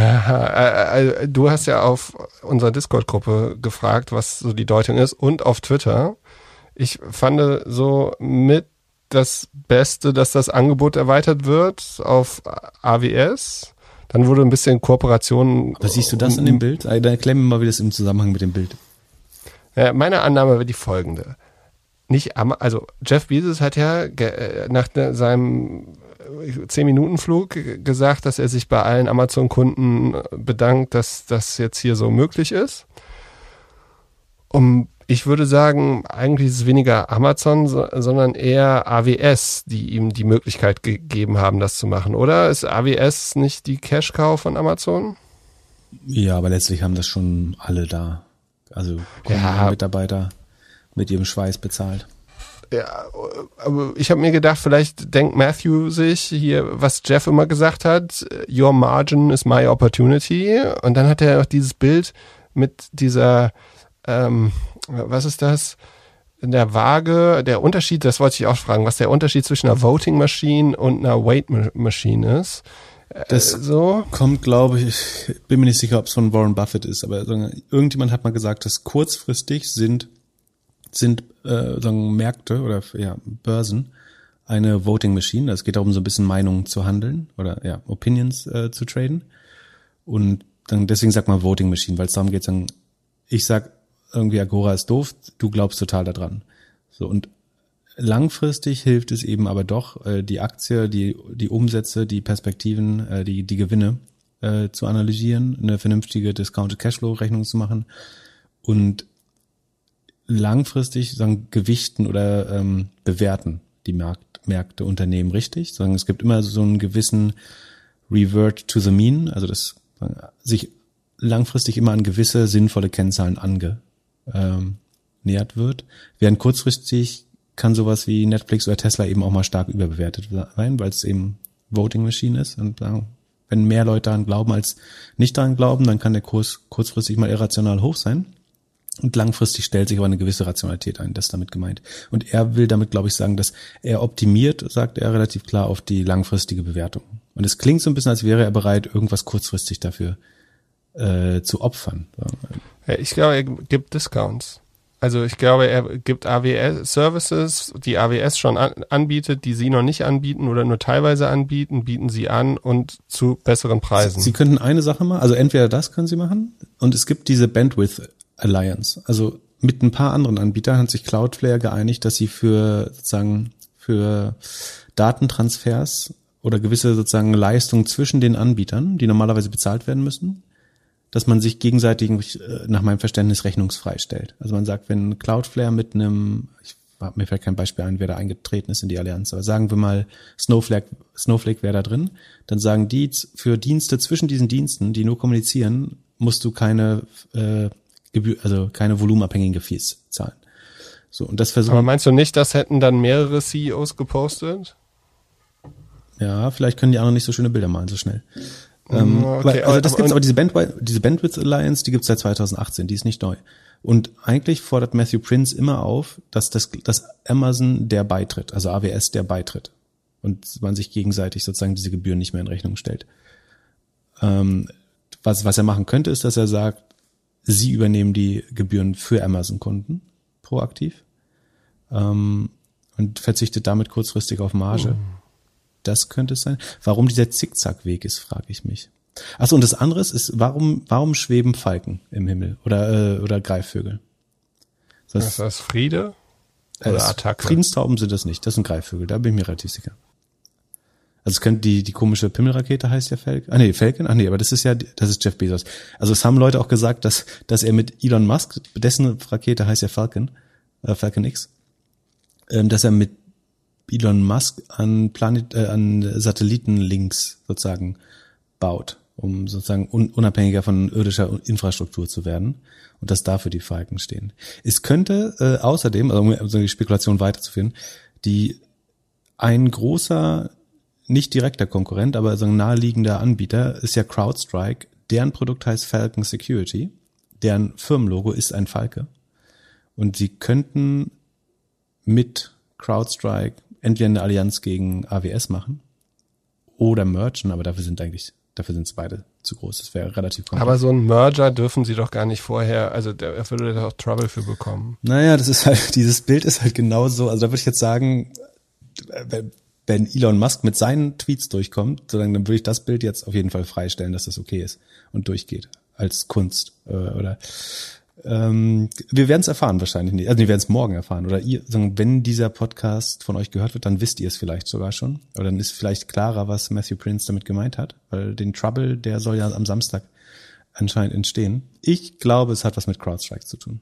Du hast ja auf unserer Discord-Gruppe gefragt, was so die Deutung ist, und auf Twitter. Ich fand so mit das Beste, dass das Angebot erweitert wird auf AWS. Dann wurde ein bisschen Kooperation. Aber siehst du das in dem Bild? Dann erklär mir mal, wie das im Zusammenhang mit dem Bild. Meine Annahme wäre die folgende. Also Jeff Bezos hat ja nach seinem 10-Minuten-Flug gesagt, dass er sich bei allen Amazon-Kunden bedankt, dass das jetzt hier so möglich ist. Ich würde sagen, eigentlich ist es weniger Amazon, sondern eher AWS, die ihm die Möglichkeit gegeben haben, das zu machen, oder? Ist AWS nicht die Cash-Cow von Amazon? Ja, aber letztlich haben das schon alle da. Also Mitarbeiter mit ihrem Schweiß bezahlt. Ja, aber ich habe mir gedacht, vielleicht denkt Matthew sich hier, was Jeff immer gesagt hat, your margin is my opportunity. Und dann hat er auch dieses Bild mit dieser, was ist das? In der Waage, der Unterschied, das wollte ich auch fragen, was der Unterschied zwischen einer Voting Machine und einer Weight Machine ist. Das kommt, glaube ich bin mir nicht sicher, ob es von Warren Buffett ist, aber irgendjemand hat mal gesagt, dass kurzfristig sind Märkte oder Börsen eine Voting Machine. Es geht darum, so ein bisschen Meinungen zu handeln oder Opinions zu traden. Und dann deswegen sagt man Voting Machine, weil es darum geht, ich sag irgendwie Agora ist doof, du glaubst total daran. So, und langfristig hilft es eben aber doch, die Aktie, die Umsätze, die Perspektiven, die Gewinne zu analysieren, eine vernünftige Discounted Cashflow Rechnung zu machen und langfristig sagen gewichten oder bewerten die Märkte Unternehmen richtig. Sagen, es gibt immer so einen gewissen Revert to the mean, also das sich langfristig immer an gewisse sinnvolle Kennzahlen nähert wird. Während kurzfristig kann sowas wie Netflix oder Tesla eben auch mal stark überbewertet sein, weil es eben Voting Machine ist. Und wenn mehr Leute daran glauben als nicht daran glauben, dann kann der Kurs kurzfristig mal irrational hoch sein. Und langfristig stellt sich aber eine gewisse Rationalität ein, das ist damit gemeint. Und er will damit, glaube ich, sagen, dass er optimiert, sagt er relativ klar, auf die langfristige Bewertung. Und es klingt so ein bisschen, als wäre er bereit, irgendwas kurzfristig dafür zu opfern. Ja, ich glaube, er gibt Discounts. Also ich glaube, er gibt AWS-Services, die AWS schon anbietet, die sie noch nicht anbieten oder nur teilweise anbieten, bieten sie an und zu besseren Preisen. Sie könnten eine Sache machen, also entweder das können Sie machen und es gibt diese Bandwidth Alliance. Also mit ein paar anderen Anbietern hat sich Cloudflare geeinigt, dass sie für Datentransfers oder gewisse sozusagen Leistungen zwischen den Anbietern, die normalerweise bezahlt werden müssen, dass man sich gegenseitig nach meinem Verständnis rechnungsfrei stellt. Also man sagt, wenn Cloudflare mit einem, mir fällt kein Beispiel ein, wer da eingetreten ist in die Allianz, aber sagen wir mal Snowflake wäre da drin, dann sagen die, für Dienste zwischen diesen Diensten, die nur kommunizieren, musst du keine keine volumenabhängigen Fees zahlen. So, und das versuchen. Aber meinst du nicht, das hätten dann mehrere CEOs gepostet? Ja, vielleicht können die anderen nicht so schöne Bilder malen so schnell. Okay, also das gibt's, aber diese Bandwidth Alliance, die gibt's seit 2018, die ist nicht neu. Und eigentlich fordert Matthew Prince immer auf, dass Amazon der beitritt, also AWS der beitritt. Und man sich gegenseitig sozusagen diese Gebühren nicht mehr in Rechnung stellt. Was er machen könnte, ist, dass er sagt, sie übernehmen die Gebühren für Amazon-Kunden proaktiv und verzichtet damit kurzfristig auf Marge. Das könnte es sein. Warum dieser Zickzackweg ist, frage ich mich. Achso, und das andere ist, warum schweben Falken im Himmel oder Greifvögel? Ist das Friede oder Attacke? Friedenstauben sind das nicht, das sind Greifvögel, da bin ich mir relativ sicher. Also es könnte die komische Pimmelrakete heißt ja Falcon. Falcon? Aber das ist Jeff Bezos. Also es haben Leute auch gesagt, dass er mit Elon Musk, dessen Rakete heißt ja Falcon X, dass er mit Elon Musk an Satellitenlinks sozusagen baut, um sozusagen unabhängiger von irdischer Infrastruktur zu werden und dass dafür die Falken stehen. Es könnte außerdem, also um die Spekulation weiterzuführen, ein großer, nicht direkter Konkurrent, aber so ein naheliegender Anbieter ist ja CrowdStrike. Deren Produkt heißt Falcon Security. Deren Firmenlogo ist ein Falke. Und sie könnten mit CrowdStrike entweder eine Allianz gegen AWS machen oder mergen, aber dafür sind es beide zu groß. Das wäre relativ komplex. Aber so ein Merger dürfen sie doch gar nicht vorher, also da würde da doch Trouble für bekommen. Naja, das ist halt, dieses Bild ist halt genauso, also da würde ich jetzt sagen, wenn Elon Musk mit seinen Tweets durchkommt, dann würde ich das Bild jetzt auf jeden Fall freistellen, dass das okay ist und durchgeht als Kunst oder wir werden es erfahren wahrscheinlich nicht. Also wir werden es morgen erfahren. Oder ihr, wenn dieser Podcast von euch gehört wird, dann wisst ihr es vielleicht sogar schon. Oder dann ist vielleicht klarer, was Matthew Prince damit gemeint hat. Weil den Trouble, der soll ja am Samstag anscheinend entstehen. Ich glaube, es hat was mit CrowdStrike zu tun.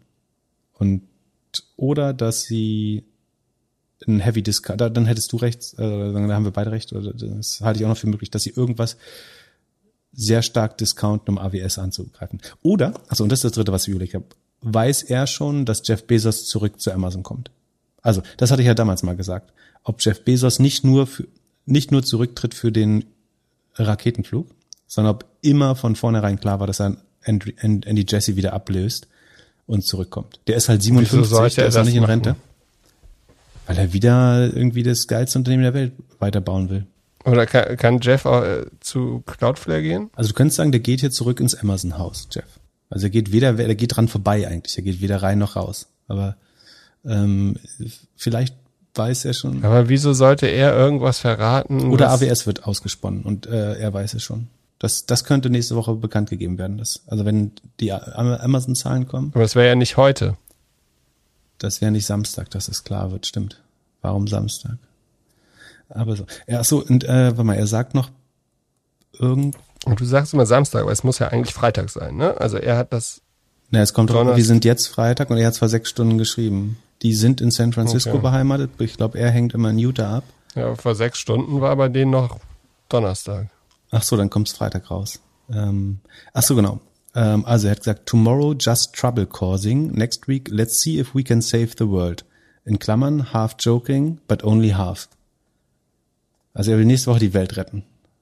Oder dass sie ein Heavy Discount, dann hättest du recht, dann haben wir beide recht, oder das halte ich auch noch für möglich, dass sie irgendwas sehr stark discounten, um AWS anzugreifen. Oder, und das ist das Dritte, was ich überlegt habe, weiß er schon, dass Jeff Bezos zurück zu Amazon kommt? Also, das hatte ich ja damals mal gesagt. Ob Jeff Bezos nicht nur zurücktritt für den Raketenflug, sondern ob immer von vornherein klar war, dass er Andy Jassy wieder ablöst und zurückkommt. Der ist halt 57, der ist noch nicht in Rente. Weil er wieder irgendwie das geilste Unternehmen der Welt weiterbauen will. Oder kann Jeff auch zu Cloudflare gehen? Also du könntest sagen, der geht hier zurück ins Amazon-Haus, Jeff. Also er geht dran vorbei eigentlich. Er geht weder rein noch raus. Aber vielleicht weiß er schon. Aber wieso sollte er irgendwas verraten? Oder AWS wird ausgesponnen und er weiß es schon. Das könnte nächste Woche bekannt gegeben werden. Also wenn die Amazon-Zahlen kommen. Aber das wäre ja nicht heute. Das wäre nicht Samstag, dass es klar wird, stimmt. Warum Samstag? Aber so. Ja, so, und warte mal, er sagt noch Und du sagst immer Samstag, aber es muss ja eigentlich Freitag sein, ne? Also er hat das. Na, es kommt drauf, wir sind jetzt Freitag und er hat zwar 6 Stunden geschrieben. Die sind in San Francisco beheimatet. Ich glaube, er hängt immer in Utah ab. Ja, vor 6 Stunden war bei denen noch Donnerstag. Ach so, dann kommt's Freitag raus. Ach so, genau. Also er hat gesagt, tomorrow just trouble causing. Next week, let's see if we can save the world. In Klammern, half joking, but only half. Also er will nächste Woche die Welt retten.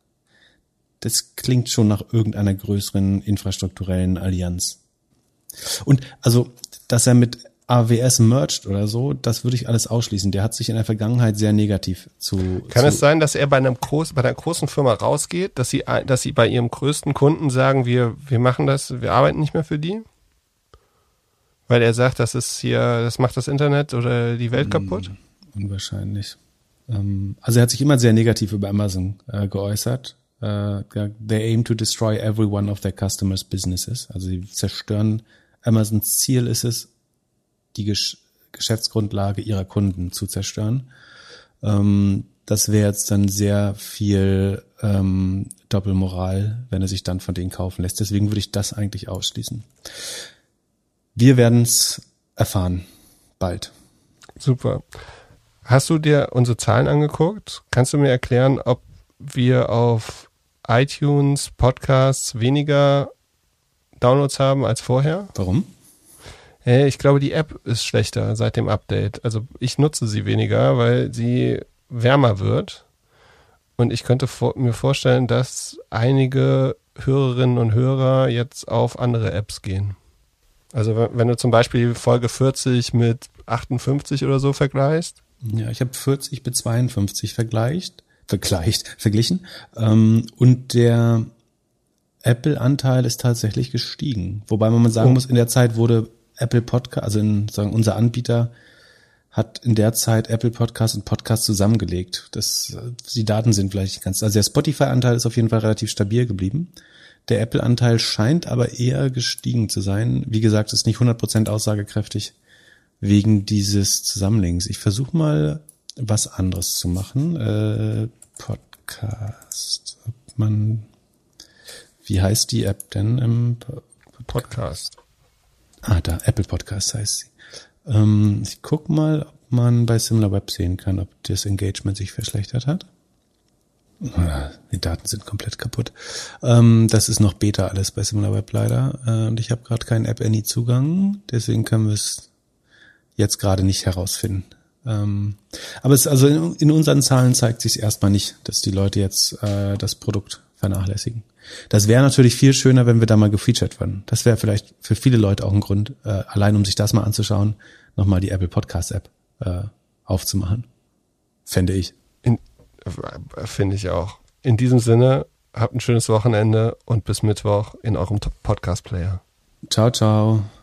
Das klingt schon nach irgendeiner größeren infrastrukturellen Allianz. Und also, dass er mit AWS merged oder so, das würde ich alles ausschließen. Der hat sich in der Vergangenheit sehr negativ Kann es sein, dass er bei einer großen Firma rausgeht, dass sie bei ihrem größten Kunden sagen, wir machen das, wir arbeiten nicht mehr für die? Weil er sagt, das macht das Internet oder die Welt kaputt? Unwahrscheinlich. Also er hat sich immer sehr negativ über Amazon geäußert. They aim to destroy every one of their customers' businesses. Also sie zerstören, Amazons Ziel ist es, die Geschäftsgrundlage ihrer Kunden zu zerstören. Das wäre jetzt dann sehr viel Doppelmoral, wenn er sich dann von denen kaufen lässt. Deswegen würde ich das eigentlich ausschließen. Wir werden es erfahren. Bald. Super. Hast du dir unsere Zahlen angeguckt? Kannst du mir erklären, ob wir auf iTunes Podcasts weniger Downloads haben als vorher? Warum? Ich glaube, die App ist schlechter seit dem Update. Also ich nutze sie weniger, weil sie wärmer wird. Und ich könnte mir vorstellen, dass einige Hörerinnen und Hörer jetzt auf andere Apps gehen. Also wenn du zum Beispiel Folge 40 mit 58 oder so vergleichst. Ja, ich habe 40 mit 52 verglichen. Und der Apple-Anteil ist tatsächlich gestiegen. Wobei man sagen muss, in der Zeit wurde Apple Podcast, also unser Anbieter hat in der Zeit Apple Podcast und Podcast zusammengelegt. Die Daten sind vielleicht ganz, also der Spotify-Anteil ist auf jeden Fall relativ stabil geblieben. Der Apple-Anteil scheint aber eher gestiegen zu sein. Wie gesagt, ist nicht 100% aussagekräftig wegen dieses Zusammenlegens. Ich versuche mal was anderes zu machen. Podcast. Wie heißt die App denn im Podcast? Da, Apple Podcast heißt sie. Ich guck mal, ob man bei SimilarWeb sehen kann, ob das Engagement sich verschlechtert hat. Die Daten sind komplett kaputt. Das ist noch Beta alles bei SimilarWeb leider. Und ich habe gerade keinen App Any Zugang, deswegen können wir es jetzt gerade nicht herausfinden. Aber es also in unseren Zahlen zeigt sich erstmal nicht, dass die Leute jetzt das Produkt vernachlässigen. Das wäre natürlich viel schöner, wenn wir da mal gefeatured werden. Das wäre vielleicht für viele Leute auch ein Grund, allein um sich das mal anzuschauen, nochmal die Apple Podcast App aufzumachen. Fände ich. Finde ich auch. In diesem Sinne, habt ein schönes Wochenende und bis Mittwoch in eurem Podcast-Player. Ciao, ciao.